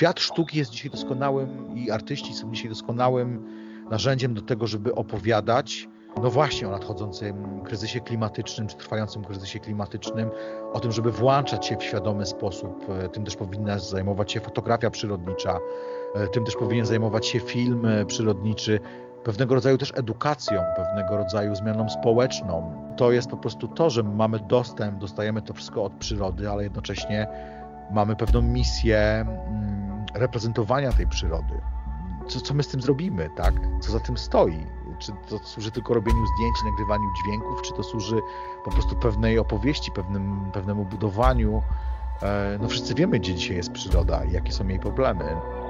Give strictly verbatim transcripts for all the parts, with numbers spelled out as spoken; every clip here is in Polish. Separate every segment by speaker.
Speaker 1: świat sztuki jest dzisiaj doskonałym i artyści są dzisiaj doskonałym narzędziem do tego, żeby opowiadać, no właśnie, o nadchodzącym kryzysie klimatycznym, czy trwającym kryzysie klimatycznym, o tym, żeby włączać się w świadomy sposób. Tym też powinna zajmować się fotografia przyrodnicza, tym też powinien zajmować się film przyrodniczy, pewnego rodzaju też edukacją, pewnego rodzaju zmianą społeczną. To jest po prostu to, że mamy dostęp, dostajemy to wszystko od przyrody, ale jednocześnie mamy pewną misję reprezentowania tej przyrody. Co, co my z tym zrobimy, tak? Co za tym stoi? Czy to służy tylko robieniu zdjęć, nagrywaniu dźwięków, czy to służy po prostu pewnej opowieści, pewnym, pewnemu budowaniu? No wszyscy wiemy, gdzie dzisiaj jest przyroda i jakie są jej problemy.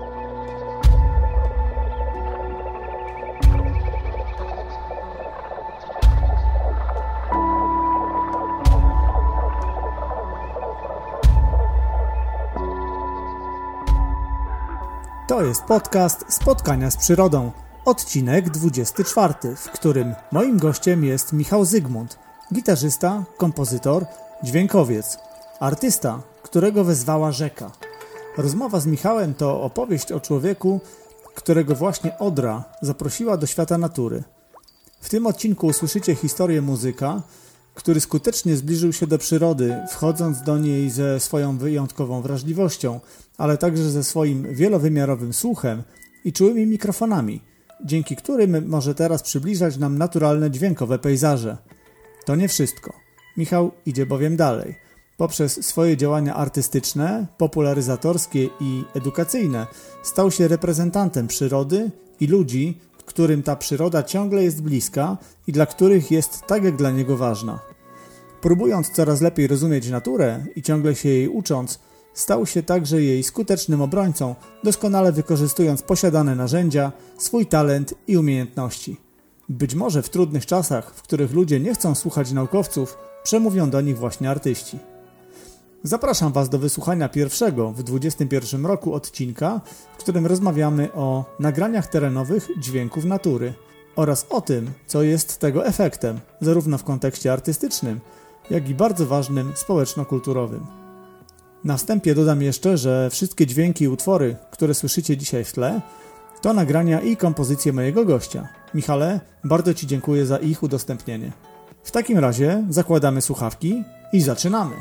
Speaker 2: To jest podcast Spotkania z Przyrodą, odcinek dwudziesty czwarty, w którym moim gościem jest Michał Zygmunt, gitarzysta, kompozytor, dźwiękowiec, artysta, którego wezwała rzeka. Rozmowa z Michałem to opowieść o człowieku, którego właśnie Odra zaprosiła do świata natury. W tym odcinku usłyszycie historię muzyka, który skutecznie zbliżył się do przyrody, wchodząc do niej ze swoją wyjątkową wrażliwością, ale także ze swoim wielowymiarowym słuchem i czułymi mikrofonami, dzięki którym może teraz przybliżać nam naturalne dźwiękowe pejzaże. To nie wszystko. Michał idzie bowiem dalej. Poprzez swoje działania artystyczne, popularyzatorskie i edukacyjne stał się reprezentantem przyrody i ludzi, którym ta przyroda ciągle jest bliska i dla których jest tak jak dla niego ważna. Próbując coraz lepiej rozumieć naturę i ciągle się jej ucząc, stał się także jej skutecznym obrońcą, doskonale wykorzystując posiadane narzędzia, swój talent i umiejętności. Być może w trudnych czasach, w których ludzie nie chcą słuchać naukowców, przemówią do nich właśnie artyści. Zapraszam Was do wysłuchania pierwszego w dwudziestym pierwszym roku odcinka, w którym rozmawiamy o nagraniach terenowych dźwięków natury oraz o tym, co jest tego efektem, zarówno w kontekście artystycznym, jak i bardzo ważnym społeczno-kulturowym. Na wstępie dodam jeszcze, że wszystkie dźwięki i utwory, które słyszycie dzisiaj w tle, to nagrania i kompozycje mojego gościa. Michale, bardzo Ci dziękuję za ich udostępnienie. W takim razie zakładamy słuchawki i zaczynamy.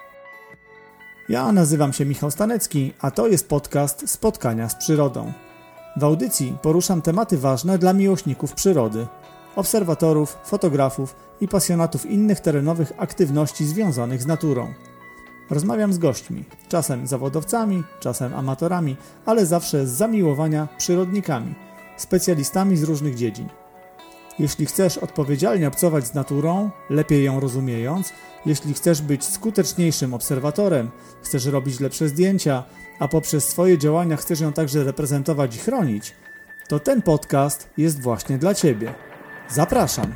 Speaker 2: Ja nazywam się Michał Stanecki, a to jest podcast Spotkania z Przyrodą. W audycji poruszam tematy ważne dla miłośników przyrody, obserwatorów, fotografów i pasjonatów innych terenowych aktywności związanych z naturą. Rozmawiam z gośćmi, czasem zawodowcami, czasem amatorami, ale zawsze z zamiłowania przyrodnikami, specjalistami z różnych dziedzin. Jeśli chcesz odpowiedzialnie obcować z naturą, lepiej ją rozumiejąc, jeśli chcesz być skuteczniejszym obserwatorem, chcesz robić lepsze zdjęcia, a poprzez swoje działania chcesz ją także reprezentować i chronić, to ten podcast jest właśnie dla Ciebie. Zapraszam!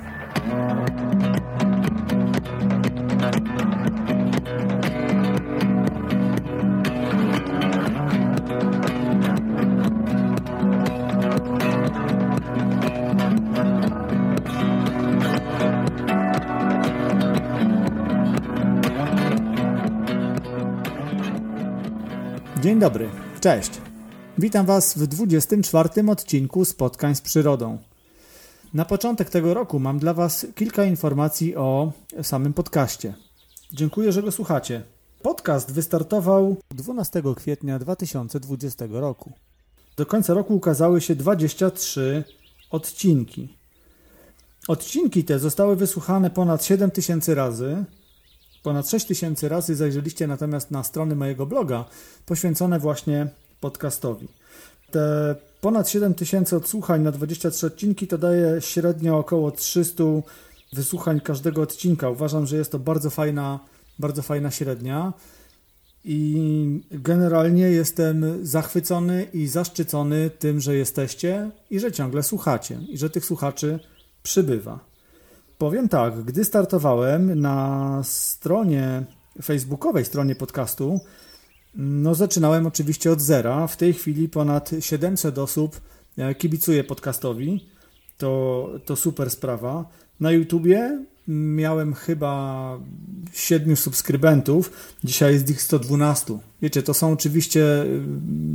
Speaker 2: Dzień dobry, cześć. Witam Was w dwudziestym czwartym odcinku Spotkań z Przyrodą. Na początek tego roku mam dla Was kilka informacji o samym podcaście. Dziękuję, że go słuchacie. Podcast wystartował dwunastego kwietnia dwa tysiące dwudziestego roku. Do końca roku ukazały się dwadzieścia trzy odcinki. Odcinki te zostały wysłuchane ponad siedem tysięcy razy. Ponad sześć tysięcy razy zajrzeliście natomiast na strony mojego bloga poświęcone właśnie podcastowi. Te ponad siedem tysięcy odsłuchań na dwadzieścia trzy odcinki to daje średnio około trzysta wysłuchań każdego odcinka. Uważam, że jest to bardzo fajna, bardzo fajna średnia i generalnie jestem zachwycony i zaszczycony tym, że jesteście i że ciągle słuchacie i że tych słuchaczy przybywa. Powiem tak, gdy startowałem na stronie facebookowej, stronie podcastu, no zaczynałem oczywiście od zera. W tej chwili ponad siedemset osób kibicuje podcastowi. To, to super sprawa. Na YouTubie miałem chyba siedmiu subskrybentów. Dzisiaj jest ich sto dwanaście. Wiecie, to są oczywiście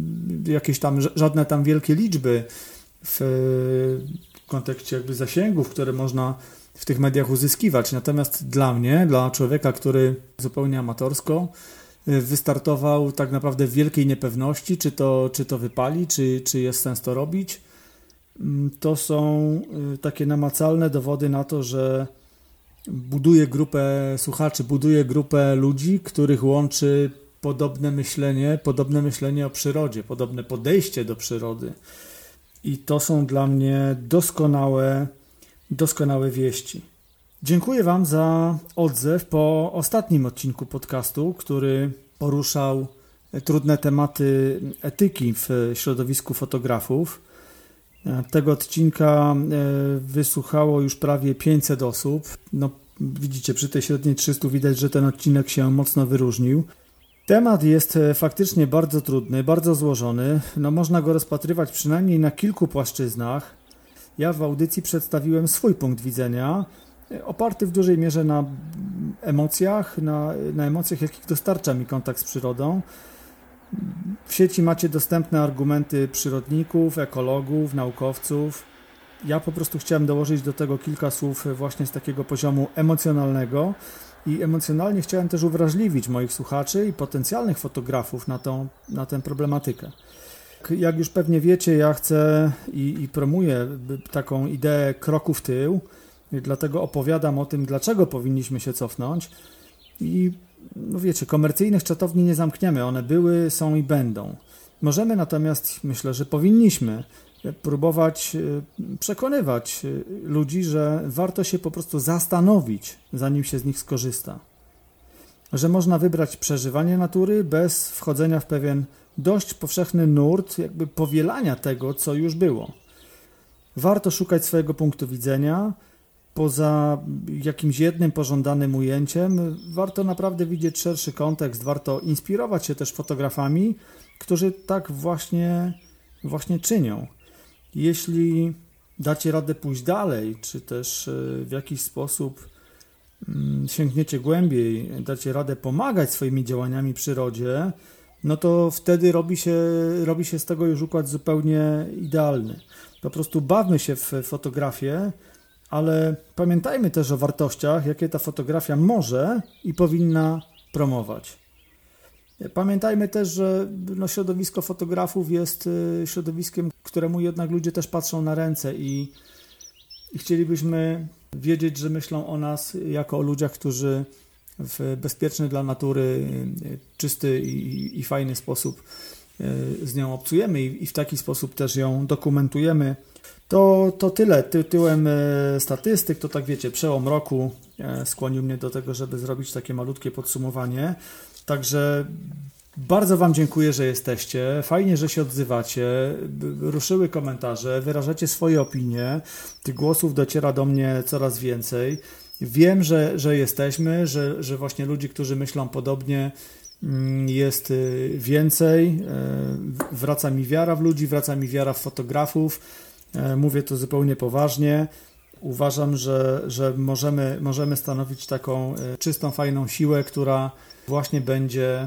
Speaker 2: jakieś tam, żadne tam wielkie liczby w kontekście jakby zasięgów, które można w tych mediach uzyskiwać. Natomiast dla mnie, dla człowieka, który zupełnie amatorsko wystartował tak naprawdę w wielkiej niepewności, czy to, czy to wypali, czy, czy jest sens to robić, to są takie namacalne dowody na to, że buduje grupę słuchaczy, buduje grupę ludzi, których łączy podobne myślenie, podobne myślenie o przyrodzie, podobne podejście do przyrody. I to są dla mnie doskonałe, doskonałe wieści. Dziękuję Wam za odzew po ostatnim odcinku podcastu, który poruszał trudne tematy etyki w środowisku fotografów. Tego odcinka wysłuchało już prawie pięćset osób. No, widzicie, przy tej średniej trzystu widać, że ten odcinek się mocno wyróżnił. Temat jest faktycznie bardzo trudny, bardzo złożony. No, można go rozpatrywać przynajmniej na kilku płaszczyznach. Ja w audycji przedstawiłem swój punkt widzenia, oparty w dużej mierze na emocjach, na, na emocjach, jakich dostarcza mi kontakt z przyrodą. W sieci macie dostępne argumenty przyrodników, ekologów, naukowców. Ja po prostu chciałem dołożyć do tego kilka słów właśnie z takiego poziomu emocjonalnego i emocjonalnie chciałem też uwrażliwić moich słuchaczy i potencjalnych fotografów na, tą, na tę problematykę. Jak już pewnie wiecie, ja chcę i, i promuję taką ideę kroku w tył, dlatego opowiadam o tym, dlaczego powinniśmy się cofnąć i no wiecie, komercyjnych czatowni nie zamkniemy, one były, są i będą. Możemy natomiast, myślę, że powinniśmy próbować przekonywać ludzi, że warto się po prostu zastanowić, zanim się z nich skorzysta. Że można wybrać przeżywanie natury bez wchodzenia w pewien dość powszechny nurt jakby powielania tego, co już było. Warto szukać swojego punktu widzenia. Poza jakimś jednym pożądanym ujęciem warto naprawdę widzieć szerszy kontekst, warto inspirować się też fotografami, którzy tak właśnie, właśnie czynią. Jeśli dacie radę pójść dalej, czy też w jakiś sposób sięgniecie głębiej, dacie radę pomagać swoimi działaniami przyrodzie, no to wtedy robi się, robi się z tego już układ zupełnie idealny. Po prostu bawmy się w fotografię, ale pamiętajmy też o wartościach, jakie ta fotografia może i powinna promować. Pamiętajmy też, że no, środowisko fotografów jest środowiskiem, któremu jednak ludzie też patrzą na ręce i, i chcielibyśmy wiedzieć, że myślą o nas jako o ludziach, którzy w bezpieczny dla natury, czysty i, i fajny sposób z nią obcujemy i, i w taki sposób też ją dokumentujemy. To, to tyle tytułem statystyk, to tak wiecie, przełom roku skłonił mnie do tego, żeby zrobić takie malutkie podsumowanie. Także bardzo Wam dziękuję, że jesteście. Fajnie, że się odzywacie. Ruszyły komentarze, wyrażacie swoje opinie. Tych głosów dociera do mnie coraz więcej. Wiem, że, że jesteśmy, że, że właśnie ludzi, którzy myślą podobnie, jest więcej. Wraca mi wiara w ludzi, wraca mi wiara w fotografów. Mówię to zupełnie poważnie. Uważam, że, że możemy, możemy stanowić taką czystą, fajną siłę, która właśnie będzie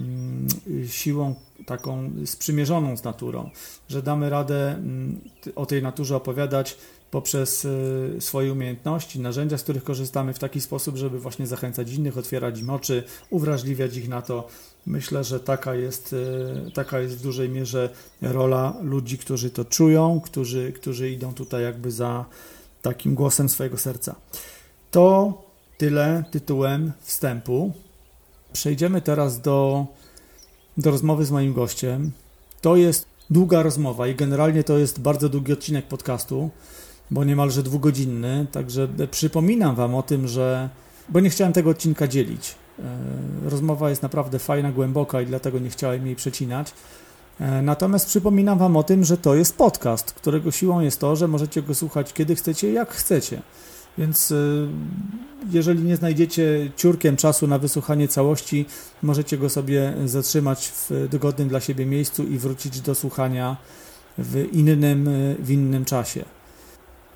Speaker 2: siłą taką sprzymierzoną z naturą, że damy radę o tej naturze opowiadać poprzez swoje umiejętności, narzędzia, z których korzystamy w taki sposób, żeby właśnie zachęcać innych, otwierać im oczy, uwrażliwiać ich na to. Myślę, że taka jest, taka jest w dużej mierze rola ludzi, którzy to czują, którzy, którzy idą tutaj jakby za takim głosem swojego serca. To tyle tytułem wstępu. Przejdziemy teraz do, do rozmowy z moim gościem. To jest długa rozmowa i generalnie to jest bardzo długi odcinek podcastu, bo niemalże dwugodzinny, także przypominam Wam o tym, że, bo nie chciałem tego odcinka dzielić. Rozmowa jest naprawdę fajna, głęboka i dlatego nie chciałem jej przecinać. Natomiast przypominam Wam o tym, że to jest podcast, którego siłą jest to, że możecie go słuchać kiedy chcecie, jak chcecie. Więc jeżeli nie znajdziecie ciurkiem czasu na wysłuchanie całości, możecie go sobie zatrzymać w dogodnym dla siebie miejscu i wrócić do słuchania w innym, w innym czasie.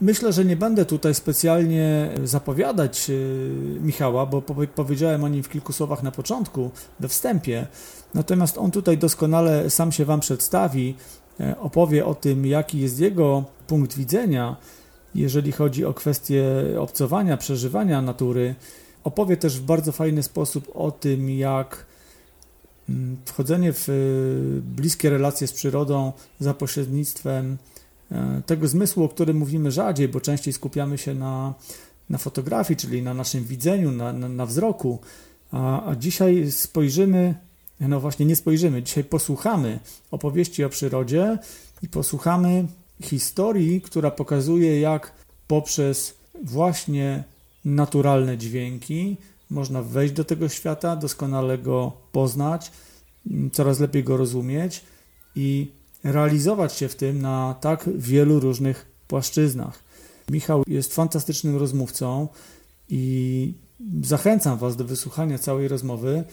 Speaker 2: Myślę, że nie będę tutaj specjalnie zapowiadać Michała, bo powiedziałem o nim w kilku słowach na początku, we wstępie. Natomiast on tutaj doskonale sam się Wam przedstawi, opowie o tym, jaki jest jego punkt widzenia, jeżeli chodzi o kwestie obcowania, przeżywania natury. Opowie też w bardzo fajny sposób o tym, jak wchodzenie w bliskie relacje z przyrodą za pośrednictwem tego zmysłu, o którym mówimy rzadziej, bo częściej skupiamy się na, na fotografii, czyli na naszym widzeniu, na, na, na wzroku, a, a dzisiaj spojrzymy, no właśnie nie spojrzymy, dzisiaj posłuchamy opowieści o przyrodzie i posłuchamy historii, która pokazuje, jak poprzez właśnie naturalne dźwięki można wejść do tego świata, doskonale go poznać, coraz lepiej go rozumieć i realizować się w tym na tak wielu różnych płaszczyznach. Michał jest fantastycznym rozmówcą i zachęcam Was do wysłuchania całej rozmowy,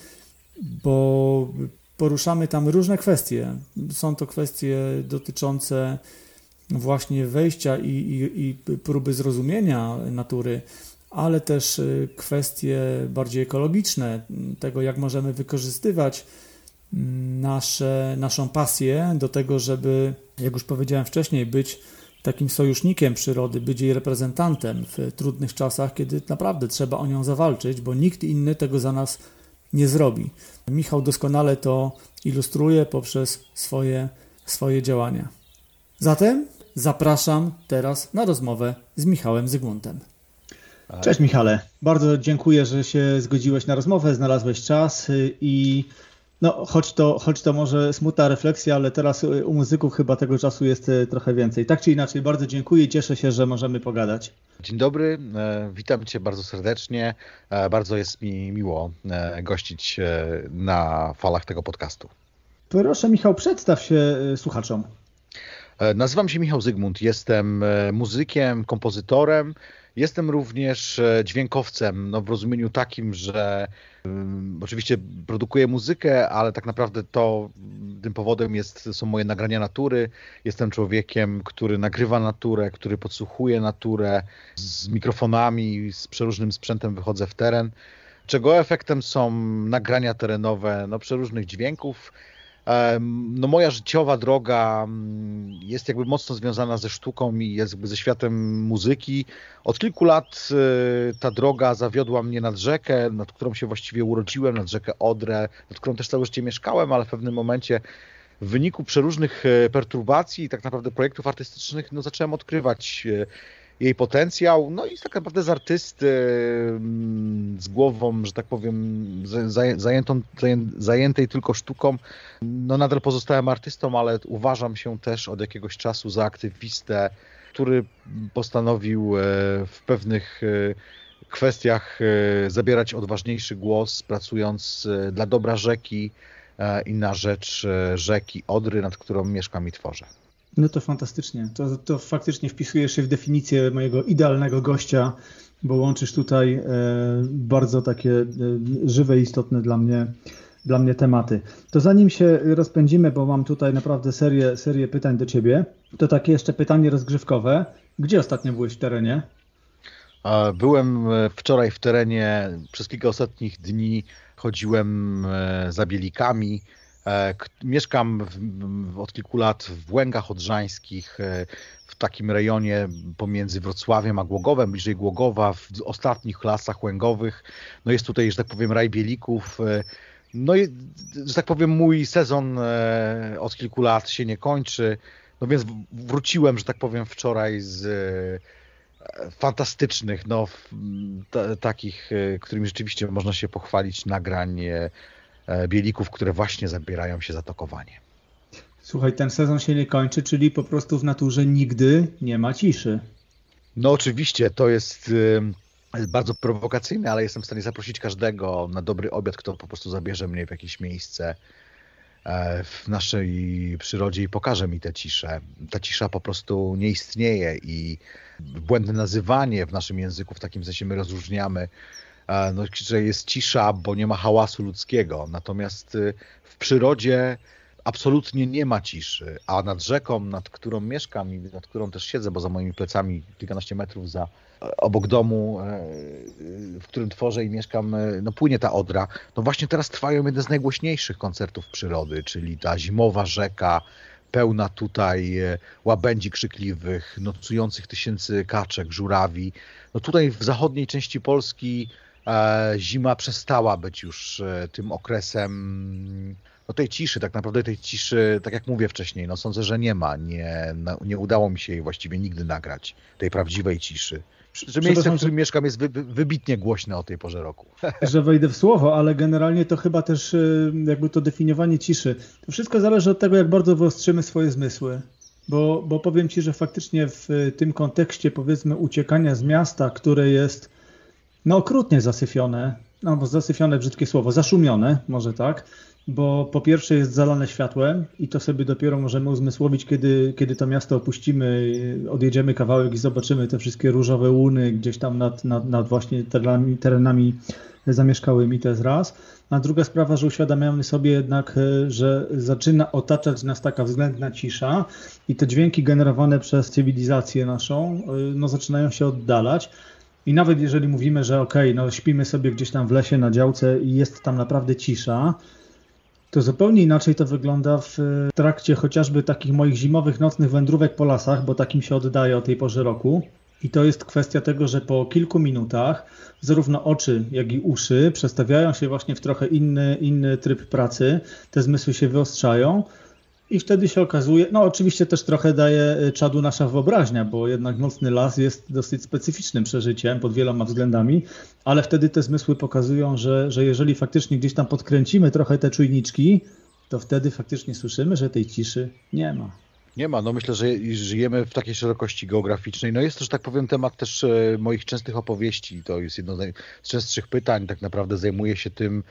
Speaker 2: bo poruszamy tam różne kwestie. Są to kwestie dotyczące właśnie wejścia i, i, i próby zrozumienia natury, ale też kwestie bardziej ekologiczne, tego jak możemy wykorzystywać nasze, naszą pasję do tego, żeby, jak już powiedziałem wcześniej, być takim sojusznikiem przyrody, być jej reprezentantem w trudnych czasach, kiedy naprawdę trzeba o nią zawalczyć, bo nikt inny tego za nas nie zrobi. Michał doskonale to ilustruje poprzez swoje, swoje działania. Zatem zapraszam teraz na rozmowę z Michałem Zygmuntem.
Speaker 3: Cześć Michale, bardzo dziękuję, że się zgodziłeś na rozmowę, znalazłeś czas i no, choć to, choć to może smutna refleksja, ale teraz u muzyków chyba tego czasu jest trochę więcej. Tak czy inaczej, bardzo dziękuję i cieszę się, że możemy pogadać.
Speaker 1: Dzień dobry, witam Cię bardzo serdecznie. Bardzo jest mi miło gościć na falach tego podcastu.
Speaker 3: Proszę Michał, przedstaw się słuchaczom.
Speaker 1: Nazywam się Michał Zygmunt, jestem muzykiem, kompozytorem. Jestem również dźwiękowcem, no w rozumieniu takim, że um, oczywiście produkuję muzykę, ale tak naprawdę to tym powodem jest, są moje nagrania natury. Jestem człowiekiem, który nagrywa naturę, który podsłuchuje naturę. Z mikrofonami, z przeróżnym sprzętem wychodzę w teren, czego efektem są nagrania terenowe no, przeróżnych dźwięków. No moja życiowa droga jest jakby mocno związana ze sztuką i jest jakby ze światem muzyki. Od kilku lat ta droga zawiodła mnie nad rzekę, nad którą się właściwie urodziłem, nad rzekę Odrę, nad którą też całe życie mieszkałem, ale w pewnym momencie w wyniku przeróżnych perturbacji i tak naprawdę projektów artystycznych no, zacząłem odkrywać jej potencjał, no i tak naprawdę z artysty z głową, że tak powiem, zajętą, zajętej tylko sztuką, no nadal pozostałem artystą, ale uważam się też od jakiegoś czasu za aktywistę, który postanowił w pewnych kwestiach zabierać odważniejszy głos, pracując dla dobra rzeki i na rzecz rzeki Odry, nad którą mieszkam i tworzę.
Speaker 3: No to fantastycznie. To, to faktycznie wpisujesz się w definicję mojego idealnego gościa, bo łączysz tutaj e, bardzo takie e, żywe i istotne dla mnie, dla mnie tematy. To zanim się rozpędzimy, bo mam tutaj naprawdę serię, serię pytań do Ciebie, to takie jeszcze pytanie rozgrzewkowe. Gdzie ostatnio byłeś w terenie?
Speaker 1: Byłem wczoraj w terenie, przez kilka ostatnich dni chodziłem za bielikami. Mieszkam w, od kilku lat w Łęgach Odrzańskich, w takim rejonie pomiędzy Wrocławiem a Głogowem, bliżej Głogowa, w ostatnich lasach łęgowych. No jest tutaj, że tak powiem, raj bielików. No i, że tak powiem, mój sezon od kilku lat się nie kończy. No więc wróciłem, że tak powiem, wczoraj z fantastycznych, no t- takich, którymi rzeczywiście można się pochwalić, nagrań bielików, które właśnie zabierają się za tokowanie.
Speaker 3: Słuchaj, ten sezon się nie kończy, czyli po prostu w naturze nigdy nie ma ciszy.
Speaker 1: No oczywiście, to jest bardzo prowokacyjne, ale jestem w stanie zaprosić każdego na dobry obiad, kto po prostu zabierze mnie w jakieś miejsce w naszej przyrodzie i pokaże mi tę ciszę. Ta cisza po prostu nie istnieje i błędne nazywanie w naszym języku, w takim sensie my rozróżniamy, no, że jest cisza, bo nie ma hałasu ludzkiego. Natomiast w przyrodzie absolutnie nie ma ciszy, a nad rzeką, nad którą mieszkam i nad którą też siedzę, bo za moimi plecami kilkanaście metrów za obok domu, w którym tworzę i mieszkam, no płynie ta Odra. No właśnie teraz trwają jedne z najgłośniejszych koncertów przyrody, czyli ta zimowa rzeka, pełna tutaj łabędzi krzykliwych, nocujących tysięcy kaczek, żurawi. No tutaj w zachodniej części Polski e, zima przestała być już e, tym okresem no, tej ciszy, tak naprawdę tej ciszy, tak jak mówię wcześniej, no sądzę, że nie ma, nie, no, nie udało mi się jej właściwie nigdy nagrać, tej prawdziwej ciszy. Że miejsce, w którym mieszkam, jest wy, wybitnie głośne o tej porze roku.
Speaker 3: Że wejdę w słowo, ale generalnie to chyba też jakby to definiowanie ciszy. To wszystko zależy od tego, jak bardzo wyostrzymy swoje zmysły. Bo, bo powiem Ci, że faktycznie w tym kontekście, powiedzmy, uciekania z miasta, które jest no okrutnie zasyfione, no bo zasyfione brzydkie słowo, zaszumione, może tak, bo po pierwsze jest zalane światłem i to sobie dopiero możemy uzmysłowić, kiedy, kiedy to miasto opuścimy, odjedziemy kawałek i zobaczymy te wszystkie różowe łuny gdzieś tam nad, nad, nad właśnie terenami, terenami zamieszkałymi, to jest raz. A druga sprawa, że uświadamiamy sobie jednak, że zaczyna otaczać nas taka względna cisza i te dźwięki generowane przez cywilizację naszą no, zaczynają się oddalać. I nawet jeżeli mówimy, że okej, okay, no śpimy sobie gdzieś tam w lesie na działce i jest tam naprawdę cisza, to zupełnie inaczej to wygląda w trakcie chociażby takich moich zimowych, nocnych wędrówek po lasach, bo takim się oddaje o tej porze roku. I to jest kwestia tego, że po kilku minutach zarówno oczy, jak i uszy przestawiają się właśnie w trochę inny, inny tryb pracy, te zmysły się wyostrzają i wtedy się okazuje, no oczywiście też trochę daje czadu nasza wyobraźnia, bo jednak nocny las jest dosyć specyficznym przeżyciem pod wieloma względami, ale wtedy te zmysły pokazują, że, że jeżeli faktycznie gdzieś tam podkręcimy trochę te czujniczki, to wtedy faktycznie słyszymy, że tej ciszy nie ma.
Speaker 1: Nie ma, no myślę, że żyjemy w takiej szerokości geograficznej. No jest to, że tak powiem, temat też moich częstych opowieści. To jest jedno z częstszych pytań. Tak naprawdę zajmuje się tym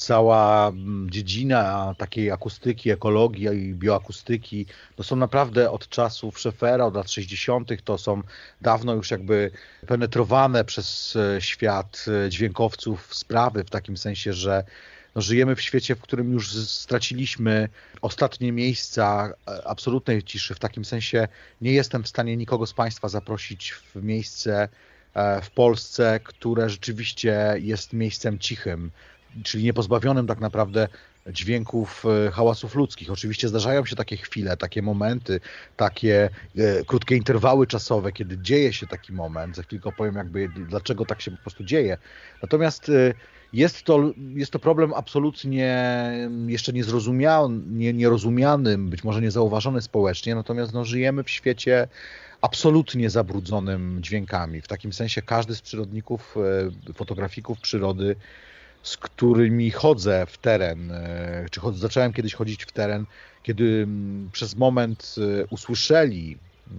Speaker 1: cała dziedzina takiej akustyki, ekologii i bioakustyki. To są naprawdę od czasów Schaeffera, od lat sześćdziesiątych. To są dawno już jakby penetrowane przez świat dźwiękowców sprawy w takim sensie, że no, żyjemy w świecie, w którym już straciliśmy ostatnie miejsca absolutnej ciszy. W takim sensie nie jestem w stanie nikogo z Państwa zaprosić w miejsce w Polsce, które rzeczywiście jest miejscem cichym, czyli niepozbawionym tak naprawdę dźwięków, hałasów ludzkich. Oczywiście zdarzają się takie chwile, takie momenty, takie e, krótkie interwały czasowe, kiedy dzieje się taki moment. Za chwilkę opowiem jakby dlaczego tak się po prostu dzieje. Natomiast e, Jest to, jest to problem absolutnie jeszcze niezrozumiały, nie, nierozumianym, być może niezauważony społecznie, natomiast no, żyjemy w świecie absolutnie zabrudzonym dźwiękami. W takim sensie każdy z przyrodników, fotografików przyrody, z którymi chodzę w teren, czy chod, zacząłem kiedyś chodzić w teren, kiedy przez moment usłyszeli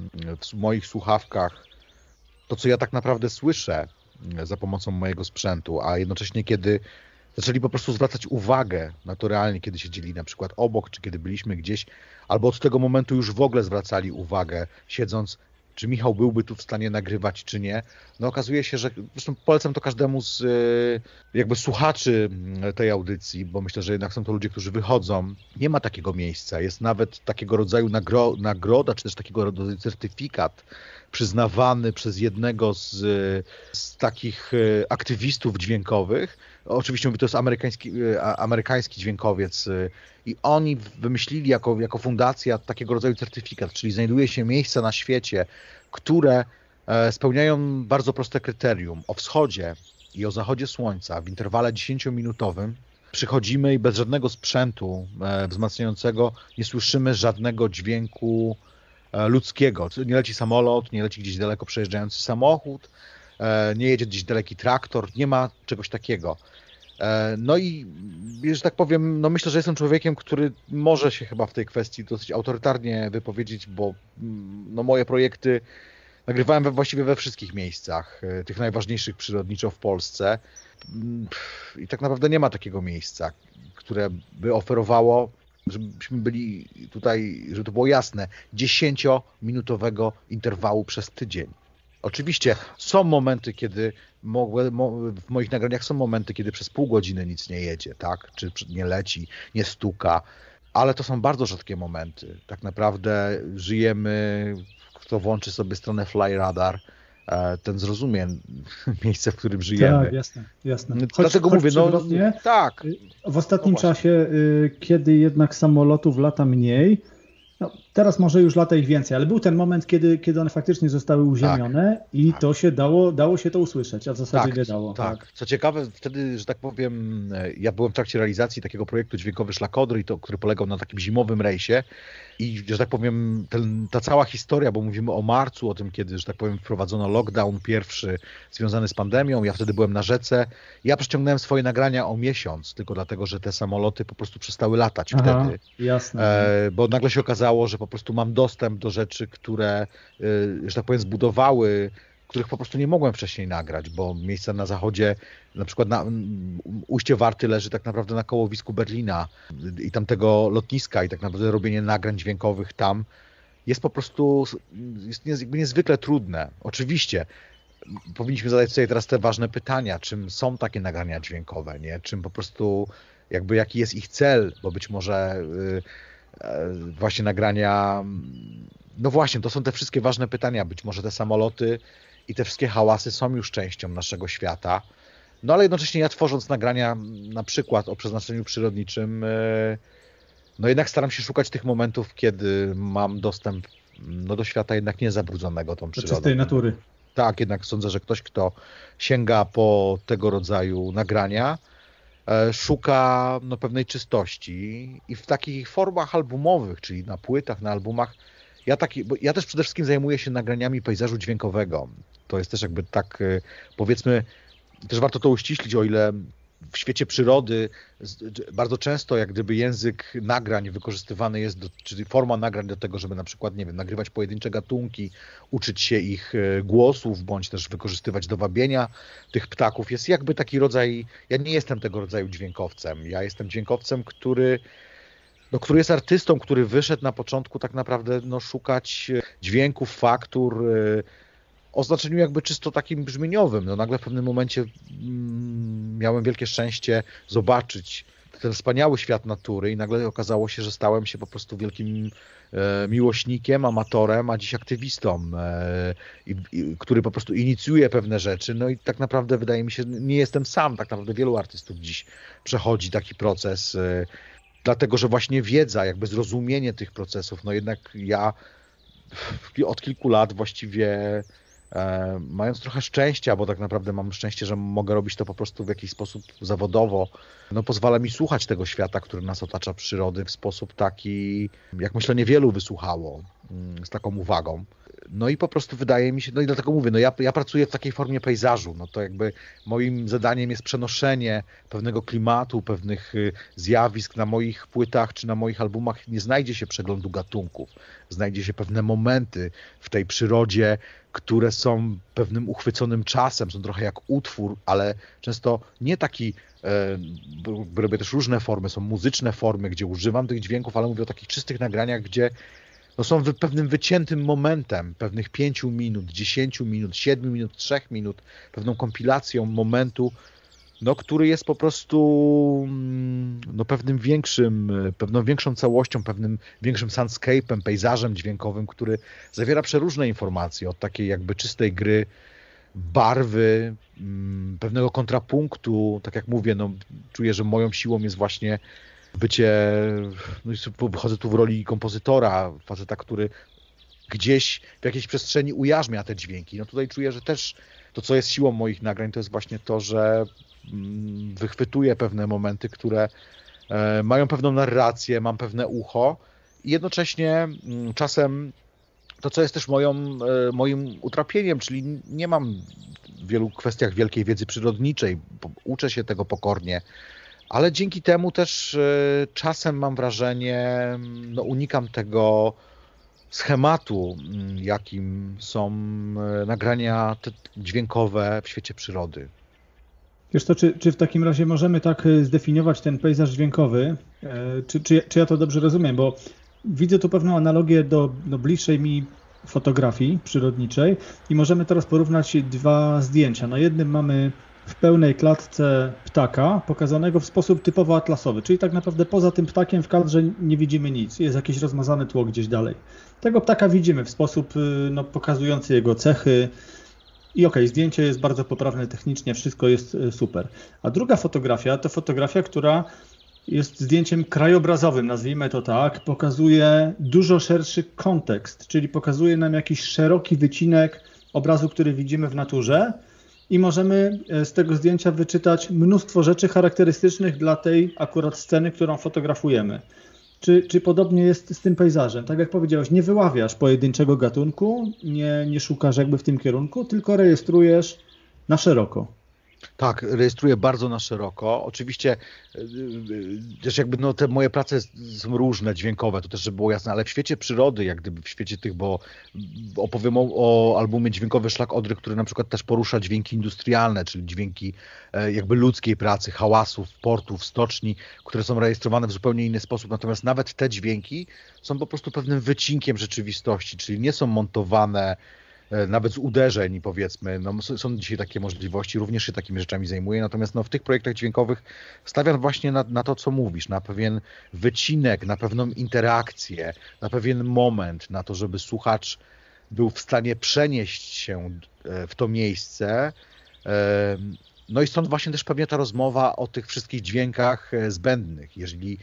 Speaker 1: w moich słuchawkach to, co ja tak naprawdę słyszę, za pomocą mojego sprzętu, a jednocześnie kiedy zaczęli po prostu zwracać uwagę naturalnie, kiedy siedzieli na przykład obok, czy kiedy byliśmy gdzieś, albo od tego momentu już w ogóle zwracali uwagę, siedząc, czy Michał byłby tu w stanie nagrywać, czy nie. No okazuje się, że zresztą polecam to każdemu z jakby słuchaczy tej audycji, bo myślę, że jednak są to ludzie, którzy wychodzą. Nie ma takiego miejsca, jest nawet takiego rodzaju nagro, nagroda, czy też takiego rodzaju certyfikat przyznawany przez jednego z, z takich aktywistów dźwiękowych. Oczywiście mówię, to jest amerykański, amerykański dźwiękowiec i oni wymyślili jako, jako fundacja takiego rodzaju certyfikat, czyli znajduje się miejsca na świecie, które spełniają bardzo proste kryterium. O wschodzie i o zachodzie słońca w interwale dziesięciominutowym przychodzimy i bez żadnego sprzętu wzmacniającego nie słyszymy żadnego dźwięku ludzkiego. Nie leci samolot, nie leci gdzieś daleko przejeżdżający samochód, nie jedzie gdzieś daleki traktor, nie ma czegoś takiego. No i, że tak powiem, no myślę, że jestem człowiekiem, który może się chyba w tej kwestii dosyć autorytarnie wypowiedzieć, bo no moje projekty nagrywałem we, właściwie we wszystkich miejscach, tych najważniejszych przyrodniczo w Polsce i tak naprawdę nie ma takiego miejsca, które by oferowało, żebyśmy byli tutaj, żeby to było jasne, dziesięciominutowego interwału przez tydzień. Oczywiście są momenty, kiedy mogę, w moich nagraniach są momenty, kiedy przez pół godziny nic nie jedzie, tak? Czy nie leci, nie stuka. ale to są bardzo rzadkie momenty. Tak naprawdę żyjemy, kto włączy sobie stronę Flyradar, ten zrozumie miejsce, w którym żyjemy.
Speaker 3: Tak, jasne, jasne. Choć,
Speaker 1: Dlatego
Speaker 3: choć
Speaker 1: mówię, no tak.
Speaker 3: W ostatnim
Speaker 1: no
Speaker 3: czasie, kiedy jednak samolotów lata mniej, no, teraz może już lata ich więcej, ale był ten moment, kiedy, kiedy one faktycznie zostały uziemione tak, i tak. to się dało, dało się to usłyszeć, a w zasadzie
Speaker 1: tak,
Speaker 3: nie dało.
Speaker 1: Tak.
Speaker 3: tak.
Speaker 1: Co ciekawe, wtedy, że tak powiem, ja byłem w trakcie realizacji takiego projektu Dźwiękowy Szlakodry, to, który polegał na takim zimowym rejsie i, że tak powiem, ten, ta cała historia, bo mówimy o marcu, o tym, kiedy, że tak powiem, wprowadzono lockdown pierwszy związany z pandemią, ja wtedy byłem na rzece, ja przeciągnąłem swoje nagrania o miesiąc, tylko dlatego, że te samoloty po prostu przestały latać Aha, wtedy.
Speaker 3: Jasne.
Speaker 1: E, bo nagle się okazało, że po prostu mam dostęp do rzeczy, które, że tak powiem, zbudowały, których po prostu nie mogłem wcześniej nagrać, bo miejsce na zachodzie, na przykład na ujście Warty leży tak naprawdę na kołowisku Berlina i tamtego lotniska i tak naprawdę robienie nagrań dźwiękowych tam jest po prostu jest jakby niezwykle trudne. Oczywiście powinniśmy zadać sobie teraz te ważne pytania, czym są takie nagrania dźwiękowe, nie? Czym po prostu jakby jaki jest ich cel, bo być może właśnie nagrania, no właśnie, to są te wszystkie ważne pytania, być może te samoloty i te wszystkie hałasy są już częścią naszego świata, no ale jednocześnie ja tworząc nagrania na przykład o przeznaczeniu przyrodniczym, no jednak staram się szukać tych momentów, kiedy mam dostęp no, do świata jednak niezabrudzonego tą przyrodą.
Speaker 3: Do czystej natury.
Speaker 1: Tak, jednak sądzę, że ktoś, kto sięga po tego rodzaju nagrania, szuka no, pewnej czystości i w takich formach albumowych, czyli na płytach, na albumach, ja, taki, bo ja też przede wszystkim zajmuję się nagraniami pejzażu dźwiękowego. To jest też jakby tak, powiedzmy, też warto to uściślić, o ile w świecie przyrody bardzo często jak gdyby język nagrań wykorzystywany jest, do, czyli forma nagrań do tego, żeby na przykład, nie wiem, nagrywać pojedyncze gatunki, uczyć się ich głosów, bądź też wykorzystywać do wabienia tych ptaków. Jest jakby taki rodzaj, ja nie jestem tego rodzaju dźwiękowcem, ja jestem dźwiękowcem, który no, który jest artystą, który wyszedł na początku tak naprawdę no, szukać dźwięków, faktur, o znaczeniu jakby czysto takim brzmieniowym. No nagle w pewnym momencie mm, miałem wielkie szczęście zobaczyć ten wspaniały świat natury i nagle okazało się, że stałem się po prostu wielkim e, miłośnikiem, amatorem, a dziś aktywistą, e, i, i, który po prostu inicjuje pewne rzeczy. No i tak naprawdę wydaje mi się, nie jestem sam, tak naprawdę wielu artystów dziś przechodzi taki proces, e, dlatego że właśnie wiedza, jakby zrozumienie tych procesów, no jednak ja od kilku lat właściwie E, mając trochę szczęścia, bo tak naprawdę mam szczęście, że mogę robić to po prostu w jakiś sposób zawodowo, no pozwala mi słuchać tego świata, który nas otacza, przyrody w sposób taki, jak myślę, niewielu wysłuchało z taką uwagą. No i po prostu wydaje mi się, no i dlatego mówię, no ja, ja pracuję w takiej formie pejzażu, no to jakby moim zadaniem jest przenoszenie pewnego klimatu, pewnych zjawisk na moich płytach czy na moich albumach. Nie znajdzie się przeglądu gatunków, znajdzie się pewne momenty w tej przyrodzie, które są pewnym uchwyconym czasem, są trochę jak utwór, ale często nie taki, e, robię też różne formy, są muzyczne formy, gdzie używam tych dźwięków, ale mówię o takich czystych nagraniach, gdzie no są wy, pewnym wyciętym momentem, pewnych pięciu minut, dziesięciu minut, siedmiu minut, trzech minut, pewną kompilacją momentu, no, który jest po prostu no, pewnym większym, pewną większą całością, pewnym większym soundscape'em, pejzażem dźwiękowym, który zawiera przeróżne informacje, od takiej jakby czystej gry, barwy, pewnego kontrapunktu, tak jak mówię, no, czuję, że moją siłą jest właśnie bycie, no i wychodzę tu w roli kompozytora, faceta, który gdzieś w jakiejś przestrzeni ujarzmia te dźwięki. No tutaj czuję, że też to, co jest siłą moich nagrań, to jest właśnie to, że wychwytuję pewne momenty, które mają pewną narrację, mam pewne ucho i jednocześnie czasem to, co jest też moją, moim utrapieniem, czyli nie mam w wielu kwestiach wielkiej wiedzy przyrodniczej, uczę się tego pokornie, ale dzięki temu też czasem mam wrażenie, no unikam tego schematu, jakim są nagrania dźwiękowe w świecie przyrody.
Speaker 3: Wiesz to, czy, czy w takim razie możemy tak zdefiniować ten pejzaż dźwiękowy? Czy, czy, czy ja to dobrze rozumiem? Bo widzę tu pewną analogię do, do bliższej mi fotografii przyrodniczej i możemy teraz porównać dwa zdjęcia. Na jednym mamy w pełnej klatce ptaka, pokazanego w sposób typowo atlasowy, czyli tak naprawdę poza tym ptakiem w kadrze nie widzimy nic, jest jakieś rozmazane tło gdzieś dalej. Tego ptaka widzimy w sposób no, pokazujący jego cechy i okej, okay, zdjęcie jest bardzo poprawne technicznie, wszystko jest super. A druga fotografia to fotografia, która jest zdjęciem krajobrazowym, nazwijmy to tak, pokazuje dużo szerszy kontekst, czyli pokazuje nam jakiś szeroki wycinek obrazu, który widzimy w naturze i możemy z tego zdjęcia wyczytać mnóstwo rzeczy charakterystycznych dla tej akurat sceny, którą fotografujemy. Czy, czy podobnie jest z tym pejzażem? Tak jak powiedziałeś, nie wyławiasz pojedynczego gatunku, nie, nie szukasz jakby w tym kierunku, tylko rejestrujesz na szeroko.
Speaker 1: Tak, rejestruję bardzo na szeroko. Oczywiście też jakby no, te moje prace są różne, dźwiękowe, to też żeby było jasne, ale w świecie przyrody, jak gdyby w świecie tych, bo opowiem o, o albumie Dźwiękowy Szlak Odry, który na przykład też porusza dźwięki industrialne, czyli dźwięki jakby ludzkiej pracy, hałasów, portów, stoczni, które są rejestrowane w zupełnie inny sposób. Natomiast nawet te dźwięki są po prostu pewnym wycinkiem rzeczywistości, czyli nie są montowane nawet z uderzeń, powiedzmy, no, są dzisiaj takie możliwości, również się takimi rzeczami zajmuję, natomiast no, w tych projektach dźwiękowych stawiam właśnie na, na to, co mówisz, na pewien wycinek, na pewną interakcję, na pewien moment, na to, żeby słuchacz był w stanie przenieść się w to miejsce. No i stąd właśnie też pewnie ta rozmowa o tych wszystkich dźwiękach zbędnych. Jeżeli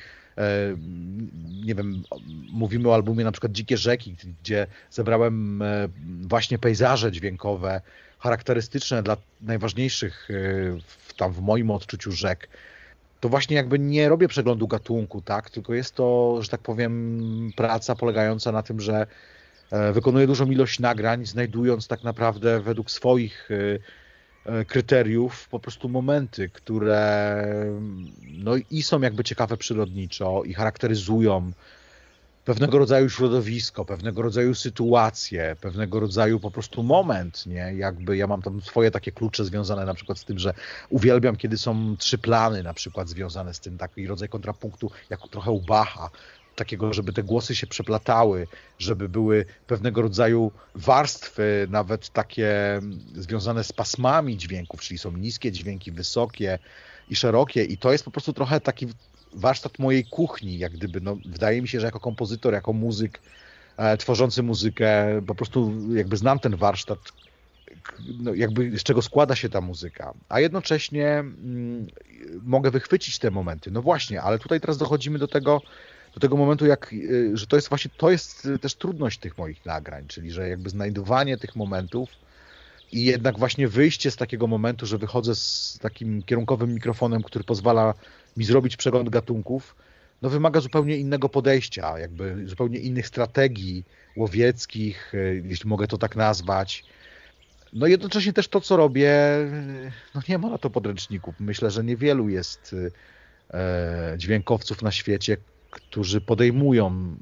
Speaker 1: nie wiem, mówimy o albumie na przykład Dzikie Rzeki, gdzie zebrałem właśnie pejzaże dźwiękowe charakterystyczne dla najważniejszych tam w moim odczuciu rzek, to właśnie jakby nie robię przeglądu gatunku, tak, tylko jest to, że tak powiem, praca polegająca na tym, że wykonuję dużą ilość nagrań, znajdując tak naprawdę według swoich kryteriów po prostu momenty, które no i są jakby ciekawe przyrodniczo i charakteryzują pewnego rodzaju środowisko, pewnego rodzaju sytuację, pewnego rodzaju po prostu moment, nie? Jakby ja mam tam swoje takie klucze związane na przykład z tym, że uwielbiam, kiedy są trzy plany na przykład związane z tym, taki rodzaj kontrapunktu, jak trochę u Bacha, takiego, żeby te głosy się przeplatały, żeby były pewnego rodzaju warstwy, nawet takie związane z pasmami dźwięków, czyli są niskie dźwięki, wysokie i szerokie i to jest po prostu trochę taki warsztat mojej kuchni, jak gdyby, no, wydaje mi się, że jako kompozytor, jako muzyk e, tworzący muzykę, po prostu jakby znam ten warsztat, no, jakby z czego składa się ta muzyka, a jednocześnie mm, mogę wychwycić te momenty. No właśnie, ale tutaj teraz dochodzimy do tego, do tego momentu, jak, że to jest właśnie, to jest też trudność tych moich nagrań, czyli że jakby znajdowanie tych momentów i jednak właśnie wyjście z takiego momentu, że wychodzę z takim kierunkowym mikrofonem, który pozwala mi zrobić przegląd gatunków, no wymaga zupełnie innego podejścia, jakby zupełnie innych strategii łowieckich, jeśli mogę to tak nazwać. No i jednocześnie też to, co robię, no nie ma na to podręczników. Myślę, że niewielu jest e, dźwiękowców na świecie, którzy podejmują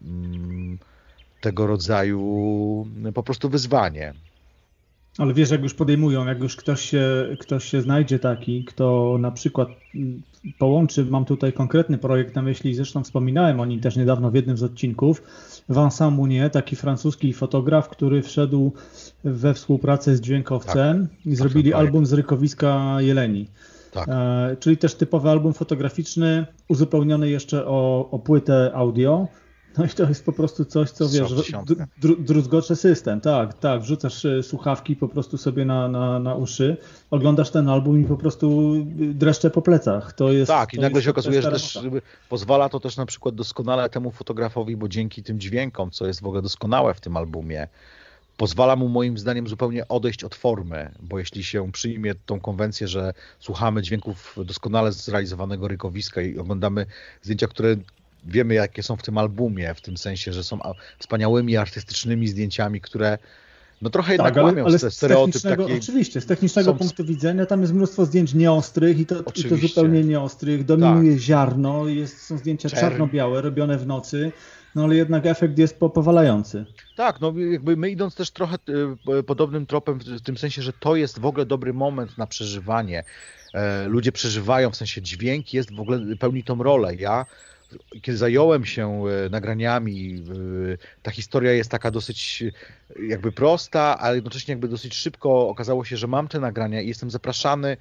Speaker 1: tego rodzaju po prostu wyzwanie.
Speaker 3: Ale wiesz, jak już podejmują, jak już ktoś się, ktoś się znajdzie taki, kto na przykład połączy, mam tutaj konkretny projekt na myśli, zresztą wspominałem o nim też niedawno w jednym z odcinków, Vincent Mounier, taki francuski fotograf, który wszedł we współpracę z dźwiękowcem tak, i zrobili tak, album z Rykowiska Jeleni. Tak. E, czyli też typowy album fotograficzny, uzupełniony jeszcze o, o płytę audio. No i to jest po prostu coś, co wiesz, dr, druzgocze system, tak, tak, wrzucasz słuchawki po prostu sobie na, na, na uszy, oglądasz ten album i po prostu dreszcze po plecach. To jest,
Speaker 1: tak,
Speaker 3: to
Speaker 1: i nagle
Speaker 3: jest,
Speaker 1: się okazuje, że też pozwala to też na przykład doskonale temu fotografowi, bo dzięki tym dźwiękom, co jest w ogóle doskonałe w tym albumie, pozwala mu moim zdaniem zupełnie odejść od formy, bo jeśli się przyjmie tą konwencję, że słuchamy dźwięków doskonale zrealizowanego rykowiska i oglądamy zdjęcia, które wiemy, jakie są w tym albumie, w tym sensie, że są wspaniałymi, artystycznymi zdjęciami, które no trochę jednak
Speaker 3: tak, ale,
Speaker 1: łamią
Speaker 3: ale
Speaker 1: stereotyp takiej...
Speaker 3: Oczywiście, z technicznego są... punktu widzenia tam jest mnóstwo zdjęć nieostrych i to, i to zupełnie nieostrych, dominuje tak. ziarno, jest, są zdjęcia Czerń. czarno-białe, robione w nocy, no ale jednak efekt jest powalający.
Speaker 1: Tak, no jakby my idąc też trochę podobnym tropem w tym sensie, że to jest w ogóle dobry moment na przeżywanie. Ludzie przeżywają, w sensie dźwięk jest w ogóle, pełni tą rolę. Ja kiedy zająłem się nagraniami, ta historia jest taka dosyć jakby prosta, ale jednocześnie jakby dosyć szybko okazało się, że mam te nagrania i jestem zapraszany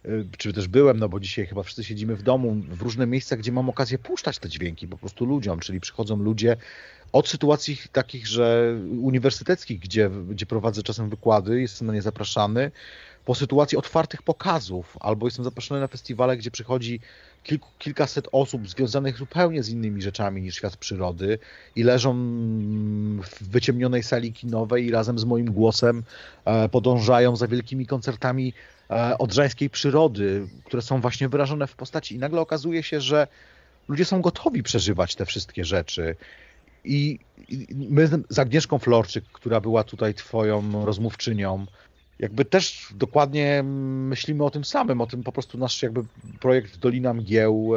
Speaker 1: czy też byłem, no bo dzisiaj chyba wszyscy siedzimy w domu, w różnych miejscach, gdzie mam okazję puszczać te dźwięki po prostu ludziom, czyli przychodzą ludzie od sytuacji takich, że uniwersyteckich, gdzie, gdzie prowadzę czasem wykłady, jestem na nie zapraszany, po sytuacji otwartych pokazów, albo jestem zaproszony na festiwale, gdzie przychodzi kilku, kilkaset osób związanych zupełnie z innymi rzeczami niż świat przyrody i leżą w wyciemnionej sali kinowej i razem z moim głosem podążają za wielkimi koncertami odrzańskiej przyrody, które są właśnie wyrażone w postaci. I nagle okazuje się, że ludzie są gotowi przeżywać te wszystkie rzeczy. I my z Agnieszką Florczyk, która była tutaj twoją rozmówczynią, jakby też dokładnie myślimy o tym samym, o tym po prostu nasz jakby projekt Dolina Mgieł.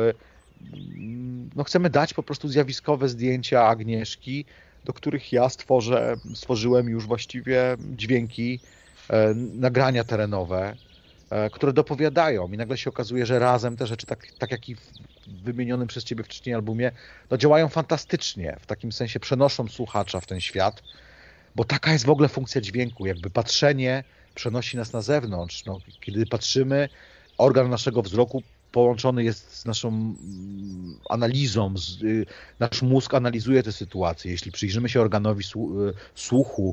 Speaker 1: No chcemy dać po prostu zjawiskowe zdjęcia Agnieszki, do których ja stworzę, stworzyłem już właściwie dźwięki, e, nagrania terenowe, e, które dopowiadają i nagle się okazuje, że razem te rzeczy, tak, tak jak i w wymienionym przez ciebie wcześniej albumie, no działają fantastycznie, w takim sensie przenoszą słuchacza w ten świat, bo taka jest w ogóle funkcja dźwięku, jakby patrzenie przenosi nas na zewnątrz. No, kiedy patrzymy, organ naszego wzroku połączony jest z naszą analizą, z, y, nasz mózg analizuje tę sytuację. Jeśli przyjrzymy się organowi słuchu,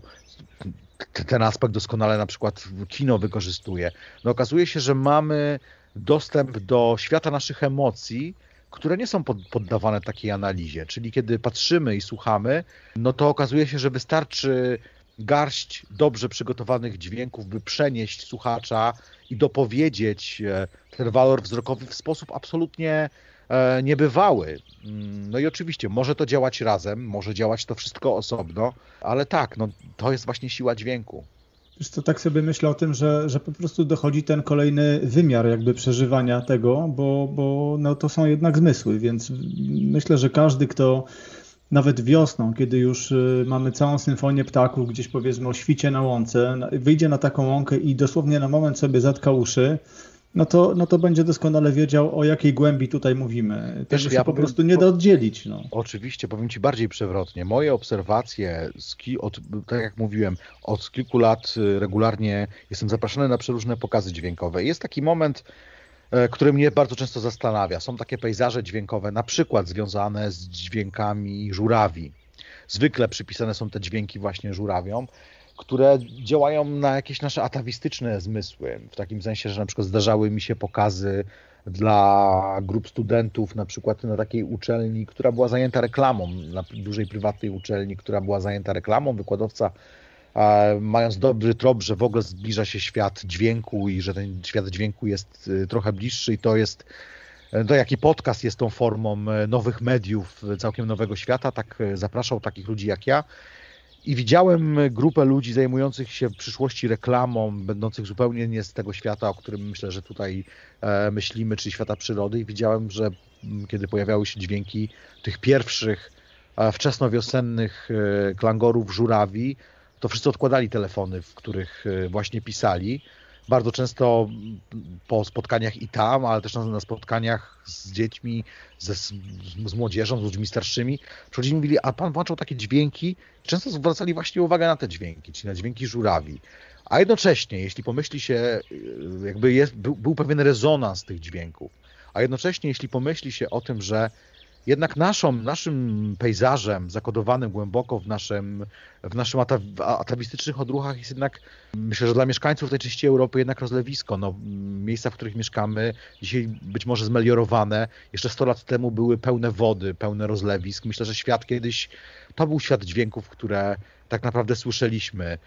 Speaker 1: ten aspekt doskonale na przykład kino wykorzystuje, no okazuje się, że mamy dostęp do świata naszych emocji, które nie są poddawane takiej analizie. Czyli kiedy patrzymy i słuchamy, no to okazuje się, że wystarczy garść dobrze przygotowanych dźwięków, by przenieść słuchacza i dopowiedzieć ten walor wzrokowy w sposób absolutnie niebywały. No i oczywiście może to działać razem, może działać to wszystko osobno, ale tak, no to jest właśnie siła dźwięku.
Speaker 3: Wiesz co, tak sobie myślę o tym, że, że po prostu dochodzi ten kolejny wymiar jakby przeżywania tego, bo, bo no to są jednak zmysły, więc myślę, że każdy, kto nawet wiosną, kiedy już mamy całą symfonię ptaków, gdzieś powiedzmy o świcie na łące, wyjdzie na taką łąkę i dosłownie na moment sobie zatka uszy, no to, no to będzie doskonale wiedział, o jakiej głębi tutaj mówimy. Tego się ja po powiem, prostu nie da oddzielić. No.
Speaker 1: Oczywiście, powiem ci bardziej przewrotnie. Moje obserwacje, z ki- od, tak jak mówiłem, od kilku lat regularnie jestem zapraszany na przeróżne pokazy dźwiękowe. Jest taki moment, który mnie bardzo często zastanawia. Są takie pejzaże dźwiękowe, na przykład związane z dźwiękami żurawi. Zwykle przypisane są te dźwięki właśnie żurawiom, które działają na jakieś nasze atawistyczne zmysły. W takim sensie, że na przykład zdarzały mi się pokazy dla grup studentów, na przykład na takiej uczelni, która była zajęta reklamą, na dużej prywatnej uczelni, która była zajęta reklamą. Wykładowca, mając dobry trop, że w ogóle zbliża się świat dźwięku i że ten świat dźwięku jest trochę bliższy i to jest, to jaki podcast jest tą formą nowych mediów, całkiem nowego świata, tak zapraszał takich ludzi jak ja. I widziałem grupę ludzi zajmujących się w przyszłości reklamą, będących zupełnie nie z tego świata, o którym myślę, że tutaj myślimy, czyli świata przyrody. I widziałem, że kiedy pojawiały się dźwięki tych pierwszych wczesnowiosennych klangorów żurawi, to wszyscy odkładali telefony, w których właśnie pisali. Bardzo często po spotkaniach i tam, ale też na spotkaniach z dziećmi, ze, z, z młodzieżą, z ludźmi starszymi, przychodzili i mówili, a pan włączał takie dźwięki, często zwracali właśnie uwagę na te dźwięki, czyli na dźwięki żurawi. A jednocześnie, jeśli pomyśli się, jakby jest, był, był pewien rezonans tych dźwięków, a jednocześnie, jeśli pomyśli się o tym, że jednak naszą, naszym pejzażem zakodowanym głęboko w naszym, w naszym atawistycznych odruchach jest jednak, myślę, że dla mieszkańców tej części Europy jednak rozlewisko. No, miejsca, w których mieszkamy, dzisiaj być może zmeliorowane, jeszcze sto lat temu były pełne wody, pełne rozlewisk. Myślę, że świat kiedyś, to był świat dźwięków, które tak naprawdę słyszeliśmy.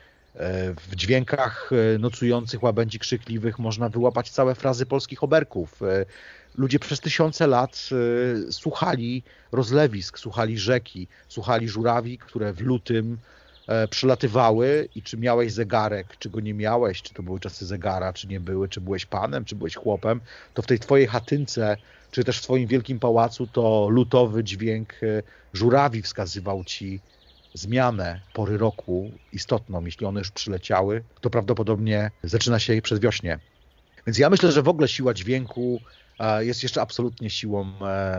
Speaker 1: W dźwiękach nocujących łabędzi krzykliwych można wyłapać całe frazy polskich oberków. Ludzie przez tysiące lat słuchali rozlewisk, słuchali rzeki, słuchali żurawi, które w lutym przylatywały i czy miałeś zegarek, czy go nie miałeś, czy to były czasy zegara, czy nie były, czy byłeś panem, czy byłeś chłopem, to w tej twojej chatynce, czy też w twoim wielkim pałacu, to lutowy dźwięk żurawi wskazywał ci zmianę pory roku istotną. Jeśli one już przyleciały, to prawdopodobnie zaczyna się jej przedwiośnie. Więc ja myślę, że w ogóle siła dźwięku jest jeszcze absolutnie siłą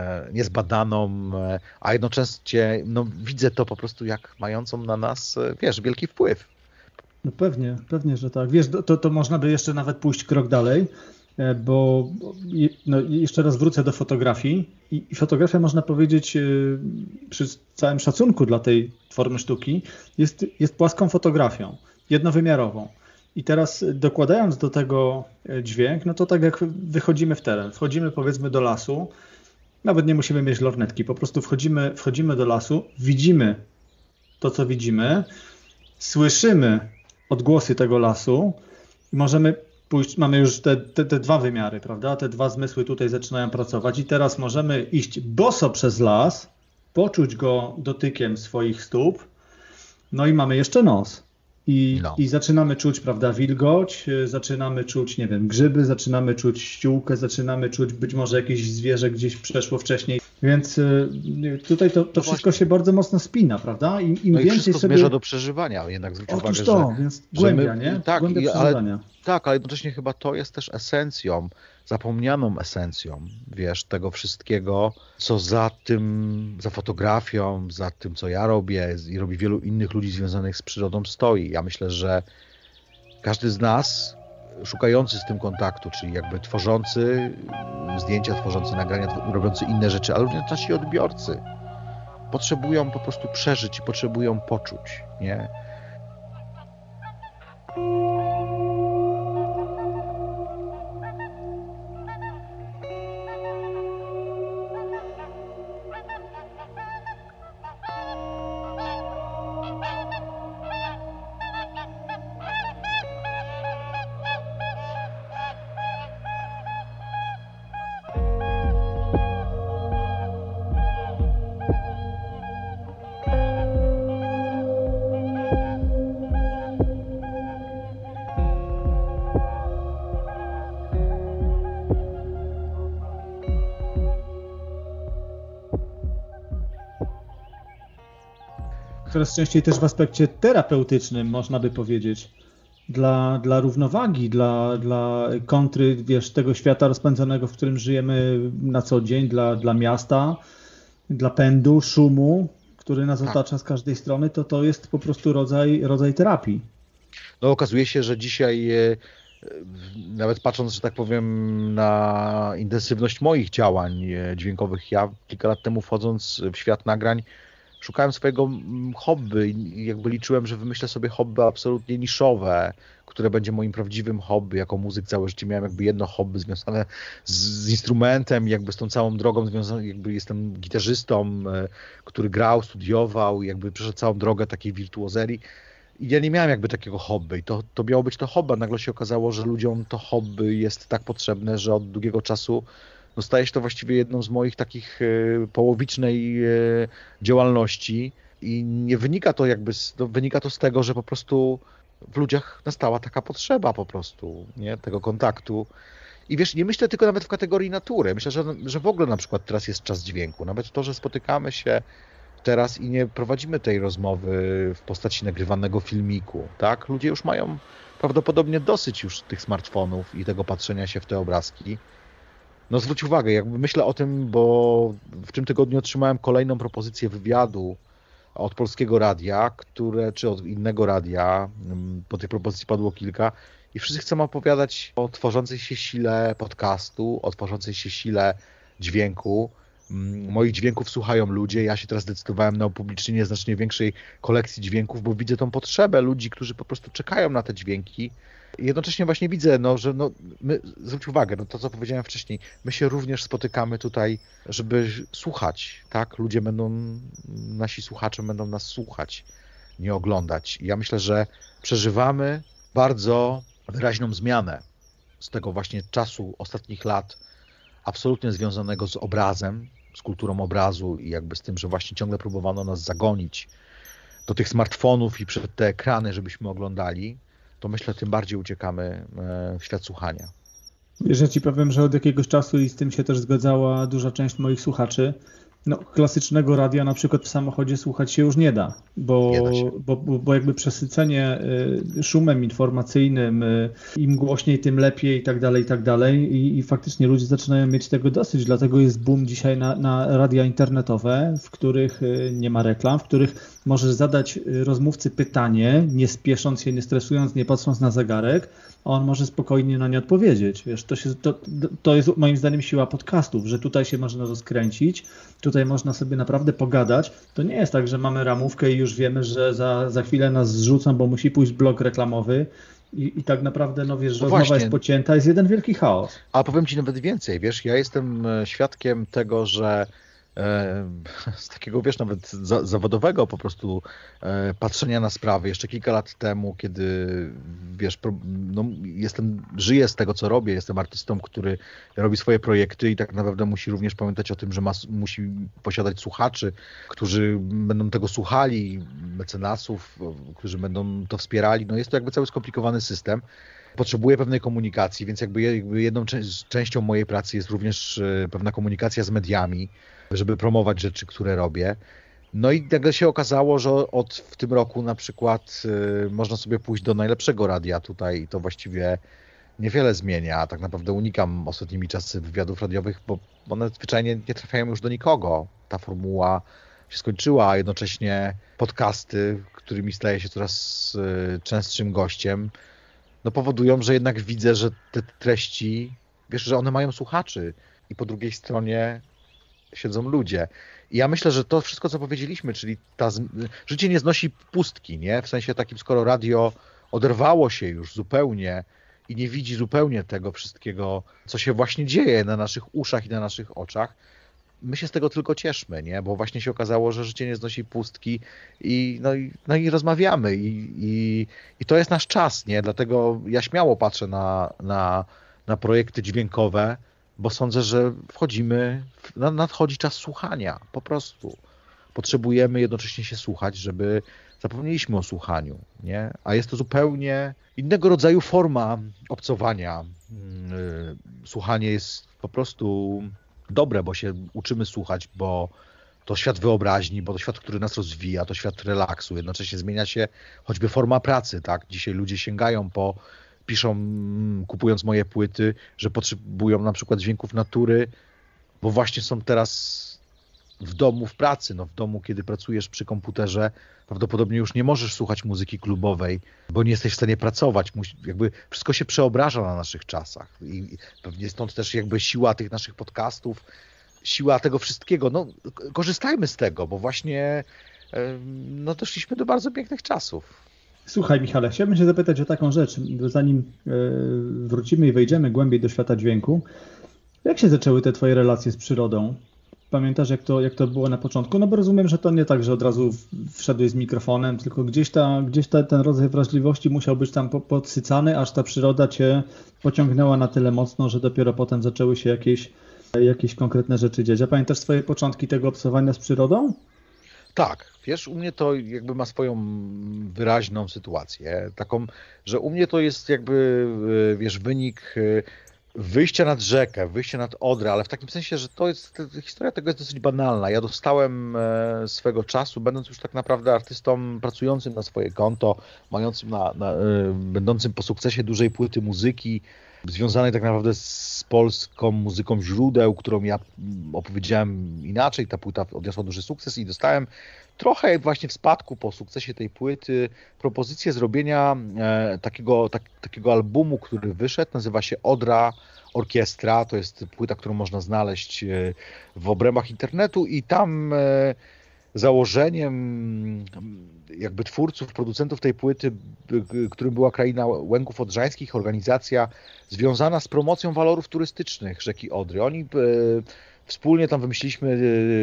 Speaker 1: niezbadaną, a jednocześnie no, widzę to po prostu jak mającą na nas, wiesz, wielki wpływ.
Speaker 3: No pewnie, pewnie, że tak. Wiesz, to, to można by jeszcze nawet pójść krok dalej bo no, jeszcze raz wrócę do fotografii i, i fotografia, można powiedzieć, przy całym szacunku dla tej formy sztuki, jest, jest płaską fotografią, jednowymiarową. I teraz dokładając do tego dźwięk, no to tak jak wychodzimy w teren, wchodzimy powiedzmy do lasu, nawet nie musimy mieć lornetki, po prostu wchodzimy, wchodzimy do lasu, widzimy to, co widzimy, słyszymy odgłosy tego lasu i możemy pójść, mamy już te, te, te dwa wymiary, prawda? Te dwa zmysły tutaj zaczynają pracować i teraz możemy iść boso przez las, poczuć go dotykiem swoich stóp, no i mamy jeszcze nos. I, no. I zaczynamy czuć, prawda, wilgoć, zaczynamy czuć, nie wiem, grzyby, zaczynamy czuć ściółkę, zaczynamy czuć być może jakieś zwierzę gdzieś przeszło wcześniej. Więc tutaj to, to wszystko się bardzo mocno spina, prawda? Im, im
Speaker 1: no i
Speaker 3: więcej
Speaker 1: wszystko
Speaker 3: sobie...
Speaker 1: zmierza do przeżywania, jednak zwróć
Speaker 3: Otóż
Speaker 1: uwagę,
Speaker 3: to,
Speaker 1: że...
Speaker 3: więc głębia,
Speaker 1: my,
Speaker 3: nie?
Speaker 1: Tak,
Speaker 3: Głębia
Speaker 1: i,
Speaker 3: przeżywania.
Speaker 1: ale, tak, ale jednocześnie chyba to jest też esencją, zapomnianą esencją, wiesz, tego wszystkiego, co za tym, za fotografią, za tym, co ja robię i robi wielu innych ludzi związanych z przyrodą stoi. Ja myślę, że każdy z nas szukający z tym kontaktu, czyli jakby tworzący zdjęcia, tworzący nagrania, robiący inne rzeczy, ale również nasi odbiorcy potrzebują po prostu przeżyć i potrzebują poczuć, nie?
Speaker 3: Coraz częściej też w aspekcie terapeutycznym, można by powiedzieć, dla, dla równowagi, dla, dla kontry, wiesz, tego świata rozpędzonego, w którym żyjemy na co dzień, dla, dla miasta, dla pędu, szumu, który nas otacza z każdej strony, to to jest po prostu rodzaj, rodzaj terapii.
Speaker 1: No okazuje się, że dzisiaj, nawet patrząc, że tak powiem, na intensywność moich działań dźwiękowych, ja kilka lat temu wchodząc w świat nagrań, szukałem swojego hobby i jakby liczyłem, że wymyślę sobie hobby absolutnie niszowe, które będzie moim prawdziwym hobby. Jako muzyk całe życie miałem jakby jedno hobby związane z, z instrumentem, jakby z tą całą drogą związaną, jakby jestem gitarzystą, który grał, studiował, jakby przeszedł całą drogę takiej wirtuozerii. I ja nie miałem jakby takiego hobby i to, to miało być to hobby, a nagle się okazało, że ludziom to hobby jest tak potrzebne, że od długiego czasu no staje się to właściwie jedną z moich takich y, połowicznej y, działalności i nie wynika to jakby, z, no, wynika to z tego, że po prostu w ludziach nastała taka potrzeba po prostu, nie, tego kontaktu. I wiesz, nie myślę tylko nawet w kategorii natury, myślę, że, że w ogóle na przykład teraz jest czas dźwięku, nawet to, że spotykamy się teraz i nie prowadzimy tej rozmowy w postaci nagrywanego filmiku, tak, ludzie już mają prawdopodobnie dosyć już tych smartfonów i tego patrzenia się w te obrazki. No zwróć uwagę, jakby myślę o tym, bo w tym tygodniu otrzymałem kolejną propozycję wywiadu od Polskiego Radia, które, czy od innego radia, po tych propozycji padło kilka i wszyscy chcą opowiadać o tworzącej się sile podcastu, o tworzącej się sile dźwięku. Moich dźwięków słuchają ludzie, ja się teraz zdecydowałem na upublicznienie znacznie większej kolekcji dźwięków, bo widzę tą potrzebę ludzi, którzy po prostu czekają na te dźwięki. I jednocześnie właśnie widzę, no, że no, my, zwróć uwagę, no to co powiedziałem wcześniej, my się również spotykamy tutaj, żeby słuchać, tak? Ludzie będą, nasi słuchacze będą nas słuchać, nie oglądać. I ja myślę, że przeżywamy bardzo wyraźną zmianę z tego właśnie czasu ostatnich lat, absolutnie związanego z obrazem, z kulturą obrazu i jakby z tym, że właśnie ciągle próbowano nas zagonić do tych smartfonów i przed te ekrany, żebyśmy oglądali, to myślę, tym bardziej uciekamy w świat słuchania.
Speaker 3: Wiesz, ja ci powiem, że od jakiegoś czasu i z tym się też zgadzała duża część moich słuchaczy, no klasycznego radia na przykład w samochodzie słuchać się już nie da, bo, nie da się. Bo, bo, bo jakby przesycenie szumem informacyjnym, im głośniej, tym lepiej i tak dalej, i tak dalej i, i faktycznie ludzie zaczynają mieć tego dosyć, dlatego jest boom dzisiaj na, na radia internetowe, w których nie ma reklam, w których możesz zadać rozmówcy pytanie, nie spiesząc się, nie stresując, nie patrząc na zegarek, a on może spokojnie na nie odpowiedzieć. Wiesz, to, się, to, to jest moim zdaniem siła podcastów, że tutaj się można rozkręcić, tutaj można sobie naprawdę pogadać. To nie jest tak, że mamy ramówkę i już wiemy, że za, za chwilę nas zrzucą, bo musi pójść blok reklamowy. I, I tak naprawdę, no wiesz, no rozmowa właśnie jest pocięta, jest jeden wielki chaos.
Speaker 1: A powiem Ci nawet więcej, wiesz, ja jestem świadkiem tego, że e, z takiego, wiesz, nawet za, zawodowego po prostu e, patrzenia na sprawy jeszcze kilka lat temu, kiedy, wiesz, pro, no, jestem, żyję z tego, co robię, jestem artystą, który robi swoje projekty i tak naprawdę musi również pamiętać o tym, że ma, musi posiadać słuchaczy, którzy będą tego słuchali, mecenasów, którzy będą to wspierali. No jest to jakby cały skomplikowany system. Potrzebuję pewnej komunikacji, więc jakby, jakby jedną częścią mojej pracy jest również pewna komunikacja z mediami, żeby promować rzeczy, które robię. No i nagle się okazało, że od w tym roku na przykład y, można sobie pójść do najlepszego radia tutaj i to właściwie niewiele zmienia. Tak naprawdę unikam ostatnimi czasy wywiadów radiowych, bo one zwyczajnie nie trafiają już do nikogo. Ta formuła się skończyła, a jednocześnie podcasty, którymi staję się coraz y, częstszym gościem, no powodują, że jednak widzę, że te treści, wiesz, że one mają słuchaczy i po drugiej stronie siedzą ludzie. I ja myślę, że to wszystko, co powiedzieliśmy, czyli ta, życie nie znosi pustki, nie? W sensie takim, skoro radio oderwało się już zupełnie i nie widzi zupełnie tego wszystkiego, co się właśnie dzieje na naszych uszach i na naszych oczach, my się z tego tylko cieszmy, nie? Bo właśnie się okazało, że życie nie znosi pustki i, no i, no i rozmawiamy i, i, i to jest nasz czas, nie? Dlatego ja śmiało patrzę na, na, na projekty dźwiękowe, bo sądzę, że wchodzimy, w, nadchodzi czas słuchania, po prostu. Potrzebujemy jednocześnie się słuchać, żeby zapomnieliśmy o słuchaniu, nie? A jest to zupełnie innego rodzaju forma obcowania. Słuchanie jest po prostu dobre, bo się uczymy słuchać, bo to świat wyobraźni, bo to świat, który nas rozwija, to świat relaksu. Jednocześnie zmienia się choćby forma pracy, tak? Dzisiaj ludzie sięgają po, piszą, kupując moje płyty, że potrzebują na przykład dźwięków natury, bo właśnie są teraz w domu, w pracy. No w domu, kiedy pracujesz przy komputerze, prawdopodobnie już nie możesz słuchać muzyki klubowej, bo nie jesteś w stanie pracować. Jakby wszystko się przeobraża na naszych czasach. I pewnie stąd też jakby siła tych naszych podcastów, siła tego wszystkiego. No, korzystajmy z tego, bo właśnie no, doszliśmy do bardzo pięknych czasów.
Speaker 3: Słuchaj, Michale, chciałbym się zapytać o taką rzecz, zanim wrócimy i wejdziemy głębiej do świata dźwięku. Jak się zaczęły te twoje relacje z przyrodą? Pamiętasz, jak to, jak to było na początku? No bo rozumiem, że to nie tak, że od razu wszedłeś z mikrofonem, tylko gdzieś, ta, gdzieś ta, ten rodzaj wrażliwości musiał być tam podsycany, aż ta przyroda cię pociągnęła na tyle mocno, że dopiero potem zaczęły się jakieś, jakieś konkretne rzeczy dziać. A pamiętasz swoje początki tego obcowania z przyrodą?
Speaker 1: Tak, wiesz, u mnie to jakby ma swoją wyraźną sytuację, taką, że u mnie to jest jakby, wiesz, wynik wyjścia nad rzekę, wyjścia nad Odrę, ale w takim sensie, że to jest, historia tego jest dosyć banalna. Ja dostałem swego czasu, będąc już tak naprawdę artystą pracującym na swoje konto, mającym na, na, będącym po sukcesie dużej płyty muzyki, związanej tak naprawdę z polską muzyką źródeł, którą ja opowiedziałem inaczej. Ta płyta odniosła duży sukces i dostałem trochę właśnie w spadku po sukcesie tej płyty propozycję zrobienia e, takiego, tak, takiego albumu, który wyszedł, nazywa się Odra Orkiestra. To jest płyta, którą można znaleźć e, w obrębach internetu i tam e, założeniem jakby twórców, producentów tej płyty, którym była Kraina Łęków Odrzańskich, organizacja związana z promocją walorów turystycznych rzeki Odry. Oni wspólnie tam wymyśliliśmy,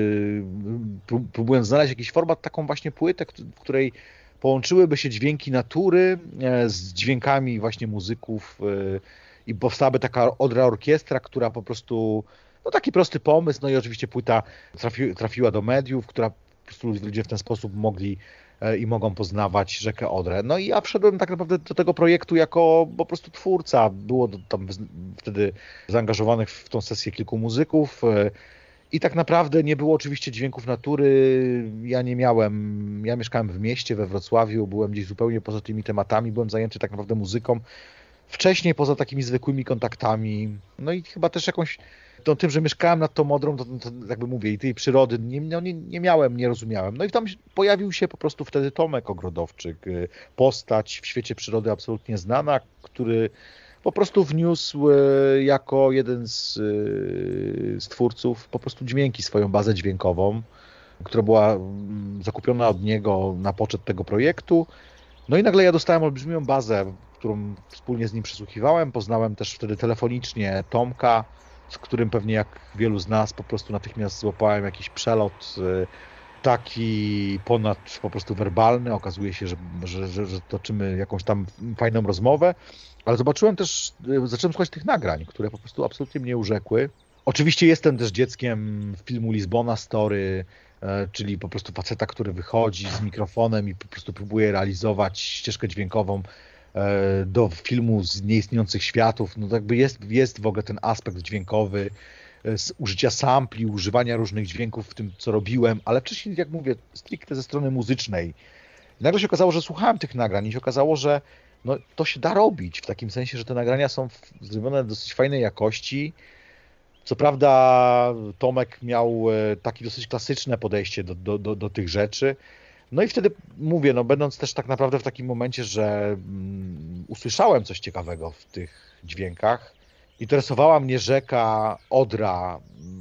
Speaker 1: próbując znaleźć jakiś format, taką właśnie płytę, w której połączyłyby się dźwięki natury z dźwiękami właśnie muzyków i powstałaby taka Odra Orkiestra, która po prostu, no taki prosty pomysł, no i oczywiście płyta trafi, trafiła do mediów, która po prostu ludzie w ten sposób mogli i mogą poznawać rzekę Odrę. No i ja wszedłem tak naprawdę do tego projektu jako po prostu twórca. Było tam wtedy zaangażowanych w tą sesję kilku muzyków i tak naprawdę nie było oczywiście dźwięków natury. Ja nie miałem, ja mieszkałem w mieście, we Wrocławiu, byłem gdzieś zupełnie poza tymi tematami, byłem zajęty tak naprawdę muzyką. wcześniej poza takimi zwykłymi kontaktami, no i chyba też jakąś, to tym, że mieszkałem nad tą Odrą, to, to jakby mówię, i tej przyrody nie, no nie, nie miałem, nie rozumiałem. No i tam pojawił się po prostu wtedy Tomek Ogrodowczyk, postać w świecie przyrody absolutnie znana, który po prostu wniósł jako jeden z, z twórców po prostu dźwięki, swoją bazę dźwiękową, która była zakupiona od niego na poczet tego projektu. No i nagle ja dostałem olbrzymią bazę, którą wspólnie z nim przesłuchiwałem. Poznałem też wtedy telefonicznie Tomka, z którym pewnie jak wielu z nas po prostu natychmiast złapałem jakiś przelot taki ponad po prostu werbalny. Okazuje się, że, że, że, że toczymy jakąś tam fajną rozmowę, ale zobaczyłem też, zacząłem słuchać tych nagrań, które po prostu absolutnie mnie urzekły. Oczywiście jestem też dzieckiem filmu Lizbona Story, czyli po prostu faceta, który wychodzi z mikrofonem i po prostu próbuje realizować ścieżkę dźwiękową do filmu z nieistniejących światów. No to jakby jest, jest w ogóle ten aspekt dźwiękowy, z użycia sampli, używania różnych dźwięków w tym, co robiłem, ale wcześniej, jak mówię, stricte ze strony muzycznej. I nagle się okazało, że słuchałem tych nagrań i się okazało, że no, to się da robić, w takim sensie, że te nagrania są zrobione w dosyć fajnej jakości. Co prawda Tomek miał takie dosyć klasyczne podejście do, do, do, do tych rzeczy. No i wtedy mówię, no będąc też tak naprawdę w takim momencie, że mm, usłyszałem coś ciekawego w tych dźwiękach, interesowała mnie rzeka Odra.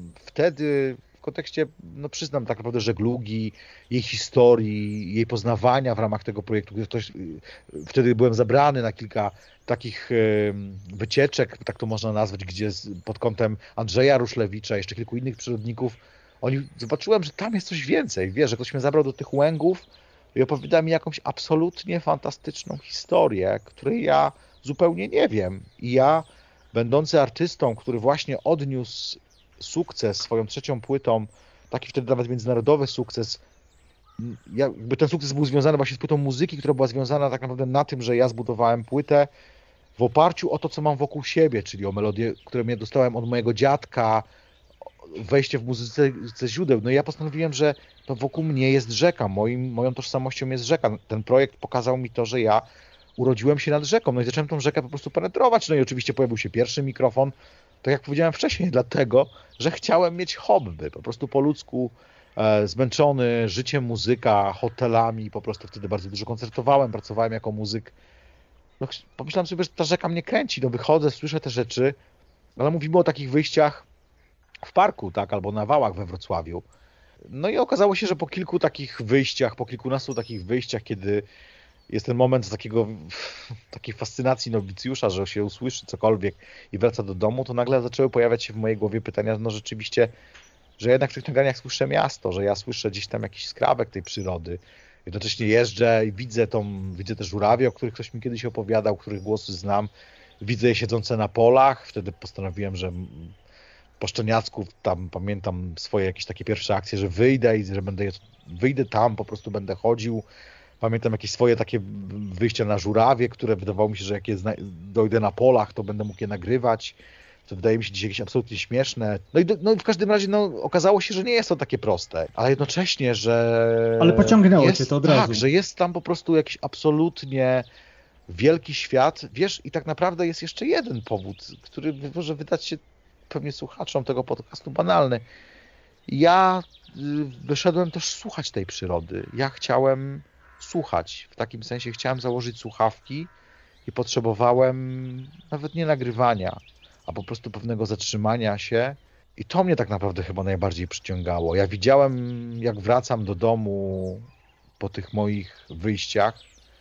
Speaker 1: Wtedy w kontekście, no przyznam tak naprawdę żeglugi, jej historii, jej poznawania w ramach tego projektu. Ktoś, wtedy byłem zabrany na kilka takich wycieczek, tak to można nazwać, gdzie pod kątem Andrzeja Ruszlewicza, jeszcze kilku innych przyrodników, oni, zobaczyłem, że tam jest coś więcej. Wiesz, że ktoś mnie zabrał do tych łęgów i opowiada mi jakąś absolutnie fantastyczną historię, której ja zupełnie nie wiem. I ja, będący artystą, który właśnie odniósł sukces swoją trzecią płytą, taki wtedy nawet międzynarodowy sukces, jakby ten sukces był związany właśnie z płytą muzyki, która była związana tak naprawdę na tym, że ja zbudowałem płytę w oparciu o to, co mam wokół siebie, czyli o melodie, które mnie dostałem od mojego dziadka, wejście w muzyce źródeł. No i ja postanowiłem, że to wokół mnie jest rzeka, moim, moją tożsamością jest rzeka. Ten projekt pokazał mi to, że ja urodziłem się nad rzeką, no i zacząłem tą rzekę po prostu penetrować. No i oczywiście pojawił się pierwszy mikrofon, tak jak powiedziałem wcześniej, dlatego, że chciałem mieć hobby, po prostu po ludzku, e, zmęczony życiem muzyka, hotelami, po prostu wtedy bardzo dużo koncertowałem, pracowałem jako muzyk. No, pomyślałem sobie, że ta rzeka mnie kręci, no wychodzę, słyszę te rzeczy, ale mówimy o takich wyjściach w parku, tak, albo na wałach we Wrocławiu. No i okazało się, że po kilku takich wyjściach, po kilkunastu takich wyjściach, kiedy jest ten moment takiego, takiej fascynacji nowicjusza, że się usłyszy cokolwiek i wraca do domu, to nagle zaczęły pojawiać się w mojej głowie pytania, no rzeczywiście, że jednak w tych nagraniach słyszę miasto, że ja słyszę gdzieś tam jakiś skrawek tej przyrody. Jednocześnie jeżdżę i widzę tą, widzę te żurawie, o których ktoś mi kiedyś opowiadał, których głosy znam. Widzę je siedzące na polach. Wtedy postanowiłem, że po szczeniacku tam pamiętam swoje jakieś takie pierwsze akcje, że wyjdę i że będę, wyjdę tam, po prostu będę chodził. Pamiętam jakieś swoje takie wyjścia na żurawie, które wydawało mi się, że jak je dojdę na polach, to będę mógł je nagrywać. To wydaje mi się dzisiaj jakieś absolutnie śmieszne. No i, do, no i w każdym razie no, okazało się, że nie jest to takie proste, ale jednocześnie, że...
Speaker 3: Ale pociągnęło
Speaker 1: jest,
Speaker 3: cię to od razu.
Speaker 1: Tak, że jest tam po prostu jakiś absolutnie wielki świat. Wiesz, i tak naprawdę jest jeszcze jeden powód, który może wydać się pewnie słuchaczom tego podcastu banalny. Ja wyszedłem też słuchać tej przyrody. Ja chciałem słuchać. W takim sensie chciałem założyć słuchawki i potrzebowałem nawet nie nagrywania, a po prostu pewnego zatrzymania się. I to mnie tak naprawdę chyba najbardziej przyciągało. Ja widziałem, jak wracam do domu po tych moich wyjściach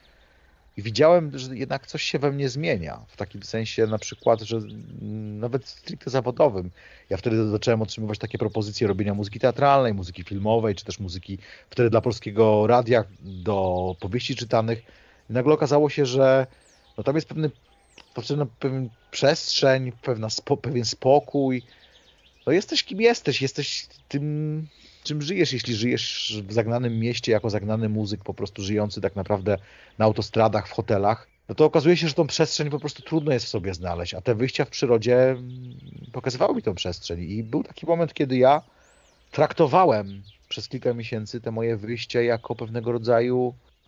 Speaker 1: i widziałem, że jednak coś się we mnie zmienia. W takim sensie na przykład, że nawet stricte zawodowym. Ja wtedy zacząłem otrzymywać takie propozycje robienia muzyki teatralnej, muzyki filmowej, czy też muzyki wtedy dla Polskiego Radia do powieści czytanych. I nagle okazało się, że no tam jest pewny, pewna pewien przestrzeń, pewna spo, pewien spokój. No jesteś kim jesteś, jesteś tym, czym żyjesz, jeśli żyjesz w zagnanym mieście jako zagnany muzyk, po prostu żyjący tak naprawdę na autostradach, w hotelach, no to okazuje się, że tą przestrzeń po prostu trudno jest w sobie znaleźć, a te wyjścia w przyrodzie pokazywały mi tą przestrzeń i był taki moment, kiedy ja traktowałem przez kilka miesięcy te moje wyjścia jako pewnego rodzaju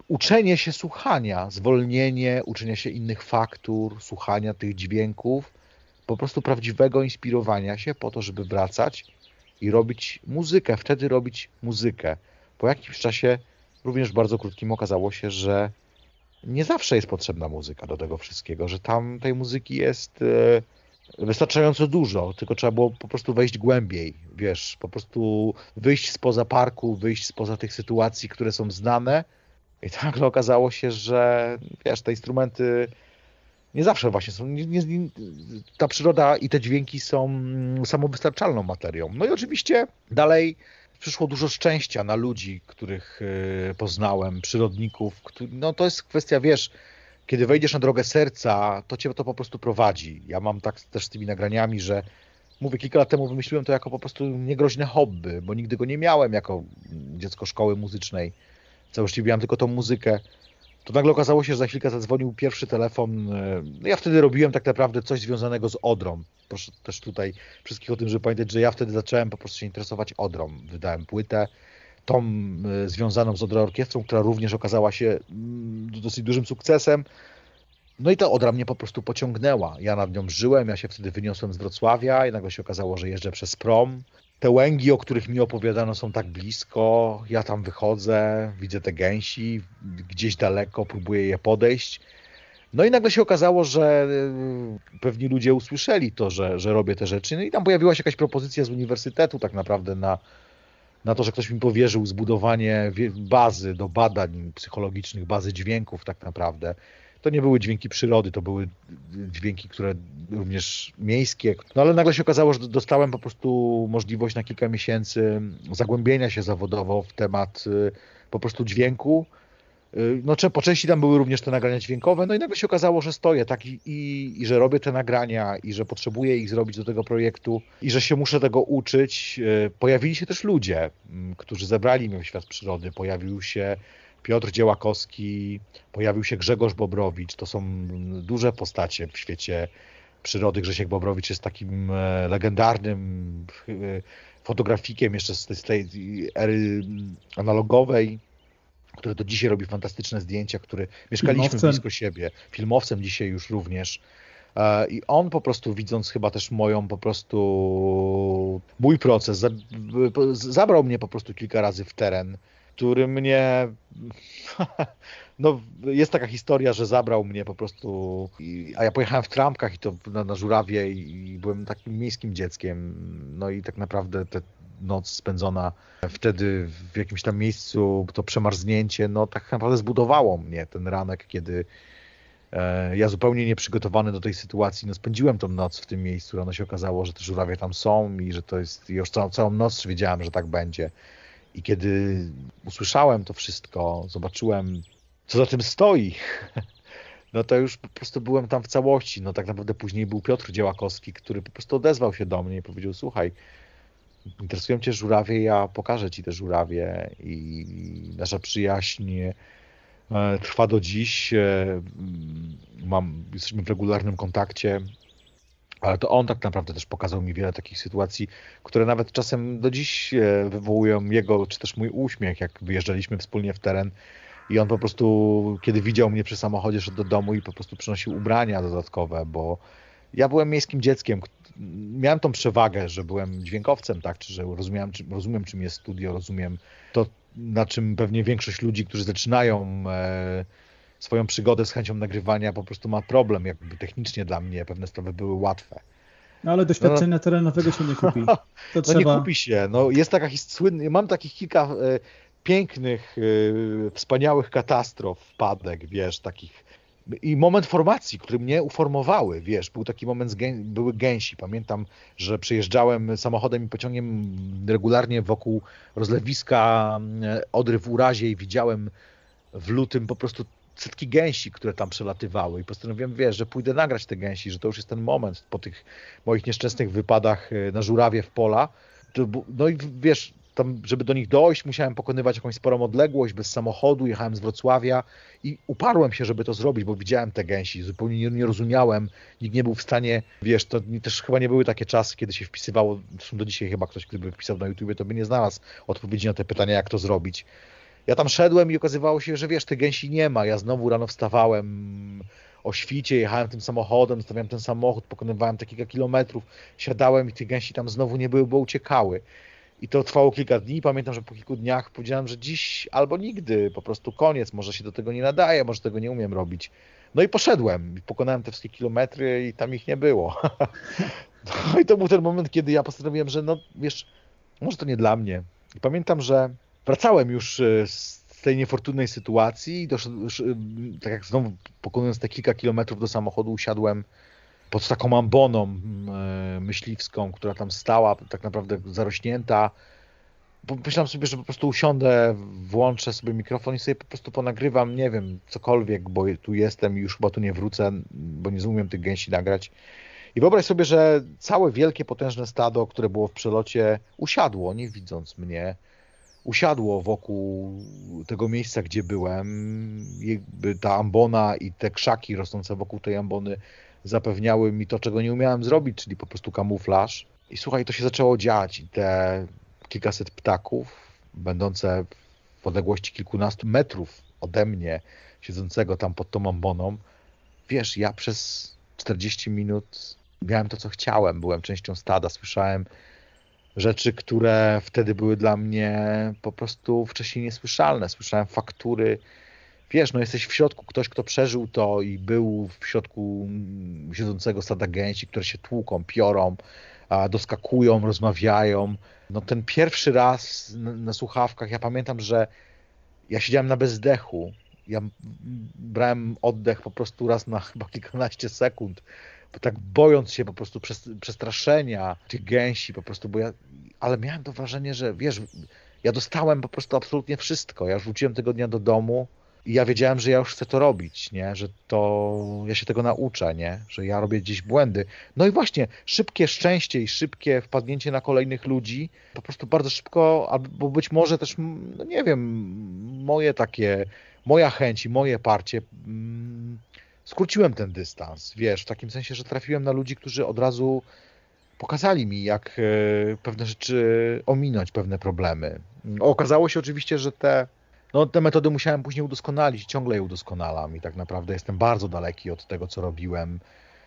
Speaker 1: uczenie się słuchania, zwolnienie, uczenie się innych faktur, słuchania tych dźwięków, po prostu prawdziwego inspirowania się po to, żeby wracać i robić muzykę, wtedy robić muzykę. Po jakimś czasie, również bardzo krótkim, okazało się, że nie zawsze jest potrzebna muzyka do tego wszystkiego, że tam tej muzyki jest wystarczająco dużo, tylko trzeba było po prostu wejść głębiej, wiesz, po prostu wyjść spoza parku, wyjść spoza tych sytuacji, które są znane i nagle okazało się, że wiesz, te instrumenty nie zawsze właśnie są, nie, nie, ta przyroda i te dźwięki są samowystarczalną materią. No i oczywiście dalej przyszło dużo szczęścia na ludzi, których poznałem, przyrodników. No to jest kwestia, wiesz, kiedy wejdziesz na drogę serca, to cię to po prostu prowadzi. Ja mam tak też z tymi nagraniami, że mówię, kilka lat temu wymyśliłem to jako po prostu niegroźne hobby, bo nigdy go nie miałem jako dziecko szkoły muzycznej. Całe życie miałem tylko tą muzykę. To nagle okazało się, że za chwilkę zadzwonił pierwszy telefon. No ja wtedy robiłem tak naprawdę coś związanego z Odrą. Proszę też tutaj wszystkich o tym, żeby pamiętać, że ja wtedy zacząłem po prostu się interesować Odrą. Wydałem płytę, tą związaną z Odra Orkiestrą, która również okazała się dosyć dużym sukcesem. No i ta Odra mnie po prostu pociągnęła. Ja nad nią żyłem, ja się wtedy wyniosłem z Wrocławia i nagle się okazało, że jeżdżę przez prom. Te łęgi, o których mi opowiadano, są tak blisko. Ja tam wychodzę, widzę te gęsi, gdzieś daleko, próbuję je podejść. No i nagle się okazało, że pewni ludzie usłyszeli to, że, że robię te rzeczy. No i tam pojawiła się jakaś propozycja z uniwersytetu tak naprawdę na, na to, że ktoś mi powierzył zbudowanie bazy do badań psychologicznych, bazy dźwięków tak naprawdę. To nie były dźwięki przyrody, to były dźwięki, które również miejskie. No ale nagle się okazało, że dostałem po prostu możliwość na kilka miesięcy zagłębienia się zawodowo w temat po prostu dźwięku. No po części tam były również te nagrania dźwiękowe, no i nagle się okazało, że stoję tak i, i, i że robię te nagrania i że potrzebuję ich zrobić do tego projektu i że się muszę tego uczyć. Pojawili się też ludzie, którzy zebrali mnie w świat przyrody. Pojawił się Piotr Dziełakowski, pojawił się Grzegorz Bobrowicz. To są duże postacie w świecie przyrody. Grzesiek Bobrowicz jest takim legendarnym fotografikiem jeszcze z tej ery analogowej, który do dzisiaj robi fantastyczne zdjęcia, który mieszkaliśmy
Speaker 3: Filmowcem.
Speaker 1: blisko siebie, filmowcem dzisiaj już również. I on po prostu, widząc chyba też moją po prostu mój proces, zabrał mnie po prostu kilka razy w teren, który mnie, no jest taka historia, że zabrał mnie po prostu, a ja pojechałem w trampkach i to na, na Żurawie i byłem takim miejskim dzieckiem, no i tak naprawdę te noc spędzona wtedy w jakimś tam miejscu, to przemarznięcie, no tak naprawdę zbudowało mnie ten ranek, kiedy e, ja zupełnie nieprzygotowany do tej sytuacji, no spędziłem tą noc w tym miejscu, rano się okazało, że te żurawie tam są i że to jest, już całą, całą noc wiedziałem, że tak będzie. I kiedy usłyszałem to wszystko, zobaczyłem, co za tym stoi, no to już po prostu byłem tam w całości. No tak naprawdę później był Piotr Dziełakowski, który po prostu odezwał się do mnie i powiedział, słuchaj, interesują cię żurawie, ja pokażę ci te żurawie i nasza przyjaźń trwa do dziś. Mam, jesteśmy w regularnym kontakcie, ale to on tak naprawdę też pokazał mi wiele takich sytuacji, które nawet czasem do dziś wywołują jego, czy też mój uśmiech, jak wyjeżdżaliśmy wspólnie w teren i on po prostu, kiedy widział mnie przy samochodzie, szedł do domu i po prostu przynosił ubrania dodatkowe, bo ja byłem miejskim dzieckiem, miałem tą przewagę, że byłem dźwiękowcem, tak, czy że rozumiałem, czy, rozumiem, czym jest studio, rozumiem to, na czym pewnie większość ludzi, którzy zaczynają e, swoją przygodę z chęcią nagrywania, po prostu ma problem, jakby technicznie dla mnie pewne sprawy były łatwe.
Speaker 3: No ale doświadczenia no, terenowego się nie kupi. To
Speaker 1: no
Speaker 3: trzeba...
Speaker 1: nie kupi się, no jest taka słynna, mam takich kilka e, pięknych, e, wspaniałych katastrof, wpadek, wiesz, takich. I moment formacji, które mnie uformowały, wiesz, był taki moment, z gę... były gęsi. Pamiętam, że przejeżdżałem samochodem i pociągiem regularnie wokół rozlewiska Odry w Urazie i widziałem w lutym po prostu setki gęsi, które tam przelatywały i postanowiłem, wiesz, że pójdę nagrać te gęsi, że to już jest ten moment po tych moich nieszczęsnych wypadach na Żurawie w pola. No i wiesz, tam, żeby do nich dojść, musiałem pokonywać jakąś sporą odległość bez samochodu, jechałem z Wrocławia i uparłem się, żeby to zrobić, bo widziałem te gęsi, zupełnie nie, nie rozumiałem, nikt nie był w stanie, wiesz, to też chyba nie były takie czasy, kiedy się wpisywało, zresztą do dzisiaj chyba ktoś, gdyby wpisał na YouTubie, to by nie znalazł odpowiedzi na te pytania, jak to zrobić. Ja tam szedłem i okazywało się, że wiesz, tych gęsi nie ma. Ja znowu rano wstawałem o świcie, jechałem tym samochodem, stawiałem ten samochód, pokonywałem te kilka kilometrów, siadałem i tych gęsi tam znowu nie były, bo uciekały. I to trwało kilka dni. Pamiętam, że po kilku dniach powiedziałem, że dziś albo nigdy, po prostu koniec, może się do tego nie nadaje, może tego nie umiem robić. No i poszedłem, pokonałem te wszystkie kilometry i tam ich nie było. No i to był ten moment, kiedy ja postanowiłem, że no wiesz, może to nie dla mnie. I pamiętam, że wracałem już z tej niefortunnej sytuacji i doszedł, tak jak znowu pokonując te kilka kilometrów do samochodu, usiadłem pod taką amboną myśliwską, która tam stała, tak naprawdę zarośnięta. Myślałem sobie, że po prostu usiądę, włączę sobie mikrofon i sobie po prostu ponagrywam, nie wiem, cokolwiek, bo tu jestem i już chyba tu nie wrócę, bo nie umiem tych gęsi nagrać. I wyobraź sobie, że całe wielkie, potężne stado, które było w przelocie, usiadło, nie widząc mnie, usiadło wokół tego miejsca, gdzie byłem. Jakby ta ambona i te krzaki rosnące wokół tej ambony zapewniały mi to, czego nie umiałem zrobić, czyli po prostu kamuflaż. I słuchaj, to się zaczęło dziać i te kilkaset ptaków, będące w odległości kilkunastu metrów ode mnie, siedzącego tam pod tą amboną, wiesz, ja przez czterdzieści minut miałem to, co chciałem, byłem częścią stada, słyszałem rzeczy, które wtedy były dla mnie po prostu wcześniej niesłyszalne, słyszałem faktury. Wiesz, no jesteś w środku, ktoś, kto przeżył to i był w środku siedzącego stada gęsi, które się tłuką, piorą, doskakują, rozmawiają. No ten pierwszy raz na, na słuchawkach, ja pamiętam, że ja siedziałem na bezdechu. Ja brałem oddech po prostu raz na chyba kilkanaście sekund, bo tak bojąc się po prostu przestraszenia tych gęsi po prostu, bo ja, ale miałem to wrażenie, że wiesz, ja dostałem po prostu absolutnie wszystko. Ja już wróciłem tego dnia do domu i ja wiedziałem, że ja już chcę to robić, nie? Że to ja się tego nauczę, nie? Że ja robię gdzieś błędy. No i właśnie szybkie szczęście i szybkie wpadnięcie na kolejnych ludzi, po prostu bardzo szybko, albo być może też, no nie wiem, moje takie, moja chęć i moje parcie, mm, skróciłem ten dystans, wiesz, w takim sensie, że trafiłem na ludzi, którzy od razu pokazali mi, jak pewne rzeczy ominąć, pewne problemy. Okazało się oczywiście, że te No, te metody musiałem później udoskonalić, ciągle je udoskonalam i tak naprawdę jestem bardzo daleki od tego, co robiłem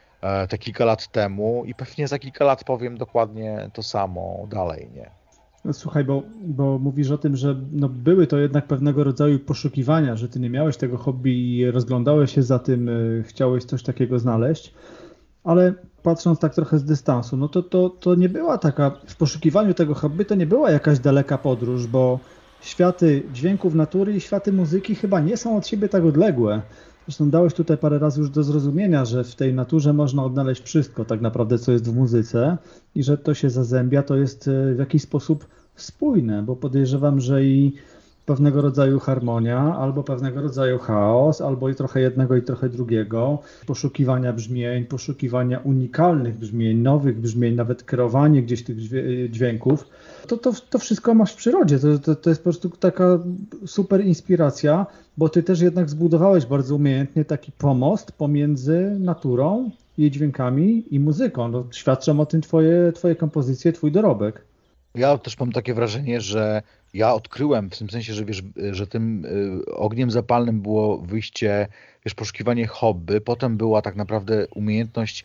Speaker 1: te kilka lat temu i pewnie za kilka lat powiem dokładnie to samo dalej, nie?
Speaker 3: No, słuchaj, bo, bo mówisz o tym, że no, były to jednak pewnego rodzaju poszukiwania, że ty nie miałeś tego hobby i rozglądałeś się za tym, chciałeś coś takiego znaleźć, ale patrząc tak trochę z dystansu, no to, to, to nie była taka, w poszukiwaniu tego hobby to nie była jakaś daleka podróż, bo światy dźwięków natury i światy muzyki chyba nie są od siebie tak odległe. Zresztą dałeś tutaj parę razy już do zrozumienia, że w tej naturze można odnaleźć wszystko tak naprawdę, co jest w muzyce i że to się zazębia, to jest w jakiś sposób spójne, bo podejrzewam, że i pewnego rodzaju harmonia, albo pewnego rodzaju chaos, albo i trochę jednego i trochę drugiego, poszukiwania brzmień, poszukiwania unikalnych brzmień, nowych brzmień, nawet kreowanie gdzieś tych dźwięków, to, to, to wszystko masz w przyrodzie. To, to, to jest po prostu taka super inspiracja, bo ty też jednak zbudowałeś bardzo umiejętnie taki pomost pomiędzy naturą, jej dźwiękami i muzyką. No, świadczą o tym twoje, twoje kompozycje, twój dorobek.
Speaker 1: Ja też mam takie wrażenie, że ja odkryłem w tym sensie, że wiesz, że tym ogniem zapalnym było wyjście, wiesz, poszukiwanie hobby, potem była tak naprawdę umiejętność,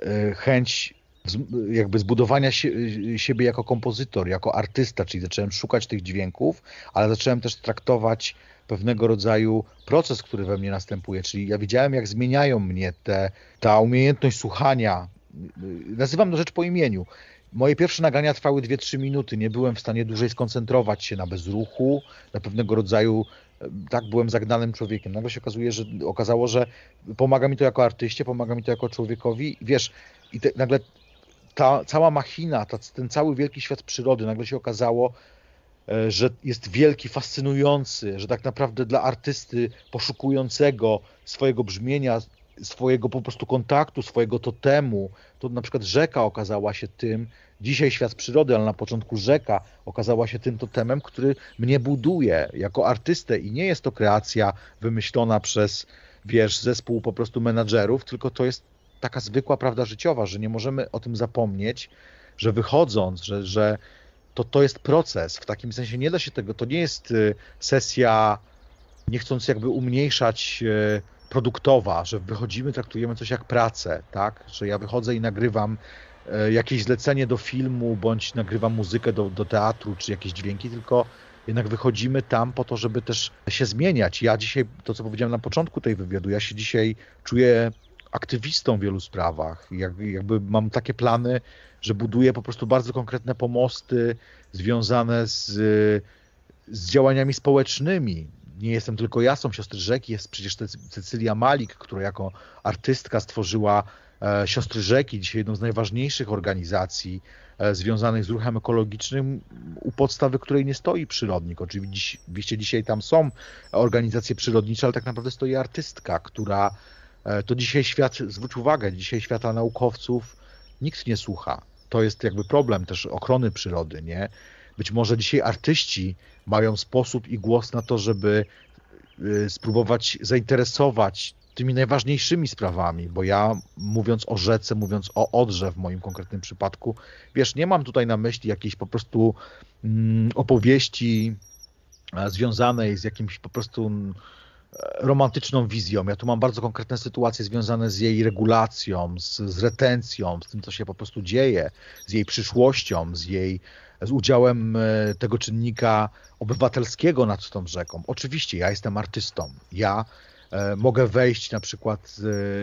Speaker 1: chęć jakby zbudowania się, siebie jako kompozytor, jako artysta, czyli zacząłem szukać tych dźwięków, ale zacząłem też traktować pewnego rodzaju proces, który we mnie następuje, czyli ja widziałem, jak zmieniają mnie te, ta umiejętność słuchania, nazywam to rzecz po imieniu. Moje pierwsze nagrania trwały dwie trzy minuty, nie byłem w stanie dłużej skoncentrować się na bezruchu, na pewnego rodzaju, tak byłem zagnanym człowiekiem. Nagle się okazuje, że okazało, że pomaga mi to jako artyście, pomaga mi to jako człowiekowi, wiesz, i te, nagle ta cała machina, ta, ten cały wielki świat przyrody, nagle się okazało, że jest wielki, fascynujący, że tak naprawdę dla artysty poszukującego swojego brzmienia, swojego po prostu kontaktu, swojego totemu, to na przykład rzeka okazała się tym, dzisiaj świat przyrody, ale na początku rzeka okazała się tym totemem, który mnie buduje jako artystę i nie jest to kreacja wymyślona przez, wiesz, zespół po prostu menadżerów, tylko to jest taka zwykła prawda życiowa, że nie możemy o tym zapomnieć, że wychodząc, że, że to to jest proces. W takim sensie nie da się tego, to nie jest sesja, nie chcąc jakby umniejszać, produktowa, że wychodzimy, traktujemy coś jak pracę, tak? Że ja wychodzę i nagrywam jakieś zlecenie do filmu, bądź nagrywam muzykę do, do teatru, czy jakieś dźwięki, tylko jednak wychodzimy tam po to, żeby też się zmieniać. Ja dzisiaj, to co powiedziałem na początku tej wywiadu, ja się dzisiaj czuję aktywistą w wielu sprawach. Jak, jakby mam takie plany, że buduję po prostu bardzo konkretne pomosty związane z, z działaniami społecznymi. Nie jestem tylko ja, są Siostry Rzeki, jest przecież Cecylia Malik, która jako artystka stworzyła e, Siostry Rzeki, dzisiaj jedną z najważniejszych organizacji e, związanych z ruchem ekologicznym, u podstawy której nie stoi przyrodnik. Oczywiście dzisiaj tam są organizacje przyrodnicze, ale tak naprawdę stoi artystka, która e, to dzisiaj świat, zwróć uwagę, dzisiaj świata naukowców nikt nie słucha. To jest jakby problem też ochrony przyrody, nie? Być może dzisiaj artyści mają sposób i głos na to, żeby spróbować zainteresować tymi najważniejszymi sprawami, bo ja mówiąc o rzece, mówiąc o Odrze w moim konkretnym przypadku, wiesz, nie mam tutaj na myśli jakiejś po prostu opowieści związanej z jakimś po prostu romantyczną wizją. Ja tu mam bardzo konkretne sytuacje związane z jej regulacją, z, z retencją, z tym, co się po prostu dzieje, z jej przyszłością, z jej z udziałem tego czynnika obywatelskiego nad tą rzeką. Oczywiście ja jestem artystą. Ja e, mogę wejść na przykład e,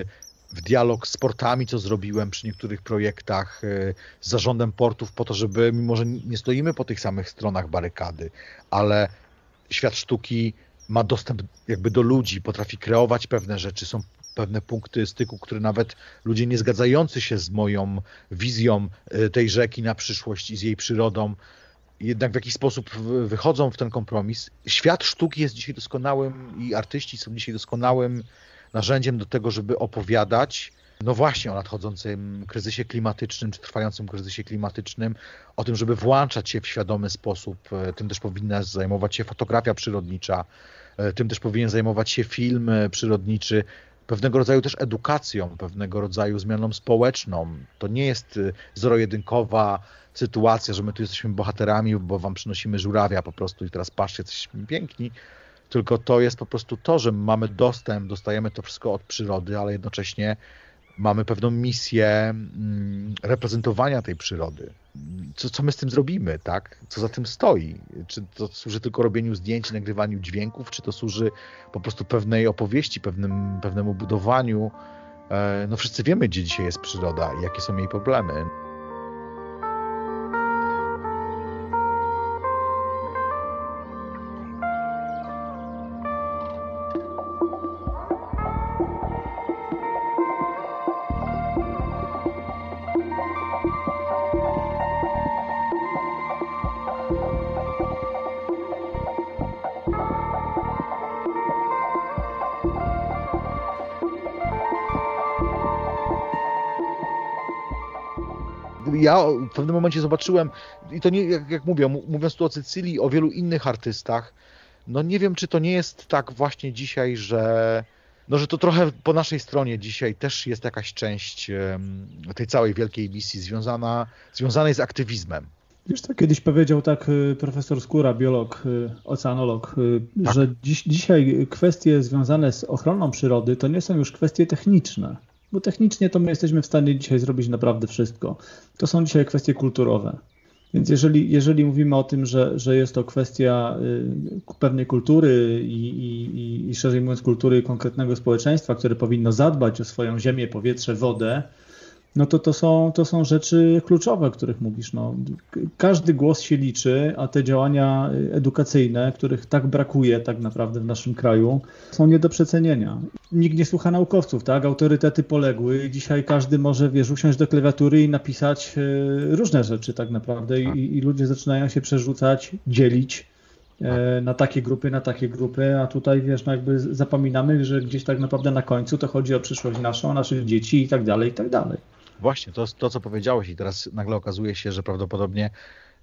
Speaker 1: w dialog z portami, co zrobiłem przy niektórych projektach e, z zarządem portów po to, żeby, mimo że nie stoimy po tych samych stronach barykady, ale świat sztuki ma dostęp jakby do ludzi, potrafi kreować pewne rzeczy, są pewne punkty styku, które nawet ludzie nie zgadzający się z moją wizją tej rzeki na przyszłość i z jej przyrodą, jednak w jakiś sposób wychodzą w ten kompromis. Świat sztuki jest dzisiaj doskonałym i artyści są dzisiaj doskonałym narzędziem do tego, żeby opowiadać, no właśnie o nadchodzącym kryzysie klimatycznym, czy trwającym kryzysie klimatycznym, o tym, żeby włączać się w świadomy sposób. Tym też powinna zajmować się fotografia przyrodnicza, tym też powinien zajmować się film przyrodniczy, pewnego rodzaju też edukacją, pewnego rodzaju zmianą społeczną. To nie jest zero-jedynkowa sytuacja, że my tu jesteśmy bohaterami, bo wam przynosimy żurawia po prostu i teraz patrzcie, jesteśmy piękni, tylko to jest po prostu to, że mamy dostęp, dostajemy to wszystko od przyrody, ale jednocześnie mamy pewną misję reprezentowania tej przyrody. Co, co my z tym zrobimy, tak? Co za tym stoi? Czy to służy tylko robieniu zdjęć, nagrywaniu dźwięków, czy to służy po prostu pewnej opowieści, pewnym, pewnemu budowaniu? No wszyscy wiemy, gdzie dzisiaj jest przyroda i jakie są jej problemy. Ja w pewnym momencie zobaczyłem, i to nie, jak, jak mówię, mówiąc tu o Cecylii, o wielu innych artystach, no nie wiem, czy to nie jest tak właśnie dzisiaj, że, no, że to trochę po naszej stronie dzisiaj też jest jakaś część tej całej wielkiej misji związana, związanej z aktywizmem.
Speaker 3: Wiesz, to kiedyś powiedział tak profesor Skóra, biolog, oceanolog, tak, że dziś, dzisiaj kwestie związane z ochroną przyrody to nie są już kwestie techniczne. Bo technicznie to my jesteśmy w stanie dzisiaj zrobić naprawdę wszystko. To są dzisiaj kwestie kulturowe. Więc jeżeli, jeżeli mówimy o tym, że, że jest to kwestia y, pewnej kultury i, i, i szerzej mówiąc kultury konkretnego społeczeństwa, które powinno zadbać o swoją ziemię, powietrze, wodę, no to to są, to są rzeczy kluczowe, o których mówisz. No, każdy głos się liczy, a te działania edukacyjne, których tak brakuje tak naprawdę w naszym kraju, są nie do przecenienia. Nikt nie słucha naukowców, tak? Autorytety poległy i dzisiaj każdy może, wiesz, usiąść do klawiatury i napisać różne rzeczy tak naprawdę i, i ludzie zaczynają się przerzucać, dzielić na takie grupy, na takie grupy, a tutaj, wiesz, no jakby zapominamy, że gdzieś tak naprawdę na końcu to chodzi o przyszłość naszą, naszych dzieci i tak dalej, i tak dalej.
Speaker 1: Właśnie, to, to co powiedziałeś i teraz nagle okazuje się, że prawdopodobnie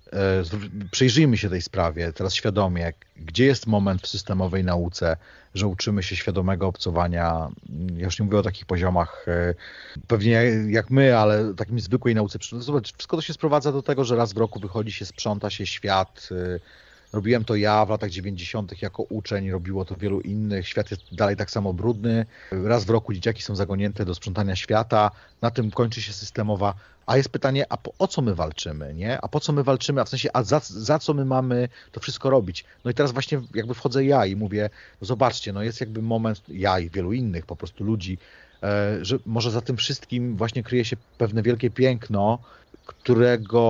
Speaker 1: Przyjrzyjmy się tej sprawie teraz świadomie, gdzie jest moment w systemowej nauce, że uczymy się świadomego obcowania. Ja już nie mówię o takich poziomach pewnie jak my, ale takim zwykłej nauce. Zobacz, wszystko to się sprowadza do tego, że raz w roku wychodzi się, sprząta się świat. Robiłem to ja w latach dziewięćdziesiątych jako uczeń, robiło to wielu innych. Świat jest dalej tak samo brudny. Raz w roku dzieciaki są zagonięte do sprzątania świata. Na tym kończy się systemowa. A jest pytanie, a po, o co my walczymy, nie? A po co my walczymy? A w sensie, a za, za co my mamy to wszystko robić? No i teraz właśnie jakby wchodzę ja i mówię, no zobaczcie, no jest jakby moment, ja i wielu innych po prostu ludzi, e, że może za tym wszystkim właśnie kryje się pewne wielkie piękno, którego,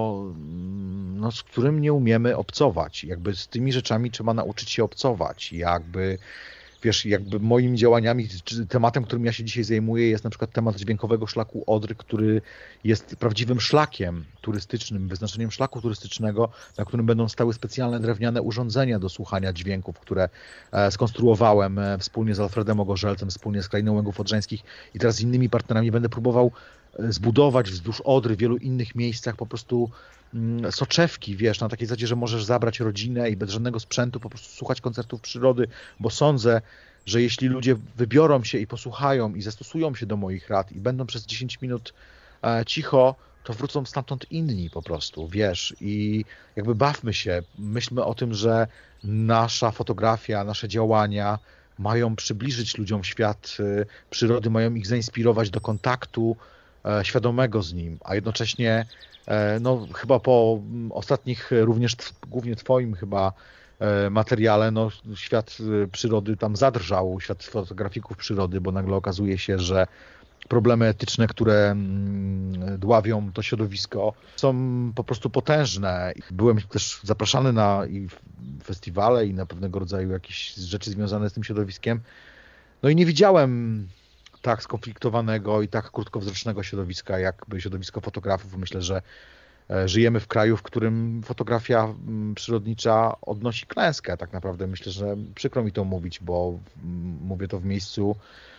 Speaker 1: no, z którym nie umiemy obcować. Jakby z tymi rzeczami trzeba nauczyć się obcować. Jakby, wiesz, jakby moimi działaniami, czy tematem, którym ja się dzisiaj zajmuję, jest na przykład temat dźwiękowego szlaku Odry, który jest prawdziwym szlakiem turystycznym, wyznaczeniem szlaku turystycznego, na którym będą stały specjalne drewniane urządzenia do słuchania dźwięków, które skonstruowałem wspólnie z Alfredem Ogorzelcem, wspólnie z Krainą Łęgów Odrzańskich i teraz z innymi partnerami będę próbował zbudować wzdłuż Odry w wielu innych miejscach po prostu soczewki, wiesz, na takiej zasadzie, że możesz zabrać rodzinę i bez żadnego sprzętu po prostu słuchać koncertów przyrody, bo sądzę, że jeśli ludzie wybiorą się i posłuchają i zastosują się do moich rad i będą przez dziesięć minut cicho, to wrócą stamtąd inni po prostu, wiesz, i jakby bawmy się, myślmy o tym, że nasza fotografia, nasze działania mają przybliżyć ludziom świat przyrody, mają ich zainspirować do kontaktu świadomego z nim, a jednocześnie no chyba po ostatnich, również głównie twoim chyba materiale, no świat przyrody tam zadrżał, świat fotografików przyrody, bo nagle okazuje się, że problemy etyczne, które dławią to środowisko, są po prostu potężne. Byłem też zapraszany na i festiwale i na pewnego rodzaju jakieś rzeczy związane z tym środowiskiem. No i nie widziałem tak skonfliktowanego i tak krótkowzrocznego środowiska, jakby środowisko fotografów. Myślę, że żyjemy w kraju, w którym fotografia przyrodnicza odnosi klęskę. Tak naprawdę myślę, że przykro mi to mówić, bo mówię to w miejscu,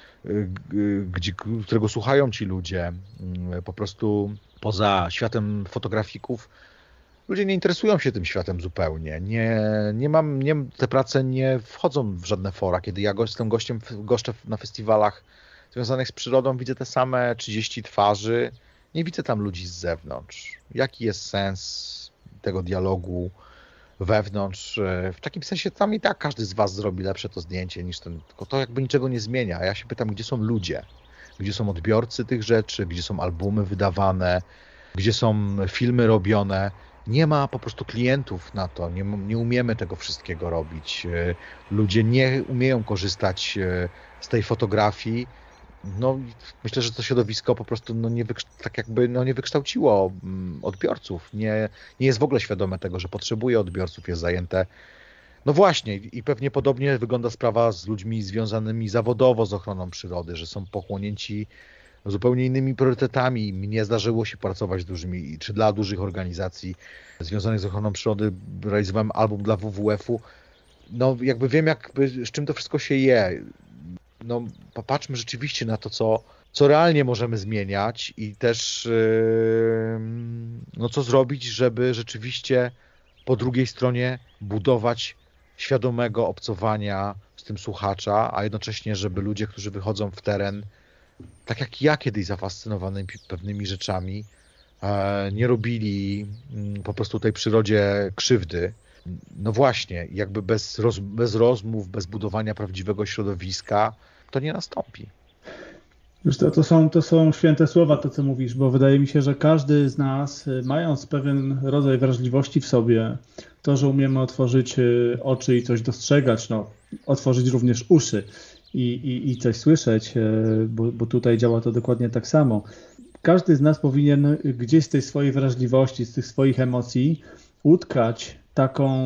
Speaker 1: gdzie, którego słuchają ci ludzie. Po prostu poza światem fotografików ludzie nie interesują się tym światem zupełnie. Nie, nie mam, nie, te prace nie wchodzą w żadne fora. Kiedy ja jestem gościem, goszczę na festiwalach związanych z przyrodą, widzę te same trzydzieści twarzy. Nie widzę tam ludzi z zewnątrz. Jaki jest sens tego dialogu wewnątrz? W takim sensie tam i tak każdy z was zrobi lepsze to zdjęcie niż ten, tylko to jakby niczego nie zmienia. A ja się pytam, gdzie są ludzie? Gdzie są odbiorcy tych rzeczy? Gdzie są albumy wydawane? Gdzie są filmy robione? Nie ma po prostu klientów na to. Nie, nie umiemy tego wszystkiego robić. Ludzie nie umieją korzystać z tej fotografii. No, myślę, że to środowisko po prostu no, nie, tak jakby, no, nie wykształciło odbiorców. Nie, nie jest w ogóle świadome tego, że potrzebuje odbiorców, jest zajęte. No właśnie, i pewnie podobnie wygląda sprawa z ludźmi związanymi zawodowo z ochroną przyrody, że są pochłonięci zupełnie innymi priorytetami. Mnie zdarzyło się pracować z dużymi, czy dla dużych organizacji związanych z ochroną przyrody. Realizowałem album dla W W F-u. No jakby wiem, jakby, z czym to wszystko się je. No, popatrzmy rzeczywiście na to, co, co realnie możemy zmieniać i też yy, no, co zrobić, żeby rzeczywiście po drugiej stronie budować świadomego obcowania z tym słuchacza, a jednocześnie, żeby ludzie, którzy wychodzą w teren, tak jak ja kiedyś zafascynowany pewnymi rzeczami, e, nie robili m, po prostu tej przyrodzie krzywdy. No właśnie, jakby bez, roz, bez rozmów, bez budowania prawdziwego środowiska, to nie nastąpi.
Speaker 3: Wiesz, to, to, są, to są święte słowa, to co mówisz, bo wydaje mi się, że każdy z nas, mając pewien rodzaj wrażliwości w sobie, to, że umiemy otworzyć oczy i coś dostrzegać, no, otworzyć również uszy i, i, i coś słyszeć, bo, bo tutaj działa to dokładnie tak samo. Każdy z nas powinien gdzieś z tej swojej wrażliwości, z tych swoich emocji utkać taką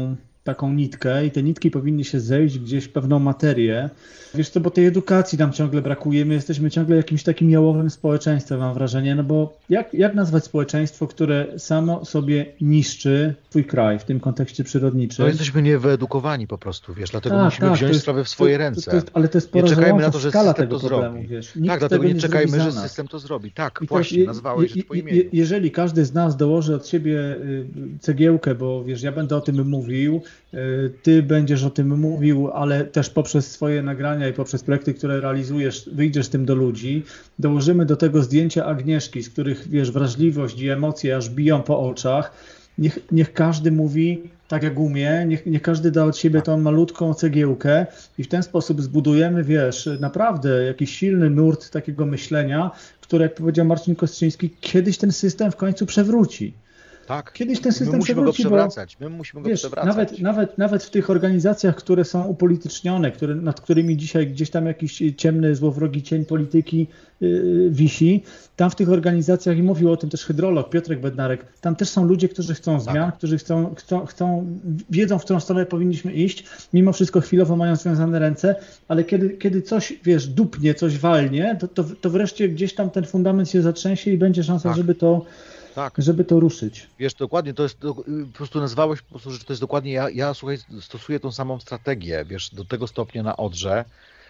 Speaker 3: taką nitkę i te nitki powinny się zejść gdzieś w pewną materię. Wiesz co, bo tej edukacji nam ciągle brakuje, my jesteśmy ciągle jakimś takim jałowym społeczeństwem, mam wrażenie, no bo jak, jak nazwać społeczeństwo, które samo sobie niszczy twój kraj w tym kontekście przyrodniczym?
Speaker 1: No jesteśmy niewyedukowani po prostu, wiesz, dlatego
Speaker 3: tak,
Speaker 1: musimy
Speaker 3: tak,
Speaker 1: wziąć
Speaker 3: jest,
Speaker 1: sprawę w swoje
Speaker 3: to,
Speaker 1: ręce.
Speaker 3: To jest, ale to jest
Speaker 1: nie czekajmy na to, że system
Speaker 3: tego
Speaker 1: to
Speaker 3: problemu,
Speaker 1: zrobi.
Speaker 3: Wiesz. Nikt
Speaker 1: tak, dlatego nie
Speaker 3: nie
Speaker 1: czekajmy, że
Speaker 3: za nas.
Speaker 1: system to zrobi. Tak,
Speaker 3: I
Speaker 1: właśnie,
Speaker 3: je,
Speaker 1: nazwałeś
Speaker 3: je,
Speaker 1: rzecz po
Speaker 3: je,
Speaker 1: imieniu.
Speaker 3: Jeżeli każdy z nas dołoży od siebie cegiełkę, bo wiesz, ja będę o tym mówił, ty będziesz o tym mówił, ale też poprzez swoje nagrania i poprzez projekty, które realizujesz, wyjdziesz z tym do ludzi, dołożymy do tego zdjęcia Agnieszki, z których wiesz, wrażliwość i emocje aż biją po oczach. Niech, niech każdy mówi tak jak umie, niech, niech każdy da od siebie tą malutką cegiełkę i w ten sposób zbudujemy, wiesz, naprawdę jakiś silny nurt takiego myślenia, które, jak powiedział Marcin Kostrzyński, kiedyś ten system w końcu przewróci.
Speaker 1: Tak.
Speaker 3: Kiedyś ten system
Speaker 1: my musimy
Speaker 3: przewróci,
Speaker 1: go przewracać. My musimy go
Speaker 3: wiesz,
Speaker 1: przewracać.
Speaker 3: Nawet, nawet, nawet w tych organizacjach, które są upolitycznione, które, nad którymi dzisiaj gdzieś tam jakiś ciemny, złowrogi cień polityki yy, wisi, tam w tych organizacjach, i mówił o tym też hydrolog Piotrek Bednarek, tam też są ludzie, którzy chcą zmian, tak. którzy chcą, chcą, chcą, wiedzą, w którą stronę powinniśmy iść, mimo wszystko chwilowo mają związane ręce, ale kiedy, kiedy coś, wiesz, dupnie, coś walnie, to, to, to wreszcie gdzieś tam ten fundament się zatrzęsie i będzie szansa, tak. żeby to Tak. żeby to ruszyć.
Speaker 1: Wiesz, dokładnie, to jest, po prostu nazwałeś po prostu, że to jest dokładnie, ja, ja słuchaj, stosuję tą samą strategię, wiesz, do tego stopnia na Odrze,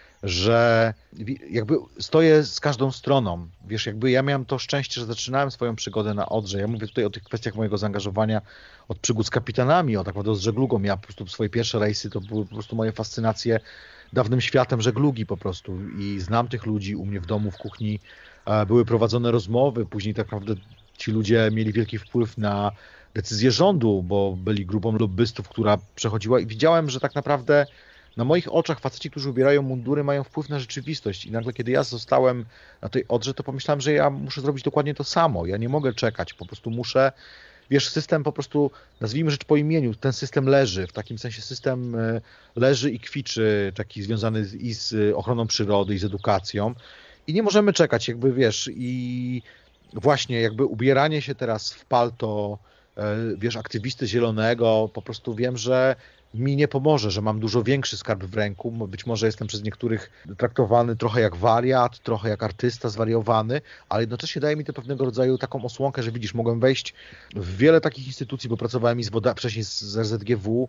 Speaker 1: że jakby stoję z każdą stroną, wiesz, jakby ja miałem to szczęście, że zaczynałem swoją przygodę na Odrze, ja mówię tutaj o tych kwestiach mojego zaangażowania od przygód z kapitanami, o tak naprawdę z żeglugą, ja po prostu swoje pierwsze rejsy to były po prostu moje fascynacje dawnym światem żeglugi po prostu i znam tych ludzi, u mnie w domu, w kuchni były prowadzone rozmowy, później tak naprawdę ci ludzie mieli wielki wpływ na decyzję rządu, bo byli grupą lobbystów, która przechodziła i widziałem, że tak naprawdę na moich oczach faceci, którzy ubierają mundury, mają wpływ na rzeczywistość i nagle kiedy ja zostałem na tej Odrze, to pomyślałem, że ja muszę zrobić dokładnie to samo, ja nie mogę czekać, po prostu muszę, wiesz, system po prostu, nazwijmy rzecz po imieniu, ten system leży, w takim sensie system leży i kwiczy, taki związany i z ochroną przyrody i z edukacją i nie możemy czekać, jakby wiesz, i właśnie jakby ubieranie się teraz w palto, wiesz, aktywisty zielonego, po prostu wiem, że mi nie pomoże, że mam dużo większy skarb w ręku, być może jestem przez niektórych traktowany trochę jak wariat, trochę jak artysta zwariowany, ale jednocześnie daje mi to pewnego rodzaju taką osłonkę, że widzisz, mogłem wejść w wiele takich instytucji, bo pracowałem i z woda, wcześniej z R Z G W,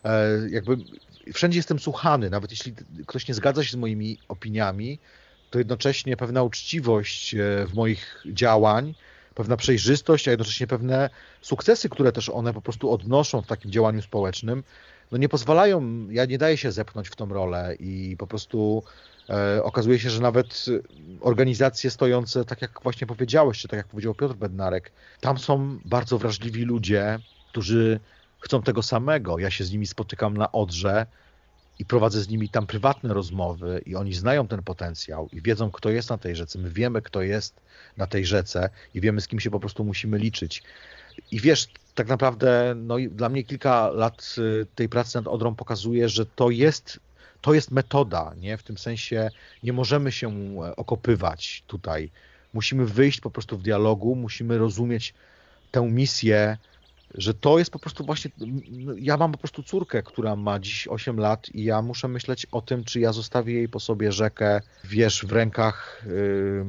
Speaker 1: jakby wszędzie jestem słuchany, nawet jeśli ktoś nie zgadza się z moimi opiniami, to jednocześnie pewna uczciwość w moich działań, pewna przejrzystość, a jednocześnie pewne sukcesy, które też one po prostu odnoszą w takim działaniu społecznym, no nie pozwalają, ja nie daję się zepchnąć w tą rolę i po prostu e, okazuje się, że nawet organizacje stojące, tak jak właśnie powiedziałeś, czy tak jak powiedział Piotr Bednarek, tam są bardzo wrażliwi ludzie, którzy chcą tego samego. Ja się z nimi spotykam na Odrze i prowadzę z nimi tam prywatne rozmowy i oni znają ten potencjał i wiedzą, kto jest na tej rzece. My wiemy, kto jest na tej rzece i wiemy, z kim się po prostu musimy liczyć. I wiesz, tak naprawdę no, dla mnie kilka lat tej pracy nad Odrą pokazuje, że to jest, to jest metoda, nie? W tym sensie nie możemy się okopywać tutaj. Musimy wyjść po prostu w dialogu, musimy rozumieć tę misję, że to jest po prostu właśnie, ja mam po prostu córkę, która ma dziś osiem lat i ja muszę myśleć o tym, czy ja zostawię jej po sobie rzekę, wiesz, w rękach y,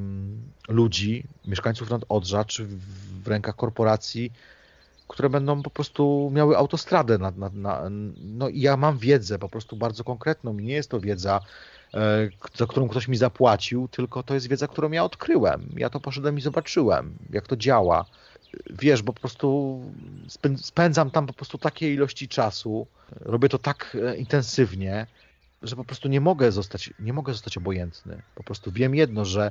Speaker 1: ludzi, mieszkańców nad Odrza, czy w rękach korporacji, które będą po prostu miały autostradę. Na, na, na, no i ja mam wiedzę po prostu bardzo konkretną i nie jest to wiedza, y, za którą ktoś mi zapłacił, tylko to jest wiedza, którą ja odkryłem. Ja to poszedłem i zobaczyłem, jak to działa. Wiesz, bo po prostu spędzam tam po prostu takiej ilości czasu, robię to tak intensywnie, że po prostu nie mogę zostać, nie mogę zostać obojętny. Po prostu wiem jedno, że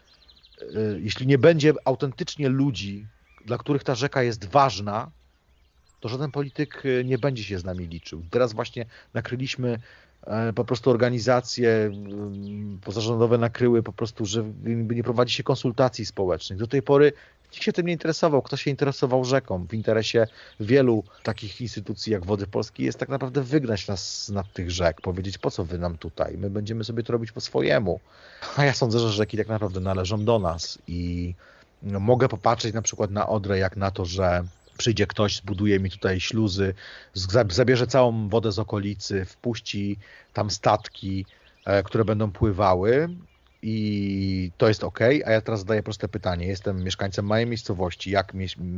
Speaker 1: jeśli nie będzie autentycznie ludzi, dla których ta rzeka jest ważna, to żaden polityk nie będzie się z nami liczył. Teraz właśnie nakryliśmy po prostu organizacje pozarządowe nakryły po prostu, że nie prowadzi się konsultacji społecznych. Do tej pory nikt się tym nie interesował. Kto się interesował rzeką? W interesie wielu takich instytucji jak Wody Polskie jest tak naprawdę wygnać nas nad tych rzek, powiedzieć, po co wy nam tutaj? My będziemy sobie to robić po swojemu. A ja sądzę, że rzeki tak naprawdę należą do nas i mogę popatrzeć na przykład na Odrę jak na to, że przyjdzie ktoś, zbuduje mi tutaj śluzy, zabierze całą wodę z okolicy, wpuści tam statki, które będą pływały i to jest ok, a ja teraz zadaję proste pytanie. Jestem mieszkańcem małej miejscowości, jak,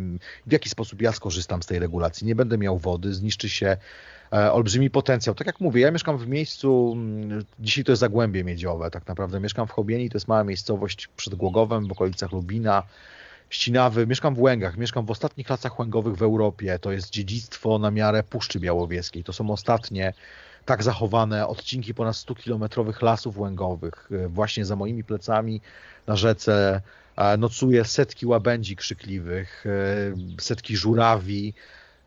Speaker 1: w jaki sposób ja skorzystam z tej regulacji? Nie będę miał wody, zniszczy się olbrzymi potencjał. Tak jak mówię, ja mieszkam w miejscu, dzisiaj to jest Zagłębie Miedziowe, tak naprawdę mieszkam w Chobieni, to jest mała miejscowość przed Głogowem, w okolicach Lubina, Ścinawy, mieszkam w Łęgach, mieszkam w ostatnich lasach łęgowych w Europie, to jest dziedzictwo na miarę Puszczy Białowieskiej, to są ostatnie tak zachowane odcinki ponad stukilometrowych lasów łęgowych. Właśnie za moimi plecami na rzece nocuje setki łabędzi krzykliwych, setki żurawi,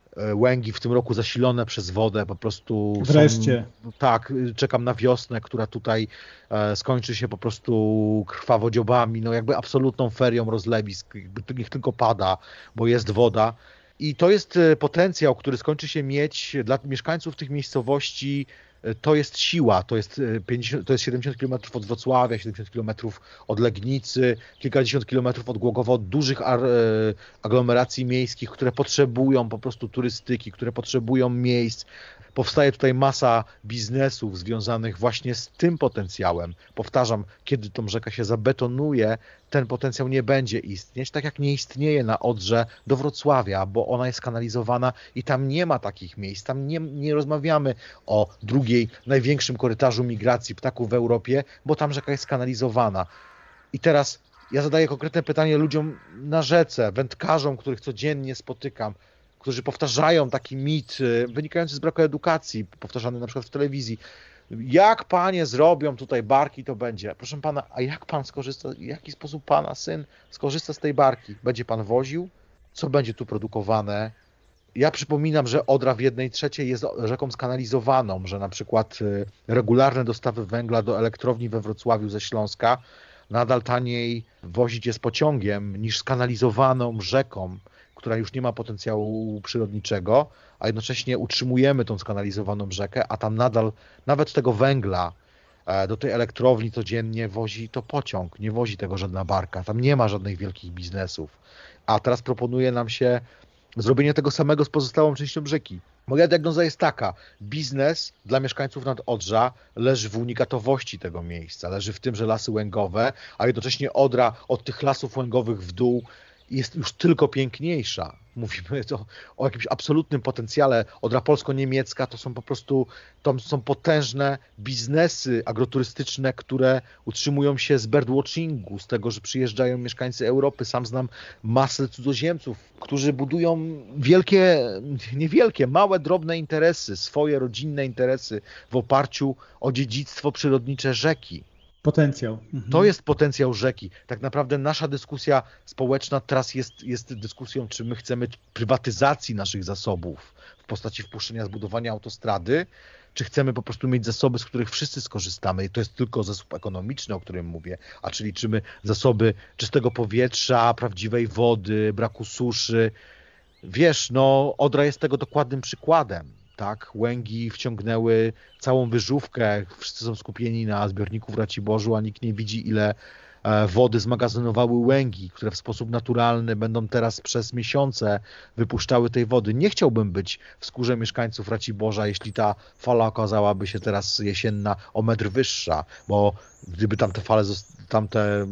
Speaker 1: Łęgi w tym roku zasilone przez wodę po prostu
Speaker 3: Wreszcie.
Speaker 1: Są, tak, czekam na wiosnę, która tutaj e, skończy się po prostu krwawodziobami, no jakby absolutną ferią rozlewisk, niech tylko pada, bo jest woda. I to jest potencjał, który skończy się mieć dla mieszkańców tych miejscowości. To jest siła, to jest, pięćdziesiąt, to jest siedemdziesiąt kilometrów od Wrocławia, siedemdziesiąt kilometrów od Legnicy, kilkadziesiąt kilometrów od Głogowa, od dużych aglomeracji miejskich, które potrzebują po prostu turystyki, które potrzebują miejsc. Powstaje tutaj masa biznesów związanych właśnie z tym potencjałem. Powtarzam, kiedy tą rzekę się zabetonuje, ten potencjał nie będzie istnieć, tak jak nie istnieje na Odrze do Wrocławia, bo ona jest kanalizowana i tam nie ma takich miejsc. Tam nie, nie rozmawiamy o drugiej, największym korytarzu migracji ptaków w Europie, bo tam rzeka jest kanalizowana. I teraz ja zadaję konkretne pytanie ludziom na rzece, wędkarzom, których codziennie spotykam, którzy powtarzają taki mit wynikający z braku edukacji, powtarzany na przykład w telewizji. Jak panie zrobią tutaj barki, to będzie. Proszę pana, a jak pan skorzysta, w jaki sposób pana syn skorzysta z tej barki? Będzie pan woził? Co będzie tu produkowane? Ja przypominam, że Odra w jednej trzeciej jest rzeką skanalizowaną, że na przykład regularne dostawy węgla do elektrowni we Wrocławiu ze Śląska nadal taniej wozić jest pociągiem niż skanalizowaną rzeką, która już nie ma potencjału przyrodniczego, a jednocześnie utrzymujemy tą skanalizowaną rzekę, a tam nadal nawet tego węgla do tej elektrowni codziennie wozi to pociąg, nie wozi tego żadna barka, tam nie ma żadnych wielkich biznesów. A teraz proponuje nam się zrobienie tego samego z pozostałą częścią rzeki. Moja diagnoza jest taka, biznes dla mieszkańców Nadodrza leży w unikatowości tego miejsca, leży w tym, że lasy łęgowe, a jednocześnie Odra od tych lasów łęgowych w dół jest już tylko piękniejsza. Mówimy to o jakimś absolutnym potencjale. Odra polsko-niemiecka to są po prostu to są potężne biznesy agroturystyczne, które utrzymują się z birdwatchingu, z tego, że przyjeżdżają mieszkańcy Europy. Sam znam masę cudzoziemców, którzy budują wielkie, niewielkie, małe, drobne interesy, swoje rodzinne interesy w oparciu o dziedzictwo przyrodnicze rzeki.
Speaker 3: Potencjał. Mhm.
Speaker 1: To jest potencjał rzeki. Tak naprawdę nasza dyskusja społeczna teraz jest, jest dyskusją, czy my chcemy prywatyzacji naszych zasobów w postaci wpuszczenia, zbudowania autostrady, czy chcemy po prostu mieć zasoby, z których wszyscy skorzystamy. I to jest tylko zasób ekonomiczny, o którym mówię, a czy liczymy zasoby czystego powietrza, prawdziwej wody, braku suszy. Wiesz, no Odra jest tego dokładnym przykładem. Tak, Łęgi wciągnęły całą wyżówkę, wszyscy są skupieni na zbiorniku w Raciborzu, a nikt nie widzi, ile wody zmagazynowały Łęgi, które w sposób naturalny będą teraz przez miesiące wypuszczały tej wody. Nie chciałbym być w skórze mieszkańców Raciborza, jeśli ta fala okazałaby się teraz jesienna o metr wyższa, bo gdyby tamte fale, tamte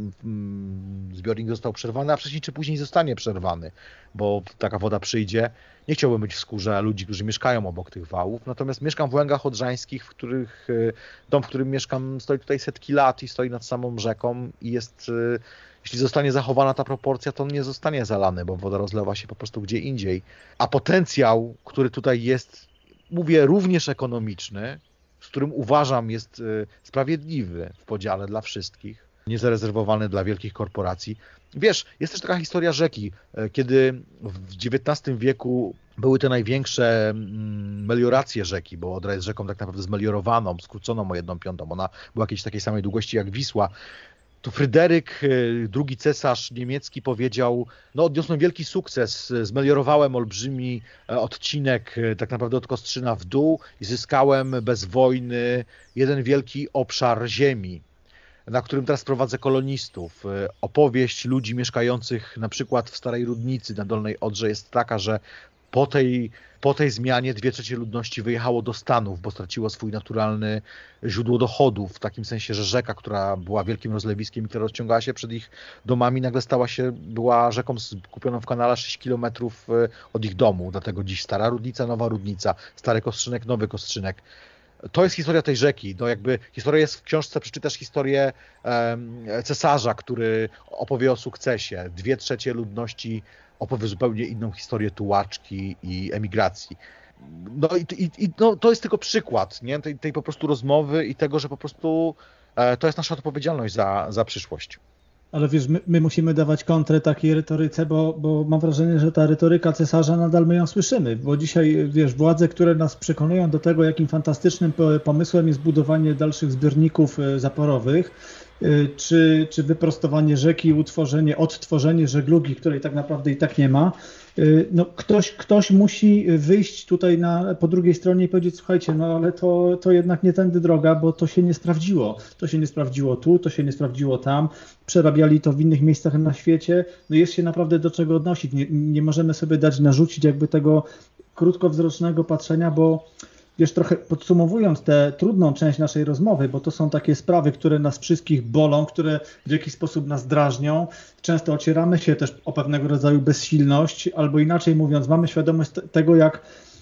Speaker 1: zbiornik został przerwany, a wcześniej czy później zostanie przerwany, bo taka woda przyjdzie. Nie chciałbym być w skórze ludzi, którzy mieszkają obok tych wałów, natomiast mieszkam w Łęgach Odrzańskich, w których dom, w którym mieszkam, stoi tutaj setki lat i stoi nad samą rzeką i jest, jeśli zostanie zachowana ta proporcja, to on nie zostanie zalany, bo woda rozlewa się po prostu gdzie indziej. A potencjał, który tutaj jest, mówię, również ekonomiczny, z którym uważam jest sprawiedliwy w podziale dla wszystkich, nie zarezerwowany dla wielkich korporacji. Wiesz, jest też taka historia rzeki, kiedy w dziewiętnastym wieku były te największe melioracje rzeki, bo Odra jest rzeką tak naprawdę zmeliorowaną, skróconą o jedną piątą. Ona była jakiejś takiej samej długości jak Wisła. To Fryderyk, drugi cesarz niemiecki, powiedział, no odniosłem wielki sukces, zmeliorowałem olbrzymi odcinek tak naprawdę od Kostrzyna w dół i zyskałem bez wojny jeden wielki obszar ziemi. na którym teraz prowadzę kolonistów. Opowieść ludzi mieszkających na przykład w Starej Rudnicy na Dolnej Odrze jest taka, że po tej, po tej zmianie dwie trzecie ludności wyjechało do Stanów, bo straciło swój naturalny źródło dochodów, w takim sensie, że rzeka, która była wielkim rozlewiskiem i która rozciągała się przed ich domami, nagle stała się, była rzeką skupioną w kanale sześć kilometrów od ich domu, dlatego dziś Stara Rudnica, Nowa Rudnica, Stary Kostrzynek, Nowy Kostrzynek. To jest historia tej rzeki. No jakby historia jest w książce, przeczytasz historię um, cesarza, który opowie o sukcesie. Dwie trzecie ludności opowie zupełnie inną historię tułaczki i emigracji. No i, i, i no, to jest tylko przykład, nie? Tej, tej po prostu rozmowy i tego, że po prostu e, to jest nasza odpowiedzialność za, za przyszłość.
Speaker 3: Ale wiesz, my, my musimy dawać kontrę takiej retoryce, bo, bo mam wrażenie, że ta retoryka cesarza nadal my ją słyszymy, bo dzisiaj, wiesz, władze, które nas przekonują do tego, jakim fantastycznym pomysłem jest budowanie dalszych zbiorników zaporowych, czy, czy wyprostowanie rzeki, utworzenie, odtworzenie żeglugi, której tak naprawdę i tak nie ma, no ktoś, ktoś musi wyjść tutaj na, po drugiej stronie i powiedzieć, słuchajcie, no ale to, to jednak nie tędy droga, bo to się nie sprawdziło. To się nie sprawdziło tu, to się nie sprawdziło tam, przerabiali to w innych miejscach na świecie, no jest się naprawdę do czego odnosić. Nie, nie możemy sobie dać narzucić jakby tego krótkowzrocznego patrzenia, bo wiesz, trochę podsumowując tę trudną część naszej rozmowy, bo to są takie sprawy, które nas wszystkich bolą, które w jakiś sposób nas drażnią. Często ocieramy się też o pewnego rodzaju bezsilność, albo inaczej mówiąc, mamy świadomość tego, jak,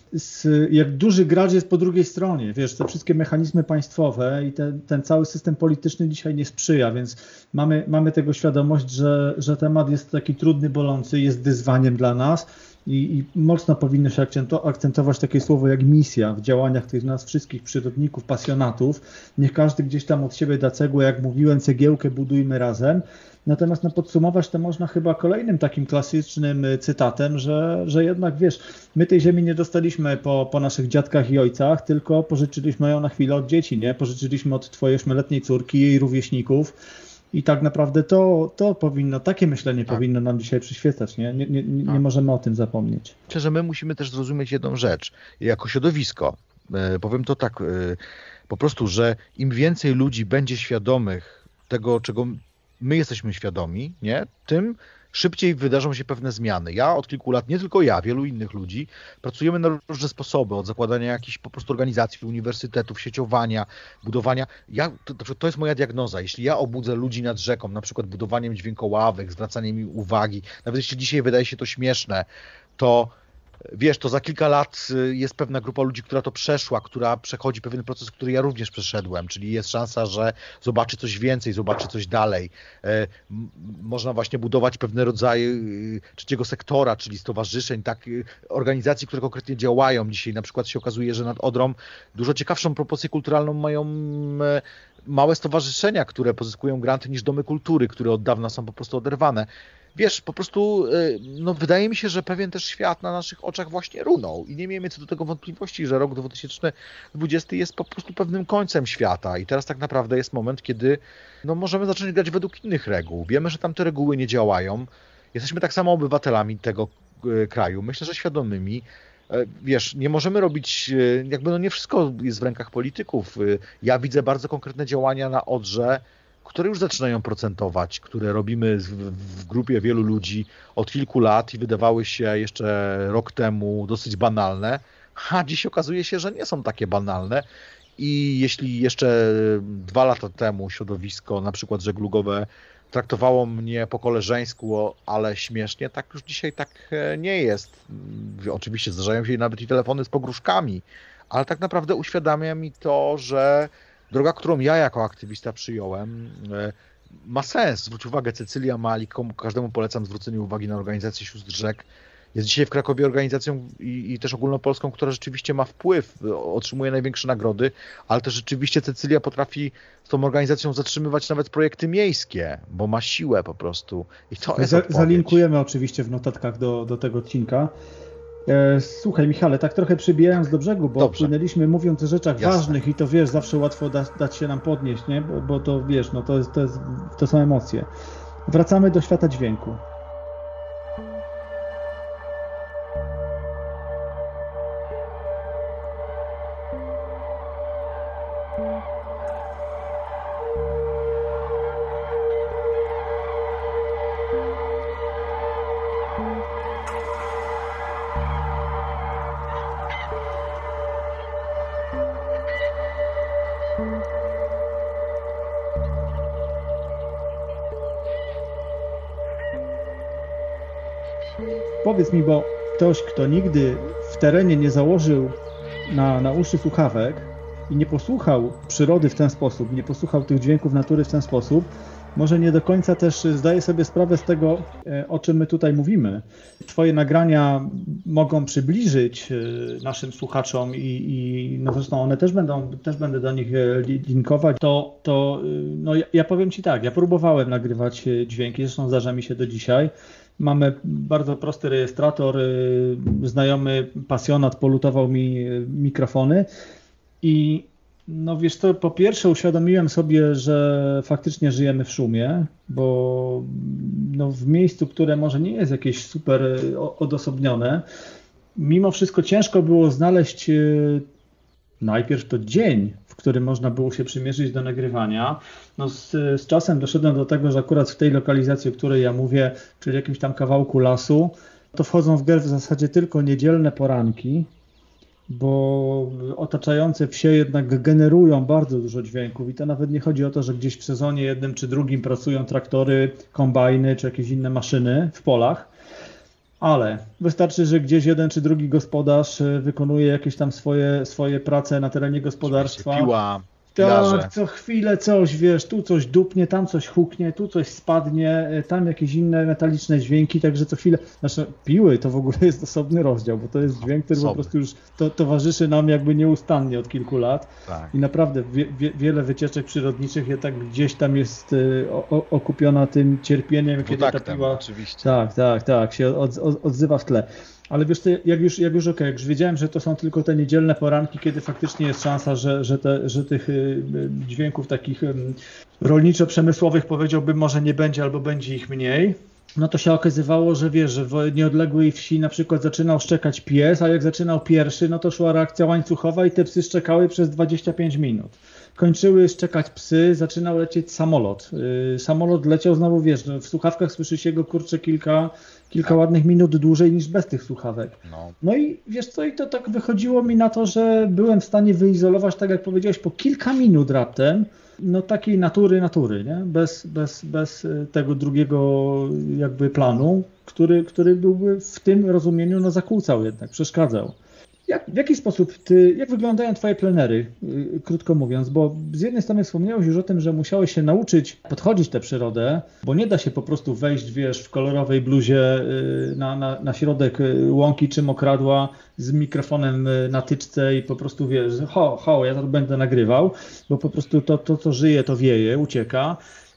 Speaker 3: jak duży gracz jest po drugiej stronie. Wiesz, te wszystkie mechanizmy państwowe i te, ten cały system polityczny dzisiaj nie sprzyja, więc mamy, mamy tego świadomość, że, że temat jest taki trudny, bolący, jest wyzwaniem dla nas. I, I mocno powinno się akcentować takie słowo jak misja w działaniach tych nas wszystkich przyrodników, pasjonatów. Niech każdy gdzieś tam od siebie da cegłę, jak mówiłem, cegiełkę budujmy razem. Natomiast no, podsumować to można chyba kolejnym takim klasycznym cytatem, że, że jednak wiesz, my tej ziemi nie dostaliśmy po, po naszych dziadkach i ojcach, tylko pożyczyliśmy ją na chwilę od dzieci, nie? Pożyczyliśmy od twojej ośmioletniej córki, jej rówieśników. I tak naprawdę to, to powinno, takie myślenie tak. powinno nam dzisiaj przyświecać, nie? Nie, nie, nie, nie możemy o tym zapomnieć.
Speaker 1: Myślę, że my musimy też zrozumieć jedną rzecz. Jako środowisko, e, powiem to tak, e, po prostu, że im więcej ludzi będzie świadomych tego, czego my jesteśmy świadomi, nie? Tym szybciej wydarzą się pewne zmiany. Ja od kilku lat, nie tylko ja, wielu innych ludzi, pracujemy na różne sposoby, od zakładania jakichś po prostu organizacji, uniwersytetów, sieciowania, budowania. Ja, to, to jest moja diagnoza. Jeśli ja obudzę ludzi nad rzeką, na przykład budowaniem dźwiękoławek, zwracaniem im uwagi, nawet jeśli dzisiaj wydaje się to śmieszne, to wiesz, to za kilka lat jest pewna grupa ludzi, która to przeszła, która przechodzi pewien proces, który ja również przeszedłem, czyli jest szansa, że zobaczy coś więcej, zobaczy coś dalej. Można właśnie budować pewne rodzaje trzeciego sektora, czyli stowarzyszeń, tak, organizacji, które konkretnie działają. Dzisiaj na przykład się okazuje, że nad Odrą dużo ciekawszą propozycję kulturalną mają małe stowarzyszenia, które pozyskują granty niż domy kultury, które od dawna są po prostu oderwane. Wiesz, po prostu no, wydaje mi się, że pewien też świat na naszych oczach właśnie runął i nie miejmy co do tego wątpliwości, że rok dwa tysiące dwudziesty jest po prostu pewnym końcem świata i teraz tak naprawdę jest moment, kiedy no, możemy zacząć grać według innych reguł. Wiemy, że tam te reguły nie działają. Jesteśmy tak samo obywatelami tego kraju, myślę, że świadomymi. Wiesz, nie możemy robić, jakby no nie wszystko jest w rękach polityków. Ja widzę bardzo konkretne działania na Odrze, które już zaczynają procentować, które robimy w, w grupie wielu ludzi od kilku lat i wydawały się jeszcze rok temu dosyć banalne, a dziś okazuje się, że nie są takie banalne i jeśli jeszcze dwa lata temu środowisko, na przykład żeglugowe, traktowało mnie po koleżeńsku, ale śmiesznie, tak już dzisiaj tak nie jest. Oczywiście zdarzają się nawet i telefony z pogróżkami, ale tak naprawdę uświadamia mi to, że droga, którą ja jako aktywista przyjąłem, ma sens. Zwróć uwagę, Cecylia Malik, każdemu polecam zwrócenie uwagi na organizację Sióstr Rzek. Jest dzisiaj w Krakowie organizacją i, i też ogólnopolską, która rzeczywiście ma wpływ, otrzymuje największe nagrody, ale też rzeczywiście Cecylia potrafi z tą organizacją zatrzymywać nawet projekty miejskie, bo ma siłę po prostu. I to jest odpowiedź.
Speaker 3: Zalinkujemy oczywiście w notatkach do, do tego odcinka. Słuchaj, Michale, tak trochę przybijając do brzegu, bo
Speaker 1: Dobrze.
Speaker 3: Płynęliśmy mówiąc o rzeczach
Speaker 1: Jasne.
Speaker 3: ważnych i to wiesz, zawsze łatwo da, dać się nam podnieść, nie? Bo, bo to wiesz, no to, jest, to, jest, to są emocje. Wracamy do świata dźwięku. Powiedz mi, bo ktoś, kto nigdy w terenie nie założył na, na uszy słuchawek i nie posłuchał przyrody w ten sposób, nie posłuchał tych dźwięków natury w ten sposób, może nie do końca też zdaje sobie sprawę z tego, o czym my tutaj mówimy. Twoje nagrania mogą przybliżyć naszym słuchaczom i, i no zresztą one też będą, też będę do nich linkować. To, to no ja, ja powiem Ci tak, ja próbowałem nagrywać dźwięki, zresztą zdarza mi się do dzisiaj. Mamy bardzo prosty rejestrator, znajomy pasjonat polutował mi mikrofony i no wiesz co, po pierwsze uświadomiłem sobie, że faktycznie żyjemy w szumie, bo no w miejscu, które może nie jest jakieś super odosobnione, mimo wszystko ciężko było znaleźć najpierw to dzień, w którym można było się przymierzyć do nagrywania. No z, z czasem doszedłem do tego, że akurat w tej lokalizacji, o której ja mówię, czyli jakimś tam kawałku lasu, to wchodzą w grę w zasadzie tylko niedzielne poranki, bo otaczające wsie jednak generują bardzo dużo dźwięków i to nawet nie chodzi o to, że gdzieś w sezonie jednym czy drugim pracują traktory, kombajny czy jakieś inne maszyny w polach, ale wystarczy, że gdzieś jeden czy drugi gospodarz wykonuje jakieś tam swoje, swoje prace na terenie gospodarstwa.
Speaker 1: Piła,
Speaker 3: tak, co chwilę coś, wiesz, tu coś dupnie, tam coś huknie, tu coś spadnie, tam jakieś inne metaliczne dźwięki, także co chwilę, znaczy piły to w ogóle jest osobny rozdział, bo to jest dźwięk, który Osobny. po prostu już to, towarzyszy nam jakby nieustannie od kilku lat tak. I naprawdę wie, wie, wiele wycieczek przyrodniczych jednak gdzieś tam jest o, o, okupiona tym cierpieniem, kiedy ta piła,
Speaker 1: oczywiście.
Speaker 3: tak, tak, tak, się od, od, odzywa w tle. Ale wiesz, jak już, jak już okej, okay, jak już wiedziałem, że to są tylko te niedzielne poranki, kiedy faktycznie jest szansa, że, że, te, że tych dźwięków takich rolniczo-przemysłowych powiedziałbym może nie będzie albo będzie ich mniej, no to się okazywało, że wiesz, że w nieodległej wsi na przykład zaczynał szczekać pies, a jak zaczynał pierwszy, no to szła reakcja łańcuchowa i te psy szczekały przez dwadzieścia pięć minut. Kończyły szczekać psy, zaczynał lecieć samolot. Yy, samolot leciał znowu, wiesz, w słuchawkach słyszy się go, kurczę, kilka, kilka tak. ładnych minut dłużej niż bez tych słuchawek. No. no i wiesz co, i to tak wychodziło mi na to, że byłem w stanie wyizolować, tak jak powiedziałeś, po kilka minut raptem, no takiej natury, natury, nie? Bez, bez, bez tego drugiego jakby planu, który, który byłby w tym rozumieniu, no zakłócał jednak, przeszkadzał. Jak, w jaki sposób ty, jak wyglądają twoje plenery, yy, krótko mówiąc, bo z jednej strony wspomniałeś już o tym, że musiałeś się nauczyć podchodzić tę przyrodę, bo nie da się po prostu wejść, wiesz, w kolorowej bluzie yy, na, na, na środek łąki czy mokradła z mikrofonem na tyczce i po prostu, wiesz, ho, ho, ja to będę nagrywał, bo po prostu to, to co żyje, to wieje, ucieka.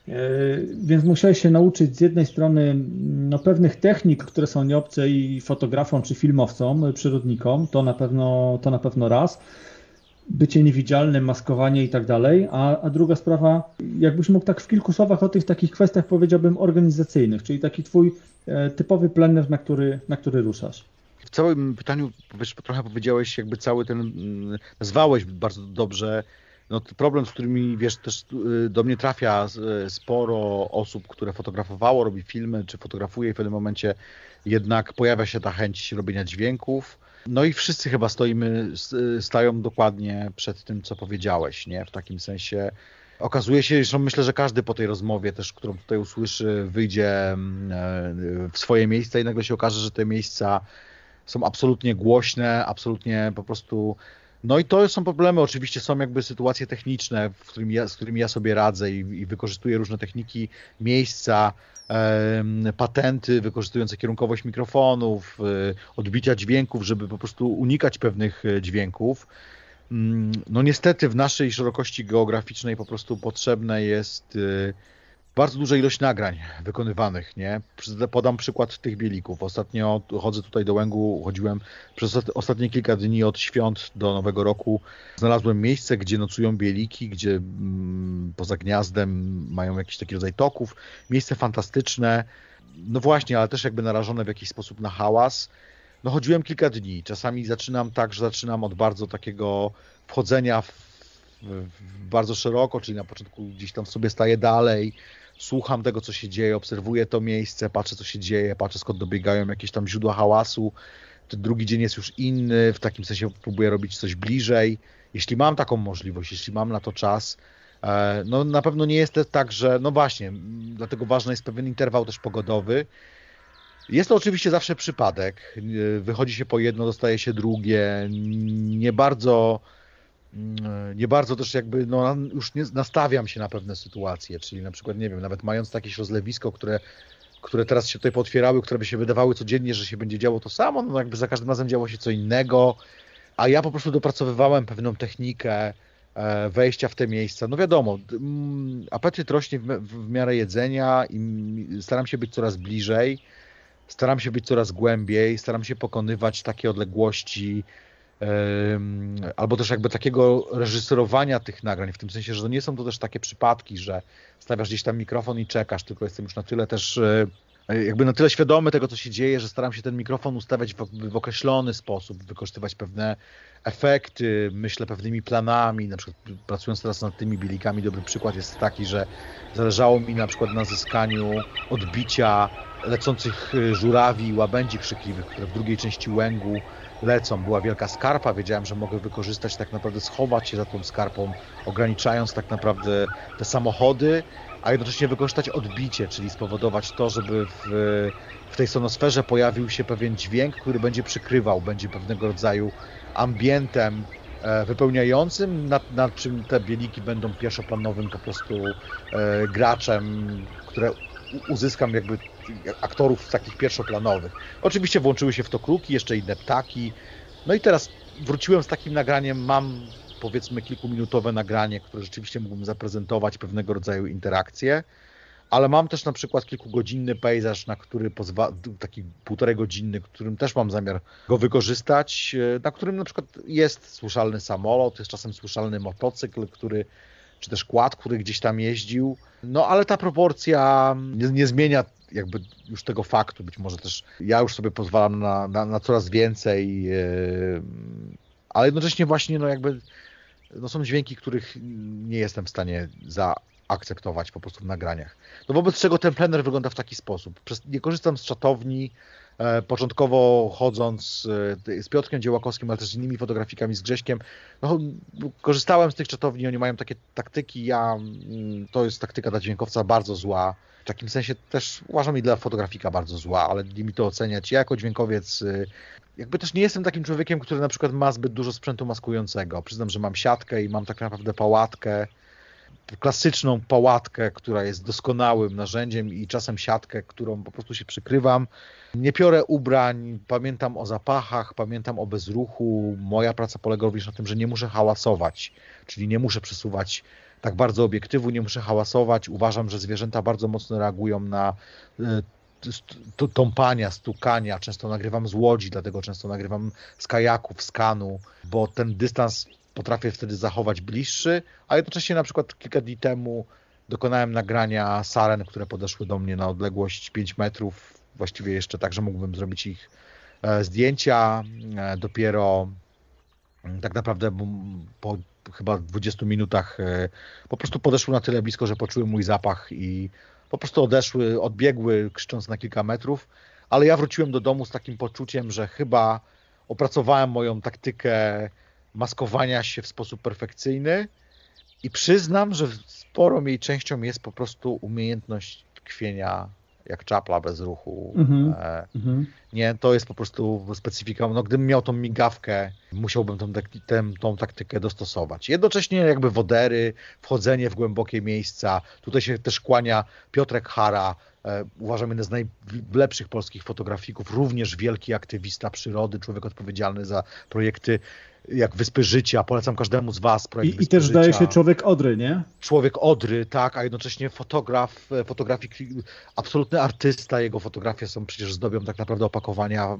Speaker 3: Więc musiałeś się nauczyć z jednej strony no, pewnych technik, które są nieobce i fotografom czy filmowcom, przyrodnikom, to na pewno, to na pewno raz, bycie niewidzialnym, maskowanie i tak dalej, a, a druga sprawa, jakbyś mógł tak w kilku słowach o tych takich kwestiach powiedziałbym organizacyjnych, czyli taki twój e, typowy plener, na który, na który ruszasz.
Speaker 1: W całym pytaniu wiesz, trochę powiedziałeś, jakby cały ten, nazwałeś bardzo dobrze, no problem, z którymi wiesz, też do mnie trafia sporo osób, które fotografowało, robi filmy, czy fotografuje i w pewnym momencie jednak pojawia się ta chęć robienia dźwięków. No i wszyscy chyba stoimy, stają dokładnie przed tym, co powiedziałeś, nie? W takim sensie okazuje się, że myślę, że każdy po tej rozmowie też, którą tutaj usłyszy, wyjdzie w swoje miejsca i nagle się okaże, że te miejsca są absolutnie głośne, absolutnie po prostu... No i to są problemy, oczywiście są jakby sytuacje techniczne, w którym ja, z którymi ja sobie radzę i, i wykorzystuję różne techniki, miejsca, e, patenty, wykorzystujące kierunkowość mikrofonów, e, odbicia dźwięków, żeby po prostu unikać pewnych dźwięków. No niestety w naszej szerokości geograficznej po prostu potrzebne jest e, bardzo duża ilość nagrań wykonywanych, nie? Podam przykład tych bielików. Ostatnio chodzę tutaj do Łęgu, chodziłem przez ostatnie kilka dni od świąt do Nowego Roku. Znalazłem miejsce, gdzie nocują bieliki, gdzie mm, poza gniazdem mają jakiś taki rodzaj toków. Miejsce fantastyczne, no właśnie, ale też jakby narażone w jakiś sposób na hałas. No chodziłem kilka dni. Czasami zaczynam tak, że zaczynam od bardzo takiego wchodzenia w, w bardzo szeroko, czyli na początku gdzieś tam sobie staję dalej, słucham tego, co się dzieje, obserwuję to miejsce, patrzę, co się dzieje, patrzę, skąd dobiegają jakieś tam źródła hałasu. Ten drugi dzień jest już inny, w takim sensie próbuję robić coś bliżej. Jeśli mam taką możliwość, jeśli mam na to czas, no na pewno nie jest tak, że, no właśnie, dlatego ważny jest pewien interwał też pogodowy. Jest to oczywiście zawsze przypadek. Wychodzi się po jedno, dostaje się drugie. Nie bardzo, nie bardzo też jakby, no już nie nastawiam się na pewne sytuacje, czyli na przykład, nie wiem, nawet mając jakieś rozlewisko, które, które teraz się tutaj pootwierały, które by się wydawały codziennie, że się będzie działo to samo, no jakby za każdym razem działo się co innego, a ja po prostu dopracowywałem pewną technikę wejścia w te miejsca. No wiadomo, apetyt rośnie w, w miarę jedzenia i staram się być coraz bliżej, staram się być coraz głębiej, staram się pokonywać takie odległości, albo też jakby takiego reżyserowania tych nagrań, w tym sensie, że to nie są to też takie przypadki, że stawiasz gdzieś tam mikrofon i czekasz, tylko jestem już na tyle też jakby na tyle świadomy tego, co się dzieje, że staram się ten mikrofon ustawiać w, w określony sposób, wykorzystywać pewne efekty, myślę pewnymi planami, na przykład pracując teraz nad tymi bielikami, dobry przykład jest taki, że zależało mi na przykład na zyskaniu odbicia lecących żurawi i łabędzi krzykliwych, które w drugiej części Łęgu lecą. Była wielka skarpa, wiedziałem, że mogę wykorzystać, tak naprawdę schować się za tą skarpą, ograniczając tak naprawdę te samochody, a jednocześnie wykorzystać odbicie, czyli spowodować to, żeby w, w tej sonosferze pojawił się pewien dźwięk, który będzie przykrywał, będzie pewnego rodzaju ambientem wypełniającym, nad, nad czym te bieliki będą pierwszoplanowym po prostu e, graczem, które uzyskam jakby aktorów takich pierwszoplanowych. Oczywiście włączyły się w to kruki, jeszcze inne ptaki. No i teraz wróciłem z takim nagraniem, mam powiedzmy kilkuminutowe nagranie, które rzeczywiście mógłbym zaprezentować, pewnego rodzaju interakcje, ale mam też na przykład kilkugodzinny pejzaż, na który pozwa- taki półtorej godzinny, którym też mam zamiar go wykorzystać, na którym na przykład jest słyszalny samolot, jest czasem słyszalny motocykl, który, czy też quad, który gdzieś tam jeździł, no ale ta proporcja nie, nie zmienia jakby już tego faktu, być może też ja już sobie pozwalam na, na, na coraz więcej, yy, ale jednocześnie właśnie no jakby no są dźwięki, których nie jestem w stanie zaakceptować po prostu w nagraniach. No wobec czego ten plener wygląda w taki sposób. Nie korzystam z czatowni, e, początkowo chodząc e, z Piotrkiem Dziełakowskim, ale też z innymi fotografikami, z Grześkiem. No, korzystałem z tych czatowni, oni mają takie taktyki, ja, to jest taktyka dla dźwiękowca bardzo zła. W takim sensie też uważam i dla fotografika bardzo zła, ale nie mi to oceniać. Ja jako dźwiękowiec jakby też nie jestem takim człowiekiem, który na przykład ma zbyt dużo sprzętu maskującego. Przyznam, że mam siatkę i mam tak naprawdę pałatkę, klasyczną pałatkę, która jest doskonałym narzędziem i czasem siatkę, którą po prostu się przykrywam. Nie piorę ubrań, pamiętam o zapachach, pamiętam o bezruchu. Moja praca polega również na tym, że nie muszę hałasować, czyli nie muszę przesuwać tak bardzo obiektywu, nie muszę hałasować. Uważam, że zwierzęta bardzo mocno reagują na tąpania, stukania. Często nagrywam z łodzi, dlatego często nagrywam z kajaków, z kanu, bo ten dystans potrafię wtedy zachować bliższy, a jednocześnie na przykład kilka dni temu dokonałem nagrania saren, które podeszły do mnie na odległość pięć metrów, właściwie jeszcze tak, że mógłbym zrobić ich zdjęcia. Dopiero tak naprawdę po chyba dwudziestu minutach po prostu podeszły na tyle blisko, że poczuły mój zapach i po prostu odeszły, odbiegły, krzycząc na kilka metrów, ale ja wróciłem do domu z takim poczuciem, że chyba opracowałem moją taktykę maskowania się w sposób perfekcyjny i przyznam, że sporą jej częścią jest po prostu umiejętność tkwienia jak czapla bez ruchu. Mm-hmm. E, mm-hmm. Nie, to jest po prostu specyfika. No, gdybym miał tą migawkę, musiałbym tą, tę, tą taktykę dostosować. Jednocześnie jakby wodery, wchodzenie w głębokie miejsca. Tutaj się też kłania Piotrek Hara, e, uważam jeden z najlepszych polskich fotografików, również wielki aktywista przyrody, człowiek odpowiedzialny za projekty jak Wyspy Życia. Polecam każdemu z was projekt
Speaker 3: I, i też
Speaker 1: Życia.
Speaker 3: zdaje się Człowiek Odry, nie?
Speaker 1: Człowiek Odry, tak, a jednocześnie fotograf, fotografik, absolutny artysta. Jego fotografie są przecież zdobią tak naprawdę opakowania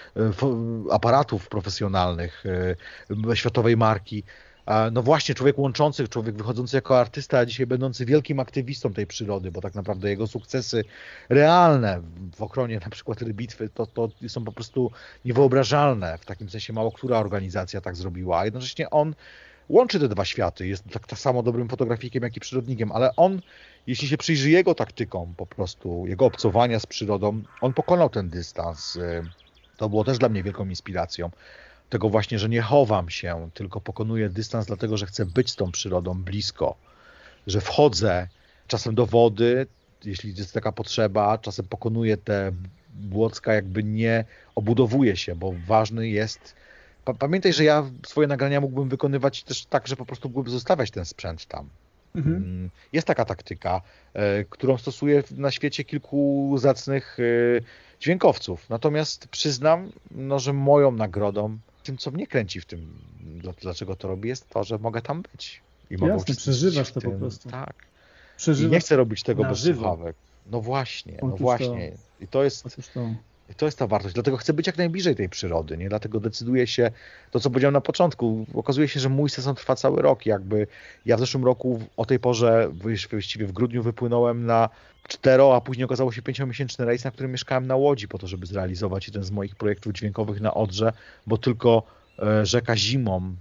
Speaker 1: aparatów profesjonalnych światowej marki. No właśnie, człowiek łączący, człowiek wychodzący jako artysta, a dzisiaj będący wielkim aktywistą tej przyrody, bo tak naprawdę jego sukcesy realne w ochronie na przykład rybitwy to, to są po prostu niewyobrażalne. W takim sensie mało która organizacja tak zrobiła, a jednocześnie on łączy te dwa światy, jest tak, tak samo dobrym fotografikiem, jak i przyrodnikiem, ale on, jeśli się przyjrzy jego taktykom po prostu, jego obcowania z przyrodą, on pokonał ten dystans. To było też dla mnie wielką inspiracją. Tego właśnie, że nie chowam się, tylko pokonuję dystans, dlatego że chcę być z tą przyrodą blisko. Że wchodzę czasem do wody, jeśli jest taka potrzeba, czasem pokonuję te Błocka jakby nie obudowuje się, bo ważny jest... Pamiętaj, że ja swoje nagrania mógłbym wykonywać też tak, że po prostu mógłbym zostawiać ten sprzęt tam. Mhm. Jest taka taktyka, którą stosuje na świecie kilku zacnych dźwiękowców. Natomiast przyznam, no, że moją nagrodą, tym co mnie kręci w tym, dlaczego to robię, jest to, że mogę tam być. I mogę
Speaker 3: Jasne, przeżywasz to po prostu.
Speaker 1: Tak.
Speaker 3: Przeżywasz
Speaker 1: I nie chcę robić tego bez
Speaker 3: żywo.
Speaker 1: słuchawek. No właśnie, no
Speaker 3: Otóż
Speaker 1: właśnie.
Speaker 3: To.
Speaker 1: I to jest...
Speaker 3: To.
Speaker 1: I to jest ta wartość, dlatego chcę być jak najbliżej tej przyrody, nie? Dlatego decyduję się, to co powiedziałem na początku, okazuje się, że mój sezon trwa cały rok, jakby ja w zeszłym roku o tej porze, właściwie w grudniu wypłynąłem na cztero, a później okazało się pięciomiesięczny rejs, na którym mieszkałem na Łodzi po to, żeby zrealizować jeden z moich projektów dźwiękowych na Odrze, bo tylko rzeka zimą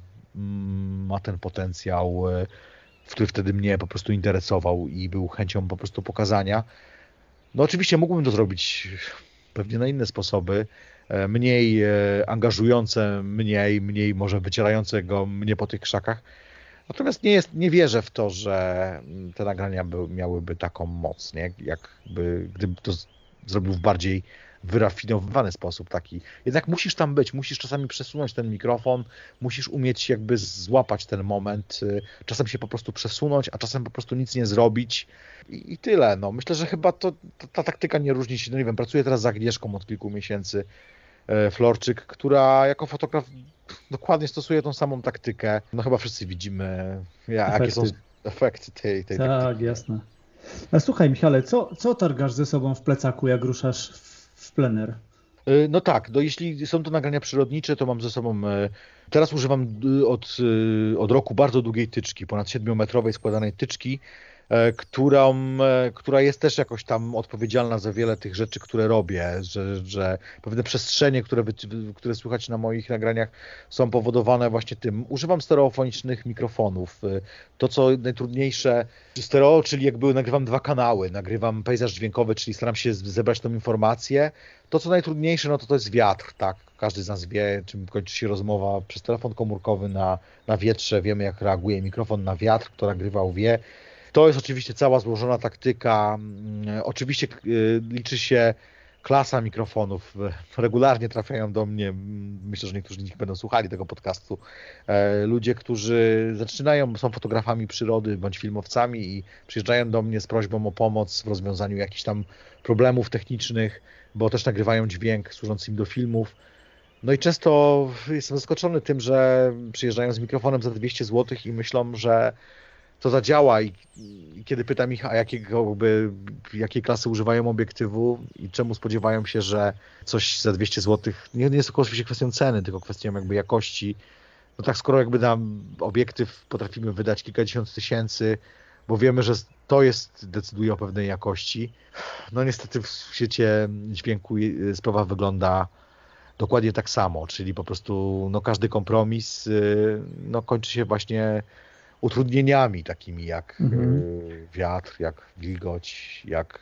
Speaker 1: ma ten potencjał, który wtedy mnie po prostu interesował i był chęcią po prostu pokazania. No oczywiście mógłbym to zrobić pewnie na inne sposoby, mniej angażujące, mniej, mniej może wycierającego mnie po tych krzakach. Natomiast nie, jest, nie wierzę w to, że te nagrania by, miałyby taką moc, nie? Jakby gdybym to zrobił w bardziej wyrafinowany sposób taki. Jednak musisz tam być, musisz czasami przesunąć ten mikrofon, musisz umieć jakby złapać ten moment, czasem się po prostu przesunąć, a czasem po prostu nic nie zrobić i, i tyle. No, myślę, że chyba to, ta, ta taktyka nie różni się, no nie wiem, pracuję teraz z Agnieszką od kilku miesięcy, Florczyk, która jako fotograf dokładnie stosuje tą samą taktykę. No chyba wszyscy widzimy, ja, jakie są efekty tej, tej
Speaker 3: tak,
Speaker 1: taktyki.
Speaker 3: Tak, jasne. A słuchaj, Michale, co, co targasz ze sobą w plecaku, jak ruszasz w, w plener?
Speaker 1: No tak, no jeśli są to nagrania przyrodnicze, to mam ze sobą, teraz używam od, od roku bardzo długiej tyczki, ponad siedmiometrowej składanej tyczki, którą, która jest też jakoś tam odpowiedzialna za wiele tych rzeczy, które robię, że, że pewne przestrzenie, które, które słychać na moich nagraniach są powodowane właśnie tym. Używam stereofonicznych mikrofonów. To, co najtrudniejsze, stereo, czyli jakby nagrywam dwa kanały, nagrywam pejzaż dźwiękowy, czyli staram się zebrać tą informację. To, co najtrudniejsze, no to to jest wiatr, tak? Każdy z nas wie, czym kończy się rozmowa przez telefon komórkowy na, na wietrze. Wiemy, jak reaguje mikrofon na wiatr, kto nagrywał wie. To jest oczywiście cała złożona taktyka. Oczywiście liczy się klasa mikrofonów. Regularnie trafiają do mnie, myślę, że niektórzy z nich będą słuchali tego podcastu, ludzie, którzy zaczynają, są fotografami przyrody bądź filmowcami i przyjeżdżają do mnie z prośbą o pomoc w rozwiązaniu jakichś tam problemów technicznych, bo też nagrywają dźwięk służący im do filmów. No i często jestem zaskoczony tym, że przyjeżdżają z mikrofonem za dwieście złotych i myślą, że to zadziała i, i kiedy pytam ich, a jakiego, by, jakiej klasy używają obiektywu i czemu spodziewają się, że coś za dwieście złotych, nie, nie jest tylko oczywiście kwestią ceny, tylko kwestią jakby jakości. No tak, skoro jakby nam obiektyw potrafimy wydać kilkadziesiąt tysięcy, bo wiemy, że to jest, decyduje o pewnej jakości. No niestety w świecie dźwięku sprawa wygląda dokładnie tak samo, czyli po prostu no każdy kompromis no kończy się właśnie utrudnieniami takimi jak mhm. wiatr, jak wilgoć, jak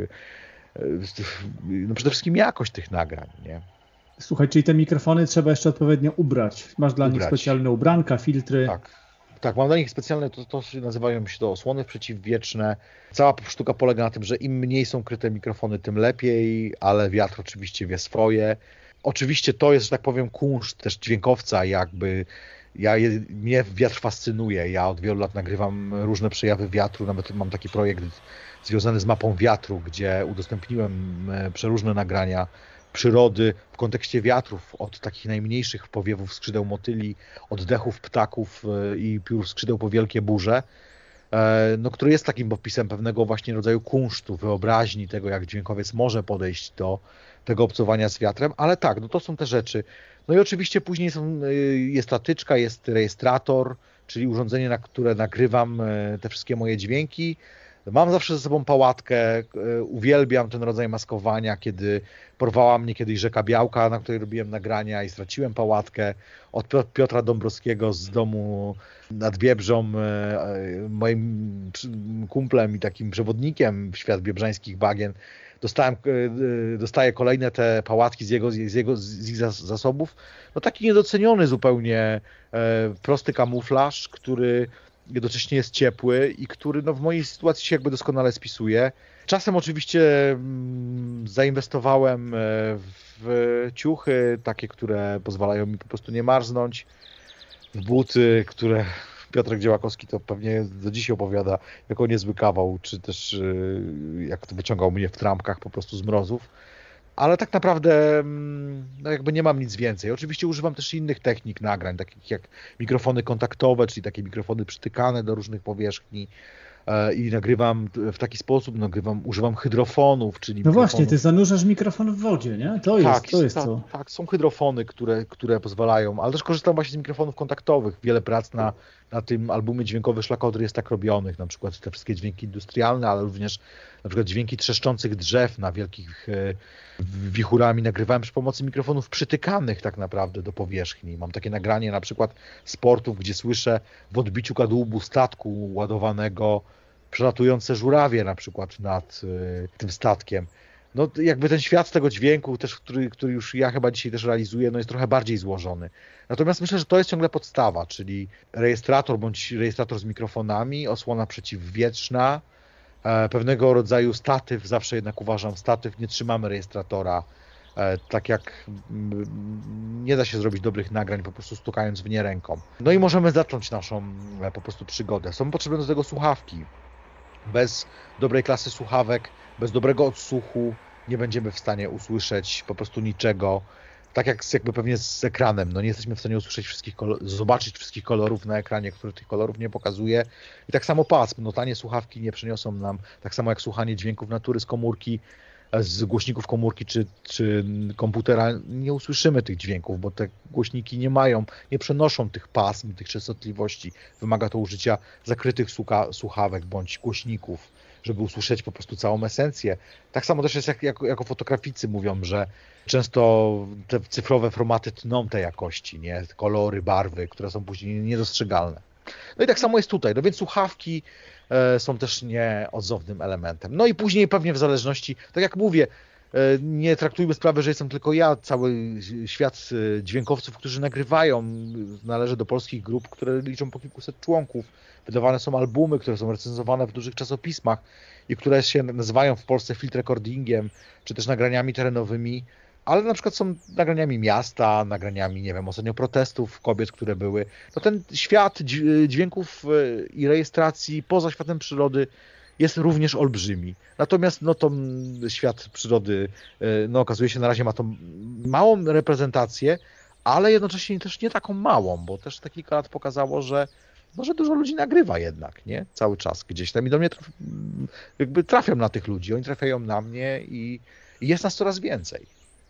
Speaker 1: no przede wszystkim jakość tych nagrań, nie?
Speaker 3: Słuchaj, czyli te mikrofony trzeba jeszcze odpowiednio ubrać. Masz dla ubrać. nich specjalne ubranka, filtry.
Speaker 1: Tak, tak, mam dla nich specjalne, to, to nazywają się to osłony przeciwwietrzne. Cała sztuka polega na tym, że im mniej są kryte mikrofony, tym lepiej, ale wiatr oczywiście wie swoje. Oczywiście to jest, że tak powiem, kunszt też dźwiękowca, jakby Ja, mnie wiatr fascynuje, ja od wielu lat nagrywam różne przejawy wiatru, nawet mam taki projekt związany z mapą wiatru, gdzie udostępniłem przeróżne nagrania przyrody w kontekście wiatrów, od takich najmniejszych powiewów skrzydeł motyli, oddechów ptaków i piórów skrzydeł po wielkie burze, no, który jest takim popisem pewnego właśnie rodzaju kunsztu, wyobraźni tego, jak dźwiękowiec może podejść do tego obcowania z wiatrem, ale tak, no to są te rzeczy. No i oczywiście później są, jest tatyczka, jest rejestrator, czyli urządzenie, na które nagrywam te wszystkie moje dźwięki. Mam zawsze ze sobą pałatkę, uwielbiam ten rodzaj maskowania, kiedy porwała mnie kiedyś rzeka Białka, na której robiłem nagrania i straciłem pałatkę. Od Piotra Dąbrowskiego z domu nad Biebrzą, moim kumplem i takim przewodnikiem w świat biebrzańskich bagien, Dostałem, dostaję kolejne te pałatki z jego, z jego z ich zasobów. No taki niedoceniony zupełnie e, prosty kamuflaż, który jednocześnie jest ciepły i który no, w mojej sytuacji się jakby doskonale spisuje. Czasem oczywiście zainwestowałem w ciuchy, takie, które pozwalają mi po prostu nie marznąć, w buty, które Piotrek Dziełakowski to pewnie do dziś opowiada jako niezły kawał, czy też jak to wyciągał mnie w trampkach po prostu z mrozów. Ale tak naprawdę no jakby nie mam nic więcej. Oczywiście używam też innych technik nagrań, takich jak mikrofony kontaktowe, czyli takie mikrofony przytykane do różnych powierzchni i nagrywam w taki sposób, nagrywam, używam hydrofonów, czyli
Speaker 3: No
Speaker 1: mikrofonu...
Speaker 3: właśnie, ty zanurzasz mikrofon w wodzie, nie? To jest,
Speaker 1: tak,
Speaker 3: to jest
Speaker 1: tak,
Speaker 3: to.
Speaker 1: Tak, są hydrofony, które, które pozwalają, ale też korzystam właśnie z mikrofonów kontaktowych. Wiele prac na, na tym albumie Dźwiękowy Szlakodry jest tak robionych, na przykład te wszystkie dźwięki industrialne, ale również na przykład dźwięki trzeszczących drzew na wielkich e, wichurami nagrywałem przy pomocy mikrofonów przytykanych tak naprawdę do powierzchni. Mam takie nagranie na przykład z portów, gdzie słyszę w odbiciu kadłubu statku ładowanego przelatujące żurawie na przykład nad y, tym statkiem. No jakby ten świat tego dźwięku, też, który, który już ja chyba dzisiaj też realizuję, no jest trochę bardziej złożony. Natomiast myślę, że to jest ciągle podstawa, czyli rejestrator bądź rejestrator z mikrofonami, osłona przeciwwietrzna, e, pewnego rodzaju statyw, zawsze jednak uważam statyw, nie trzymamy rejestratora, e, tak jak m, nie da się zrobić dobrych nagrań po prostu stukając w nie ręką. No i możemy zacząć naszą e, po prostu przygodę. Są potrzebne do tego słuchawki. Bez dobrej klasy słuchawek, bez dobrego odsłuchu nie będziemy w stanie usłyszeć po prostu niczego. Tak jak z, jakby pewnie z ekranem, no nie jesteśmy w stanie usłyszeć wszystkich kolor- zobaczyć wszystkich kolorów na ekranie, który tych kolorów nie pokazuje. I tak samo pasm, no tanie słuchawki nie przyniosą nam, tak samo jak słuchanie dźwięków natury z komórki, z głośników komórki czy, czy komputera, nie usłyszymy tych dźwięków, bo te głośniki nie mają, nie przenoszą tych pasm, tych częstotliwości. Wymaga to użycia zakrytych słucha- słuchawek bądź głośników, żeby usłyszeć po prostu całą esencję. Tak samo też jest jak, jak, jako fotograficy mówią, że często te cyfrowe formaty tną te jakości, nie? Kolory, barwy, które są później niedostrzegalne. No i tak samo jest tutaj. No więc słuchawki e, są też nieodzownym elementem. No i później pewnie w zależności, tak jak mówię, e, nie traktujmy sprawy, że jestem tylko ja, cały świat dźwiękowców, którzy nagrywają, należy do polskich grup, które liczą po kilkuset członków. Wydawane są albumy, które są recenzowane w dużych czasopismach i które się nazywają w Polsce field recordingiem, czy też nagraniami terenowymi, ale na przykład są nagraniami miasta, nagraniami, nie wiem, ostatnio protestów kobiet, które były. No ten świat dźwięków i rejestracji poza światem przyrody jest również olbrzymi. Natomiast no to świat przyrody, no okazuje się na razie ma tą małą reprezentację, ale jednocześnie też nie taką małą, bo też te kilka lat pokazało, że może dużo ludzi nagrywa jednak, nie? Cały czas gdzieś tam i do mnie traf, jakby trafiam na tych ludzi, oni trafiają na mnie i, i jest nas coraz więcej.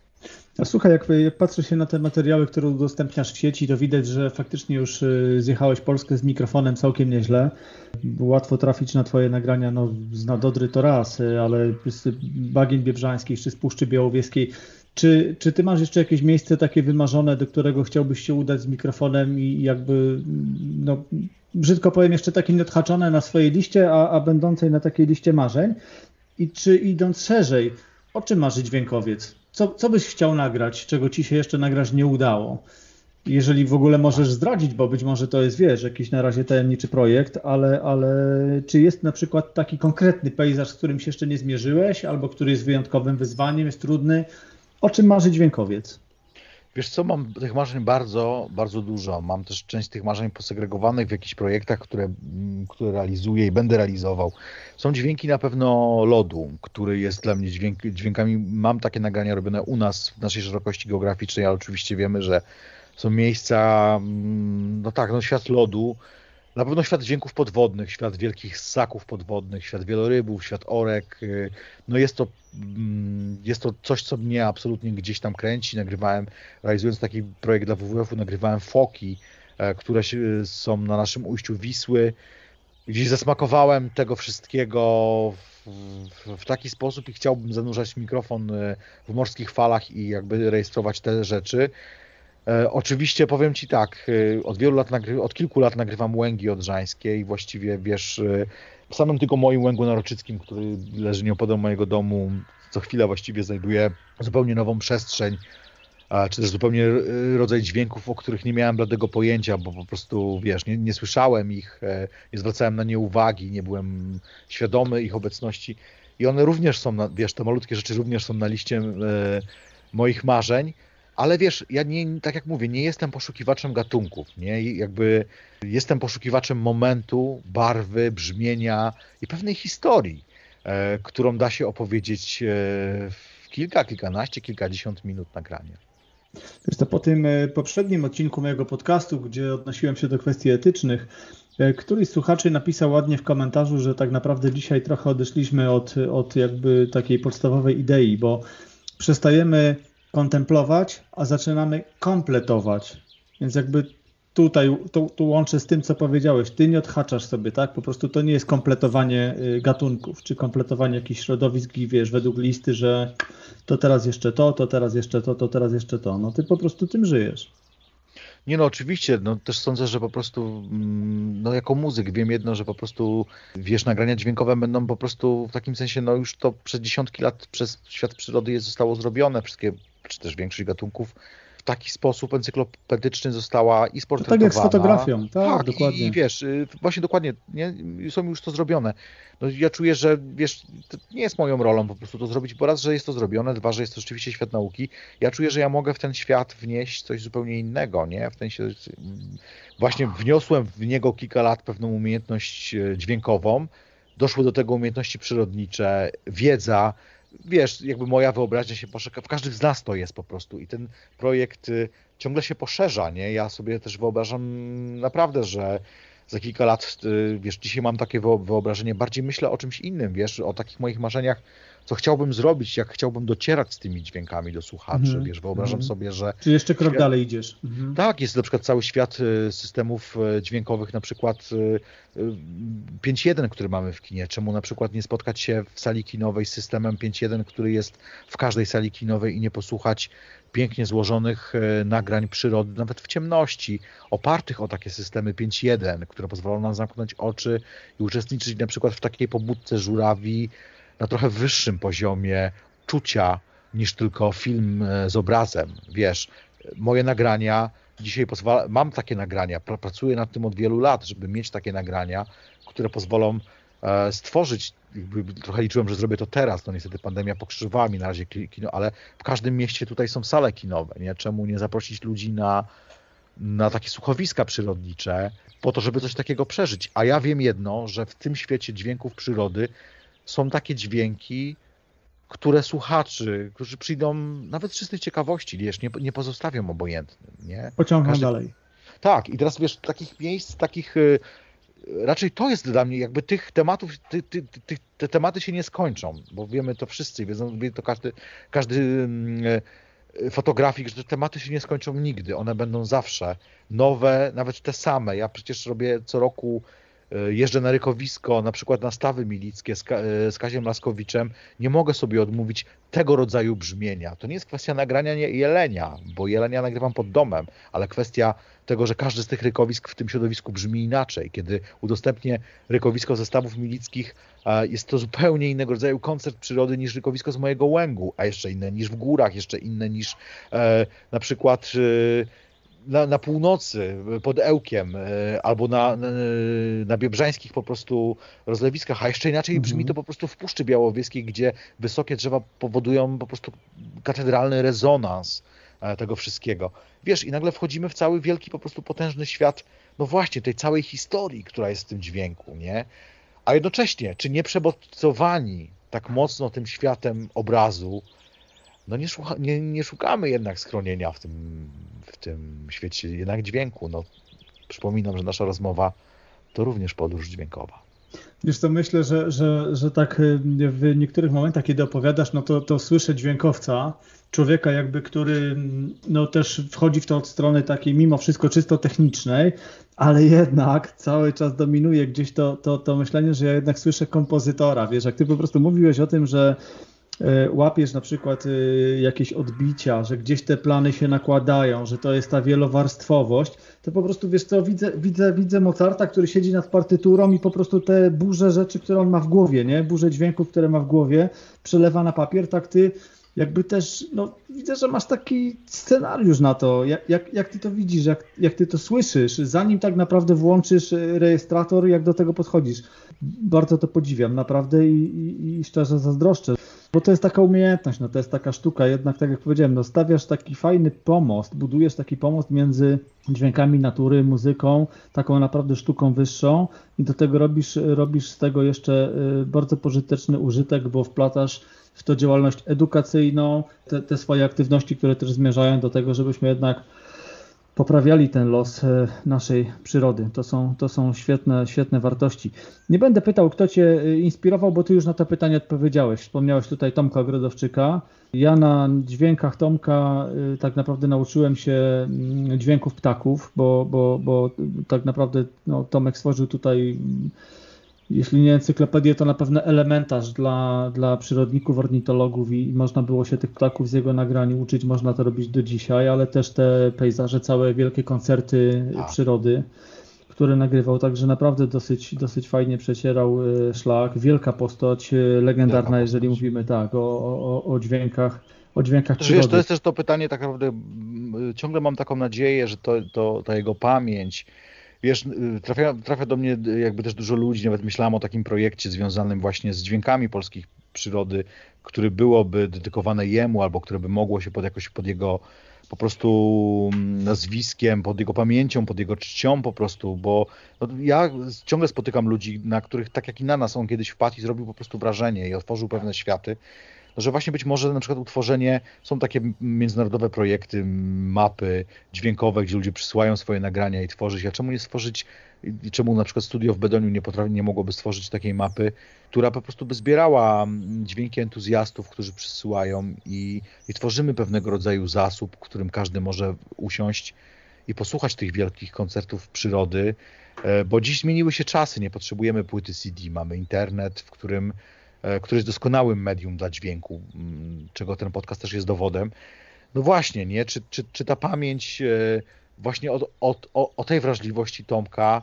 Speaker 3: A słuchaj, jak, jak patrzę się na te materiały, które udostępniasz w sieci, to widać, że faktycznie już zjechałeś Polskę z mikrofonem całkiem nieźle. Łatwo trafić na twoje nagrania, no z Nadodry to raz, ale z Bagien Biebrzańskich czy z Puszczy Białowieskiej. Czy, czy ty masz jeszcze jakieś miejsce takie wymarzone, do którego chciałbyś się udać z mikrofonem i jakby, no brzydko powiem, jeszcze takie nieodhaczone na swojej liście, a, a będącej na takiej liście marzeń? I czy idąc szerzej, o czym marzy dźwiękowiec? Co, co byś chciał nagrać, czego ci się jeszcze nagrać nie udało? Jeżeli w ogóle możesz zdradzić, bo być może to jest, wiesz, jakiś na razie tajemniczy projekt, ale, ale czy jest na przykład taki konkretny pejzaż, z którym się jeszcze nie zmierzyłeś, albo który jest wyjątkowym wyzwaniem, jest trudny? O czym marzy dźwiękowiec?
Speaker 1: Wiesz co, mam tych marzeń bardzo, bardzo dużo. Mam też część tych marzeń posegregowanych w jakichś projektach, które, które realizuję i będę realizował. Są dźwięki na pewno lodu, który jest dla mnie dźwięk, dźwiękami. Mam takie nagrania robione u nas w naszej szerokości geograficznej, ale oczywiście wiemy, że są miejsca, no tak, no świat lodu, na pewno świat dźwięków podwodnych, świat wielkich ssaków podwodnych, świat wielorybów, świat orek. No jest to, jest to coś, co mnie absolutnie gdzieś tam kręci. Nagrywałem, realizując taki projekt dla W W F-u, nagrywałem foki, które są na naszym ujściu Wisły. Gdzieś zasmakowałem tego wszystkiego w, w, w taki sposób i chciałbym zanurzać mikrofon w morskich falach i jakby rejestrować te rzeczy. E, oczywiście powiem Ci tak, od wielu lat, nagry- od kilku lat nagrywam łęgi odrzańskie i właściwie wiesz, w samym tylko moim łęgu naroczyckim, który leży nieopodal mojego domu, co chwila właściwie znajduję zupełnie nową przestrzeń, a, czy też zupełnie rodzaj dźwięków, o których nie miałem bladego pojęcia, bo po prostu wiesz, nie, nie słyszałem ich, nie zwracałem na nie uwagi, nie byłem świadomy ich obecności. i one również są, na, wiesz, te malutkie rzeczy również są na liście e, moich marzeń, ale wiesz, ja nie, tak jak mówię, nie jestem poszukiwaczem gatunków, nie? Jakby jestem poszukiwaczem momentu, barwy, brzmienia i pewnej historii, e, którą da się opowiedzieć e, w kilka, kilkanaście, kilkadziesiąt minut nagrania.
Speaker 3: Wiesz to po tym poprzednim odcinku mojego podcastu, gdzie odnosiłem się do kwestii etycznych, któryś z słuchaczy napisał ładnie w komentarzu, że tak naprawdę dzisiaj trochę odeszliśmy od, od jakby takiej podstawowej idei, bo przestajemy kontemplować, a zaczynamy kompletować. Więc jakby tutaj tu, tu łączę z tym, co powiedziałeś. Ty nie odhaczasz sobie, tak? Po prostu to nie jest kompletowanie gatunków, czy kompletowanie jakichś środowisk i wiesz, według listy, że to teraz jeszcze to, to teraz jeszcze to, to teraz jeszcze to. No ty po prostu tym żyjesz.
Speaker 1: Nie no, oczywiście, no też sądzę, że po prostu, no jako muzyk wiem jedno, że po prostu, wiesz, nagrania dźwiękowe będą po prostu w takim sensie, no już to przez dziesiątki lat przez świat przyrody jest zostało zrobione, wszystkie, czy też większość gatunków w taki sposób encyklopedyczny została i sportretowana.
Speaker 3: Tak jak z fotografią, tak,
Speaker 1: tak
Speaker 3: dokładnie.
Speaker 1: I, I wiesz, właśnie dokładnie, nie, są już to zrobione. No ja czuję, że wiesz, to nie jest moją rolą po prostu to zrobić, bo raz, że jest to zrobione, dwa, że jest to rzeczywiście świat nauki. Ja czuję, że ja mogę w ten świat wnieść coś zupełnie innego, nie? W sensie właśnie wniosłem w niego kilka lat pewną umiejętność dźwiękową, doszły do tego umiejętności przyrodnicze, wiedza, wiesz, jakby moja wyobraźnia się poszerza, w każdym z nas to jest po prostu i ten projekt ciągle się poszerza, nie? Ja sobie też wyobrażam naprawdę, że za kilka lat, wiesz, dzisiaj mam takie wyobrażenie, bardziej myślę o czymś innym, wiesz, o takich moich marzeniach, co chciałbym zrobić, jak chciałbym docierać z tymi dźwiękami do słuchaczy, mm. wiesz, wyobrażam mm. sobie, że...
Speaker 3: Czy jeszcze krok świat... dalej idziesz. Mm.
Speaker 1: Tak, jest na przykład cały świat systemów dźwiękowych, na przykład pięć jeden, który mamy w kinie. Czemu na przykład nie spotkać się w sali kinowej z systemem pięć jeden, który jest w każdej sali kinowej i nie posłuchać pięknie złożonych nagrań przyrody, nawet w ciemności, opartych o takie systemy pięć jeden, które pozwolą nam zamknąć oczy i uczestniczyć na przykład w takiej pobudce żurawi na trochę wyższym poziomie czucia niż tylko film z obrazem. Wiesz, moje nagrania dzisiaj pozwala, mam takie nagrania, pracuję nad tym od wielu lat, żeby mieć takie nagrania, które pozwolą stworzyć, jakby trochę liczyłem, że zrobię to teraz, no niestety pandemia pokrzywała mi na razie kino, ale w każdym mieście tutaj są sale kinowe, nie? Czemu nie zaprosić ludzi na, na takie słuchowiska przyrodnicze, po to, żeby coś takiego przeżyć. A ja wiem jedno, że w tym świecie dźwięków przyrody są takie dźwięki, które słuchaczy, którzy przyjdą nawet z czystej ciekawości, wiesz, nie, nie pozostawią obojętnym, nie?
Speaker 3: Pociągną Każdy... dalej.
Speaker 1: Tak, i teraz wiesz, takich miejsc, takich raczej to jest dla mnie, jakby tych tematów, ty, ty, ty, te tematy się nie skończą, bo wiemy to wszyscy, wiedzą, wie to każdy, każdy fotografik, że te tematy się nie skończą nigdy, one będą zawsze nowe, nawet te same. Ja przecież robię co roku, jeżdżę na rykowisko, na przykład na Stawy Milickie z, Ka- z Kaziem Laskowiczem, nie mogę sobie odmówić tego rodzaju brzmienia. To nie jest kwestia nagrania jelenia, bo jelenia nagrywam pod domem, ale kwestia tego, że każdy z tych rykowisk w tym środowisku brzmi inaczej. Kiedy udostępnię rykowisko ze Stawów Milickich, jest to zupełnie innego rodzaju koncert przyrody niż rykowisko z mojego Łęgu, a jeszcze inne niż w górach, jeszcze inne niż e, na przykład e, Na, na północy, pod Ełkiem, albo na, na, na biebrzańskich po prostu rozlewiskach, a jeszcze inaczej brzmi mm-hmm. to po prostu w Puszczy Białowieskiej, gdzie wysokie drzewa powodują po prostu katedralny rezonans tego wszystkiego. Wiesz, i nagle wchodzimy w cały wielki, po prostu potężny świat, no właśnie, tej całej historii, która jest w tym dźwięku, nie? A jednocześnie, czy nie przebodźcowani tak mocno tym światem obrazu, no nie, szuka, nie, nie szukamy jednak schronienia w tym, w tym świecie jednak dźwięku. No, przypominam, że nasza rozmowa to również podróż dźwiękowa.
Speaker 3: Wiesz co, myślę, że, że, że tak w niektórych momentach, kiedy opowiadasz, no to, to słyszę dźwiękowca, człowieka jakby, który no też wchodzi w to od strony takiej mimo wszystko czysto technicznej, ale jednak cały czas dominuje gdzieś to, to, to myślenie, że ja jednak słyszę kompozytora. Wiesz, jak ty po prostu mówiłeś o tym, że łapiesz na przykład jakieś odbicia, że gdzieś te plany się nakładają, że to jest ta wielowarstwowość, to po prostu wiesz co, widzę, widzę, widzę Mozarta, który siedzi nad partyturą i po prostu te burze rzeczy, które on ma w głowie, nie? Burze dźwięków, które ma w głowie, przelewa na papier, tak ty jakby też, no widzę, że masz taki scenariusz na to, jak, jak, jak ty to widzisz, jak, jak ty to słyszysz, zanim tak naprawdę włączysz rejestrator, jak do tego podchodzisz. Bardzo to podziwiam, naprawdę i, i, i szczerze zazdroszczę, bo to jest taka umiejętność, no to jest taka sztuka, jednak tak jak powiedziałem, no stawiasz taki fajny pomost, budujesz taki pomost między dźwiękami natury, muzyką, taką naprawdę sztuką wyższą i do tego robisz, robisz z tego jeszcze bardzo pożyteczny użytek, bo wplatasz w to działalność edukacyjną, te, te swoje aktywności, które też zmierzają do tego, żebyśmy jednak poprawiali ten los naszej przyrody. To są, to są świetne, świetne wartości. Nie będę pytał, kto Cię inspirował, bo Ty już na to pytanie odpowiedziałeś. Wspomniałeś tutaj Tomka Ogrodowczyka. Ja na dźwiękach Tomka tak naprawdę nauczyłem się dźwięków ptaków, bo, bo, bo tak naprawdę no, Tomek stworzył tutaj, jeśli nie encyklopedię, to na pewno elementarz dla, dla przyrodników, ornitologów i można było się tych ptaków z jego nagrań uczyć, można to robić do dzisiaj, ale też te pejzaże, całe wielkie koncerty A. przyrody, które nagrywał, także naprawdę dosyć, dosyć fajnie przecierał szlak. Wielka postać, legendarna, Wielka jeżeli postać. mówimy tak, o, o, o dźwiękach, o dźwiękach
Speaker 1: to,
Speaker 3: przyrody.
Speaker 1: Wiesz, to jest też to pytanie, tak naprawdę ciągle mam taką nadzieję, że to, to, ta jego pamięć, wiesz, trafia, trafia do mnie jakby też dużo ludzi, nawet myślałem o takim projekcie związanym właśnie z dźwiękami polskich przyrody, który byłoby dedykowane jemu, albo które by mogło się pod jakoś pod jego po prostu nazwiskiem, pod jego pamięcią, pod jego czcią po prostu, bo no, ja ciągle spotykam ludzi, na których tak jak i na nas on kiedyś wpadł i zrobił po prostu wrażenie i otworzył pewne światy. Że właśnie być może na przykład utworzenie, są takie międzynarodowe projekty, mapy dźwiękowe, gdzie ludzie przysyłają swoje nagrania i tworzy się. A czemu nie stworzyć, i czemu na przykład studio w Bedoniu nie, potrafi, nie mogłoby stworzyć takiej mapy, która po prostu by zbierała dźwięki entuzjastów, którzy przysyłają i, i tworzymy pewnego rodzaju zasób, w którym każdy może usiąść i posłuchać tych wielkich koncertów przyrody, bo dziś zmieniły się czasy, nie potrzebujemy płyty C D, mamy internet, w którym który jest doskonałym medium dla dźwięku, czego ten podcast też jest dowodem. No właśnie, nie? Czy, czy, czy ta pamięć właśnie o, o, o tej wrażliwości Tomka,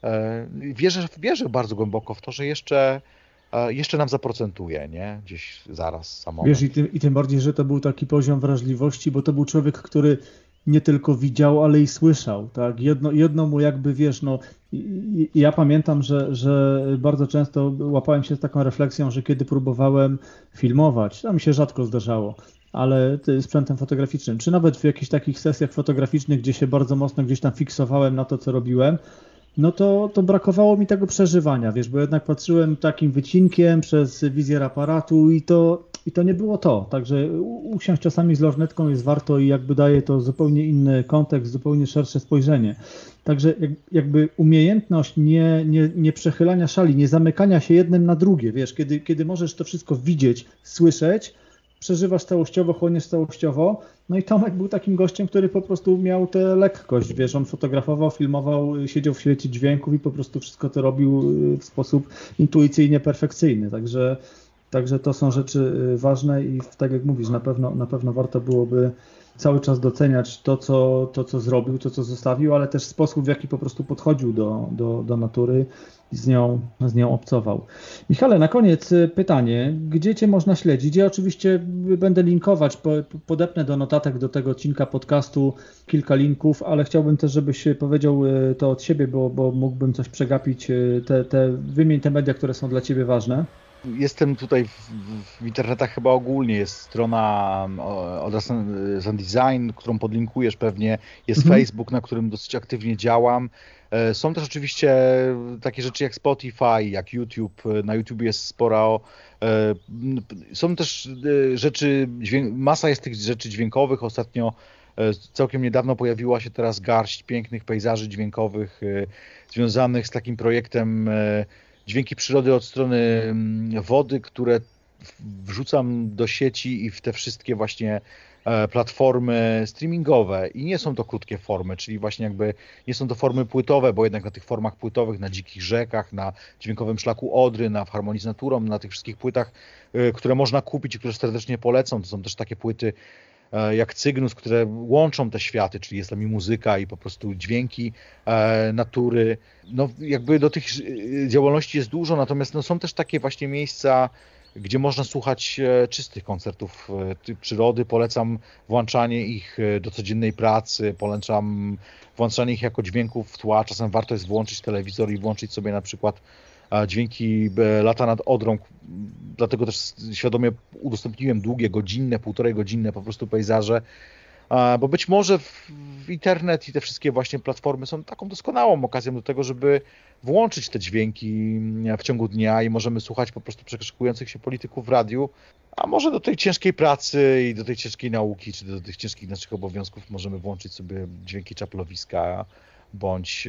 Speaker 1: wierzę, wierzę bardzo głęboko w to, że jeszcze, jeszcze nam zaprocentuje, nie? Gdzieś zaraz samo.
Speaker 3: Wiesz, i tym, i tym bardziej, że to był taki poziom wrażliwości, bo to był człowiek, który nie tylko widział, ale i słyszał, tak? Jedno, jedno mu jakby, wiesz, no i, i ja pamiętam, że, że bardzo często łapałem się z taką refleksją, że kiedy próbowałem filmować, to mi się rzadko zdarzało, ale sprzętem fotograficznym, czy nawet w jakichś takich sesjach fotograficznych, gdzie się bardzo mocno gdzieś tam fiksowałem na to, co robiłem, no to, to brakowało mi tego przeżywania, wiesz, bo jednak patrzyłem takim wycinkiem przez wizjer aparatu i to, i to nie było to. Także usiąść czasami z lornetką jest warto i jakby daje to zupełnie inny kontekst, zupełnie szersze spojrzenie. Także jakby umiejętność nie, nie, nie przechylania szali, nie zamykania się jednym na drugie, wiesz, kiedy, kiedy możesz to wszystko widzieć, słyszeć, przeżywasz całościowo, chłoniesz całościowo. No i Tomek był takim gościem, który po prostu miał tę lekkość, wiesz, on fotografował, filmował, siedział w świecie dźwięków i po prostu wszystko to robił w sposób intuicyjnie perfekcyjny. Także, także to są rzeczy ważne i tak jak mówisz, na pewno, na pewno warto byłoby cały czas doceniać to co, to, co zrobił, to, co zostawił, ale też sposób, w jaki po prostu podchodził do, do, do natury i z nią, z nią obcował. Michale, na koniec pytanie, gdzie Cię można śledzić? Ja oczywiście będę linkować, podepnę do notatek do tego odcinka podcastu kilka linków, ale chciałbym też, żebyś powiedział to od siebie, bo, bo mógłbym coś przegapić, te, te, wymień te media, które są dla Ciebie ważne.
Speaker 1: Jestem tutaj w, w internetach chyba ogólnie, jest strona od Sun Design, którą podlinkujesz pewnie, jest mhm. Facebook, na którym dosyć aktywnie działam. Są też oczywiście takie rzeczy jak Spotify, jak YouTube, na YouTube jest sporo, są też rzeczy, masa jest tych rzeczy dźwiękowych, ostatnio całkiem niedawno pojawiła się teraz garść pięknych pejzaży dźwiękowych związanych z takim projektem Dźwięki przyrody od strony wody, które wrzucam do sieci i w te wszystkie właśnie platformy streamingowe i nie są to krótkie formy, czyli właśnie jakby nie są to formy płytowe, bo jednak na tych formach płytowych, na dzikich rzekach, na dźwiękowym szlaku Odry, na w harmonii z naturą, na tych wszystkich płytach, które można kupić i które serdecznie polecam, to są też takie płyty jak Cygnus, które łączą te światy, czyli jest tam i muzyka i po prostu dźwięki e, natury. No jakby do tych działalności jest dużo, natomiast no, są też takie właśnie miejsca, gdzie można słuchać czystych koncertów przyrody. Polecam włączanie ich do codziennej pracy, polecam włączanie ich jako dźwięków w tła. Czasem warto jest włączyć telewizor i włączyć sobie na przykład dźwięki lata nad Odrą. Dlatego też świadomie udostępniłem długie, godzinne, półtorej godzinne po prostu pejzaże, bo być może w, w internet i te wszystkie właśnie platformy są taką doskonałą okazją do tego, żeby włączyć te dźwięki w ciągu dnia i możemy słuchać po prostu przekrzykujących się polityków w radiu, a może do tej ciężkiej pracy i do tej ciężkiej nauki, czy do tych ciężkich naszych obowiązków możemy włączyć sobie dźwięki czaplowiska bądź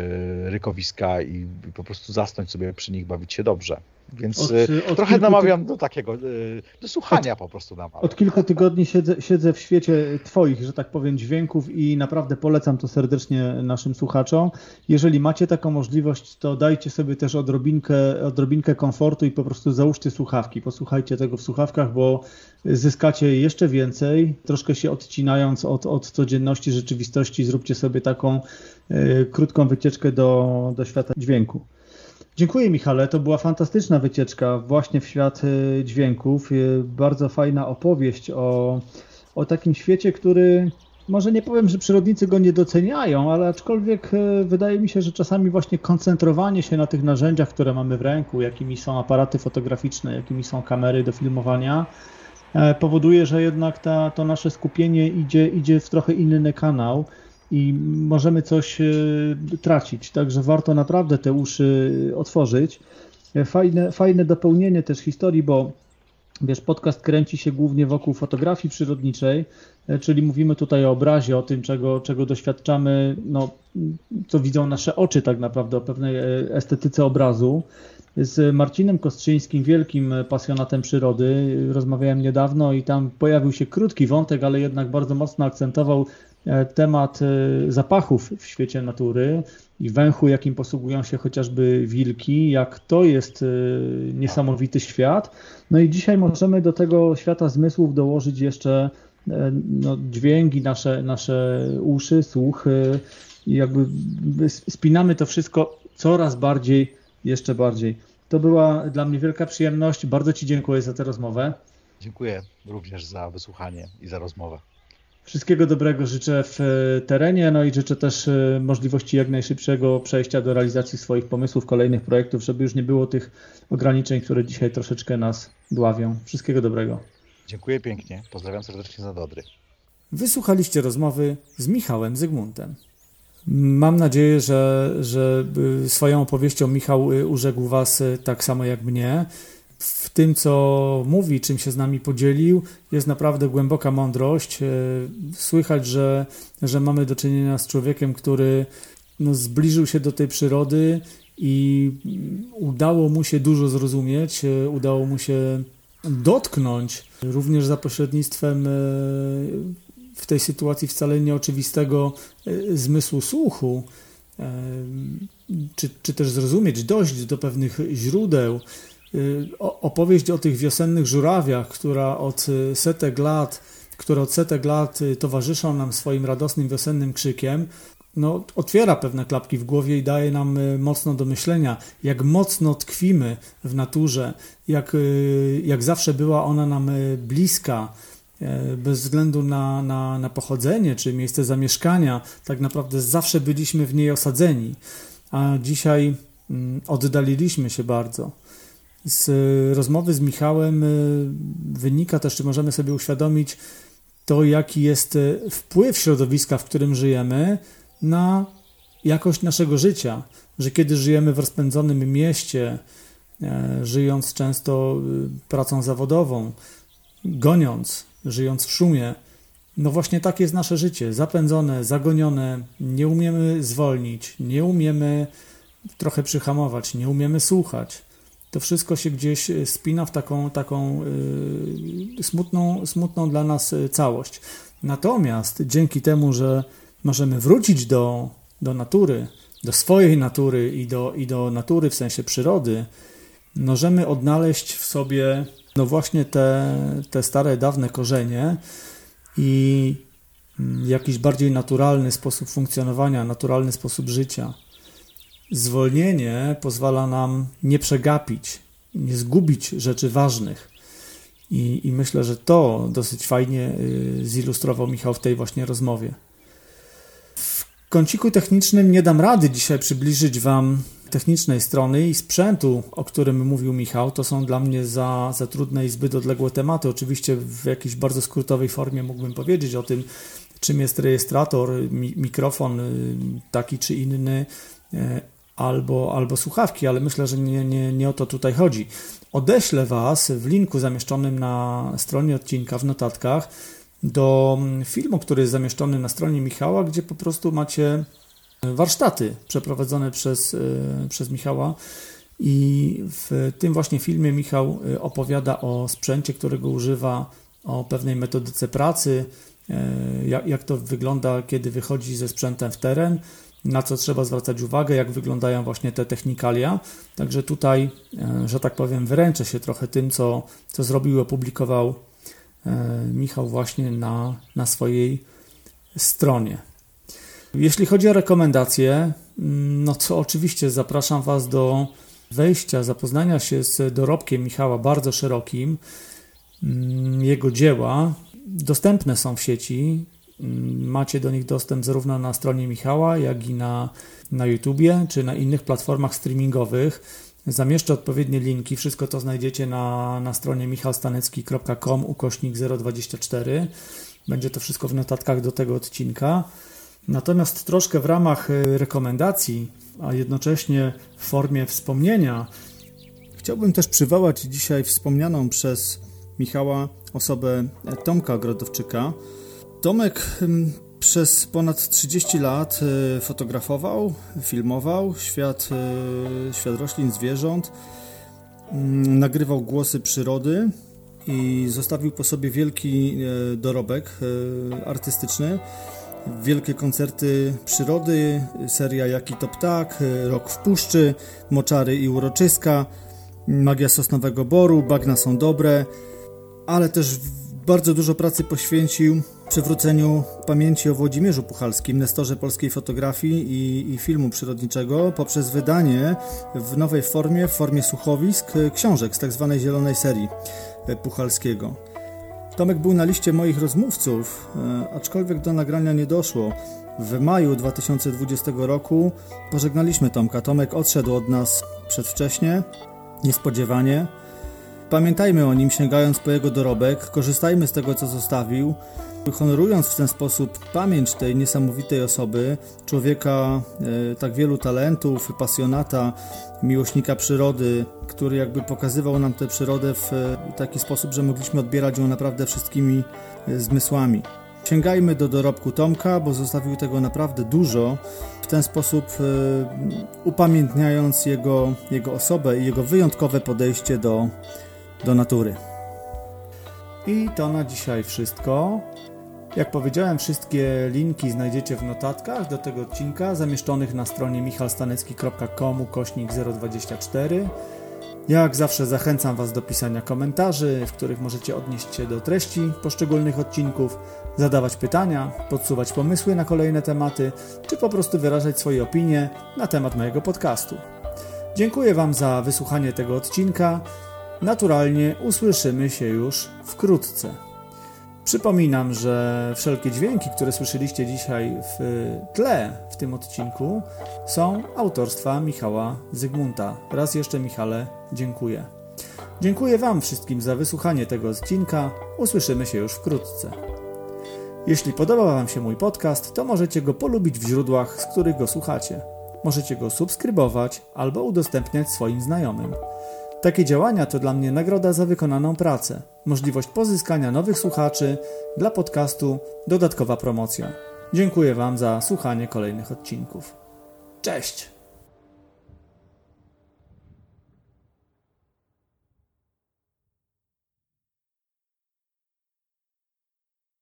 Speaker 1: rykowiska i, i po prostu zasnąć sobie przy nich, bawić się dobrze. Więc od, od trochę namawiam ty... do takiego, do słuchania od, po prostu namawiam.
Speaker 3: Od kilku tygodni siedzę, siedzę w świecie twoich, że tak powiem, dźwięków i naprawdę polecam to serdecznie naszym słuchaczom. Jeżeli macie taką możliwość, to dajcie sobie też odrobinkę, odrobinkę komfortu i po prostu załóżcie słuchawki. Posłuchajcie tego w słuchawkach, bo zyskacie jeszcze więcej. Troszkę się odcinając od, od codzienności, rzeczywistości, zróbcie sobie taką y, krótką wycieczkę do, do świata dźwięku. Dziękuję, Michale, to była fantastyczna wycieczka właśnie w świat dźwięków. Bardzo fajna opowieść o, o takim świecie, który może nie powiem, że przyrodnicy go nie doceniają, ale aczkolwiek wydaje mi się, że czasami właśnie koncentrowanie się na tych narzędziach, które mamy w ręku, jakimi są aparaty fotograficzne, jakimi są kamery do filmowania, powoduje, że jednak ta, to nasze skupienie idzie, idzie w trochę inny kanał i możemy coś tracić, także warto naprawdę te uszy otworzyć. Fajne, fajne dopełnienie też historii, bo wiesz, podcast kręci się głównie wokół fotografii przyrodniczej, czyli mówimy tutaj o obrazie, o tym, czego, czego doświadczamy, no, co widzą nasze oczy tak naprawdę, o pewnej estetyce obrazu. Z Marcinem Kostrzyńskim, wielkim pasjonatem przyrody, rozmawiałem niedawno i tam pojawił się krótki wątek, ale jednak bardzo mocno akcentował temat zapachów w świecie natury i węchu, jakim posługują się chociażby wilki, jak to jest niesamowity świat. No i dzisiaj możemy do tego świata zmysłów dołożyć jeszcze no, dźwięki, nasze, nasze uszy, słuch i jakby spinamy to wszystko coraz bardziej, jeszcze bardziej. To była dla mnie wielka przyjemność. Bardzo Ci dziękuję za tę rozmowę.
Speaker 1: Dziękuję również za wysłuchanie i za rozmowę.
Speaker 3: Wszystkiego dobrego życzę w terenie, no i życzę też możliwości jak najszybszego przejścia do realizacji swoich pomysłów, kolejnych projektów, żeby już nie było tych ograniczeń, które dzisiaj troszeczkę nas dławią. Wszystkiego dobrego.
Speaker 1: Dziękuję pięknie. Pozdrawiam serdecznie z Odry.
Speaker 2: Wysłuchaliście rozmowy z Michałem Zygmuntem. Mam nadzieję, że, że swoją opowieścią Michał urzekł Was tak samo jak mnie. W tym, co mówi, czym się z nami podzielił, jest naprawdę głęboka mądrość. Słychać, że, że mamy do czynienia z człowiekiem, który no, zbliżył się do tej przyrody i udało mu się dużo zrozumieć, udało mu się dotknąć również za pośrednictwem w tej sytuacji wcale nieoczywistego zmysłu słuchu, czy, czy też zrozumieć, dojść do pewnych źródeł. Opowieść o tych wiosennych żurawiach, która od setek lat, które od setek lat towarzyszą nam swoim radosnym wiosennym krzykiem, no, otwiera pewne klapki w głowie i daje nam mocno do myślenia, jak mocno tkwimy w naturze, jak, jak zawsze była ona nam bliska, bez względu na, na, na pochodzenie czy miejsce zamieszkania, tak naprawdę zawsze byliśmy w niej osadzeni, a dzisiaj oddaliliśmy się bardzo. Z rozmowy z Michałem wynika też, czy możemy sobie uświadomić to, jaki jest wpływ środowiska, w którym żyjemy, na jakość naszego życia, że kiedy żyjemy w rozpędzonym mieście, żyjąc często pracą zawodową, goniąc, żyjąc w szumie, no właśnie tak jest nasze życie, zapędzone, zagonione, nie umiemy zwolnić, nie umiemy trochę przyhamować, nie umiemy słuchać. To wszystko się gdzieś spina w taką, taką yy, smutną, smutną dla nas całość. Natomiast dzięki temu, że możemy wrócić do, do natury, do swojej natury i do, i do natury w sensie przyrody, możemy odnaleźć w sobie no właśnie te, te stare, dawne korzenie i jakiś bardziej naturalny sposób funkcjonowania, naturalny sposób życia. Zwolnienie pozwala nam nie przegapić nie zgubić rzeczy ważnych. I, I myślę, że to dosyć fajnie zilustrował Michał w tej właśnie rozmowie. W kąciku technicznym nie dam rady dzisiaj przybliżyć Wam technicznej strony i sprzętu, o którym mówił Michał. To są dla mnie za, za trudne i zbyt odległe tematy. Oczywiście w jakiejś bardzo skrótowej formie mógłbym powiedzieć o tym, czym jest rejestrator, mi, mikrofon taki czy inny, albo, albo słuchawki, ale myślę, że nie, nie, nie o to tutaj chodzi. Odeślę Was w linku zamieszczonym na stronie odcinka, w notatkach, do filmu, który jest zamieszczony na stronie Michała, gdzie po prostu macie warsztaty przeprowadzone przez, przez Michała i w tym właśnie filmie Michał opowiada o sprzęcie, którego używa, o pewnej metodyce pracy, jak, jak to wygląda, kiedy wychodzi ze sprzętem w teren, na co trzeba zwracać uwagę, jak wyglądają właśnie te technikalia. Także tutaj, że tak powiem, wyręczę się trochę tym, co, co zrobił i opublikował Michał właśnie na, na swojej stronie. Jeśli chodzi o rekomendacje, no to oczywiście zapraszam Was do wejścia, zapoznania się z dorobkiem Michała, bardzo szerokim. Jego dzieła dostępne są w sieci. Macie do nich dostęp zarówno na stronie Michała, jak i na, na YouTubie, czy na innych platformach streamingowych. Zamieszczę odpowiednie linki. Wszystko to znajdziecie na, na stronie michalstanecki kropka com ukośnik zero dwadzieścia cztery. Będzie to wszystko w notatkach do tego odcinka. Natomiast troszkę w ramach rekomendacji, a jednocześnie w formie wspomnienia, chciałbym też przywołać dzisiaj wspomnianą przez Michała osobę Tomka Grodowczyka. Tomek przez ponad trzydzieści lat fotografował, filmował świat, świat roślin, zwierząt, nagrywał głosy przyrody i zostawił po sobie wielki dorobek artystyczny. Wielkie koncerty przyrody, seria Jaki to ptak, Rok w puszczy, Moczary i uroczyska, Magia sosnowego boru, Bagna są dobre, ale też bardzo dużo pracy poświęcił przywróceniu pamięci o Włodzimierzu Puchalskim, nestorze polskiej fotografii i, i filmu przyrodniczego, poprzez wydanie w nowej formie, w formie słuchowisk, książek z tak zwanej zielonej serii Puchalskiego. Tomek był na liście moich rozmówców, aczkolwiek do nagrania nie doszło. W maju dwa tysiące dwudziestego roku pożegnaliśmy Tomka. Tomek odszedł od nas przedwcześnie, niespodziewanie. Pamiętajmy o nim, sięgając po jego dorobek, korzystajmy z tego, co zostawił, honorując w ten sposób pamięć tej niesamowitej osoby, człowieka e, tak wielu talentów, pasjonata, miłośnika przyrody, który jakby pokazywał nam tę przyrodę w e, taki sposób, że mogliśmy odbierać ją naprawdę wszystkimi e, zmysłami. Sięgajmy do dorobku Tomka, bo zostawił tego naprawdę dużo, w ten sposób e, upamiętniając jego, jego osobę i jego wyjątkowe podejście do, do natury. I to na dzisiaj wszystko. Jak powiedziałem, wszystkie linki znajdziecie w notatkach do tego odcinka zamieszczonych na stronie michalstanecki kropka com ukośnik zero dwadzieścia cztery. Jak zawsze zachęcam Was do pisania komentarzy, w których możecie odnieść się do treści poszczególnych odcinków, zadawać pytania, podsuwać pomysły na kolejne tematy, czy po prostu wyrażać swoje opinie na temat mojego podcastu. Dziękuję Wam za wysłuchanie tego odcinka. Naturalnie usłyszymy się już wkrótce. Przypominam, że wszelkie dźwięki, które słyszeliście dzisiaj w tle w tym odcinku, są autorstwa Michała Zygmunta. Raz jeszcze, Michale, dziękuję. Dziękuję Wam wszystkim za wysłuchanie tego odcinka. Usłyszymy się już wkrótce. Jeśli podoba Wam się mój podcast, to możecie go polubić w źródłach, z których go słuchacie. Możecie go subskrybować albo udostępniać swoim znajomym. Takie działania to dla mnie nagroda za wykonaną pracę, możliwość pozyskania nowych słuchaczy, dla podcastu dodatkowa promocja. Dziękuję Wam za słuchanie kolejnych odcinków. Cześć!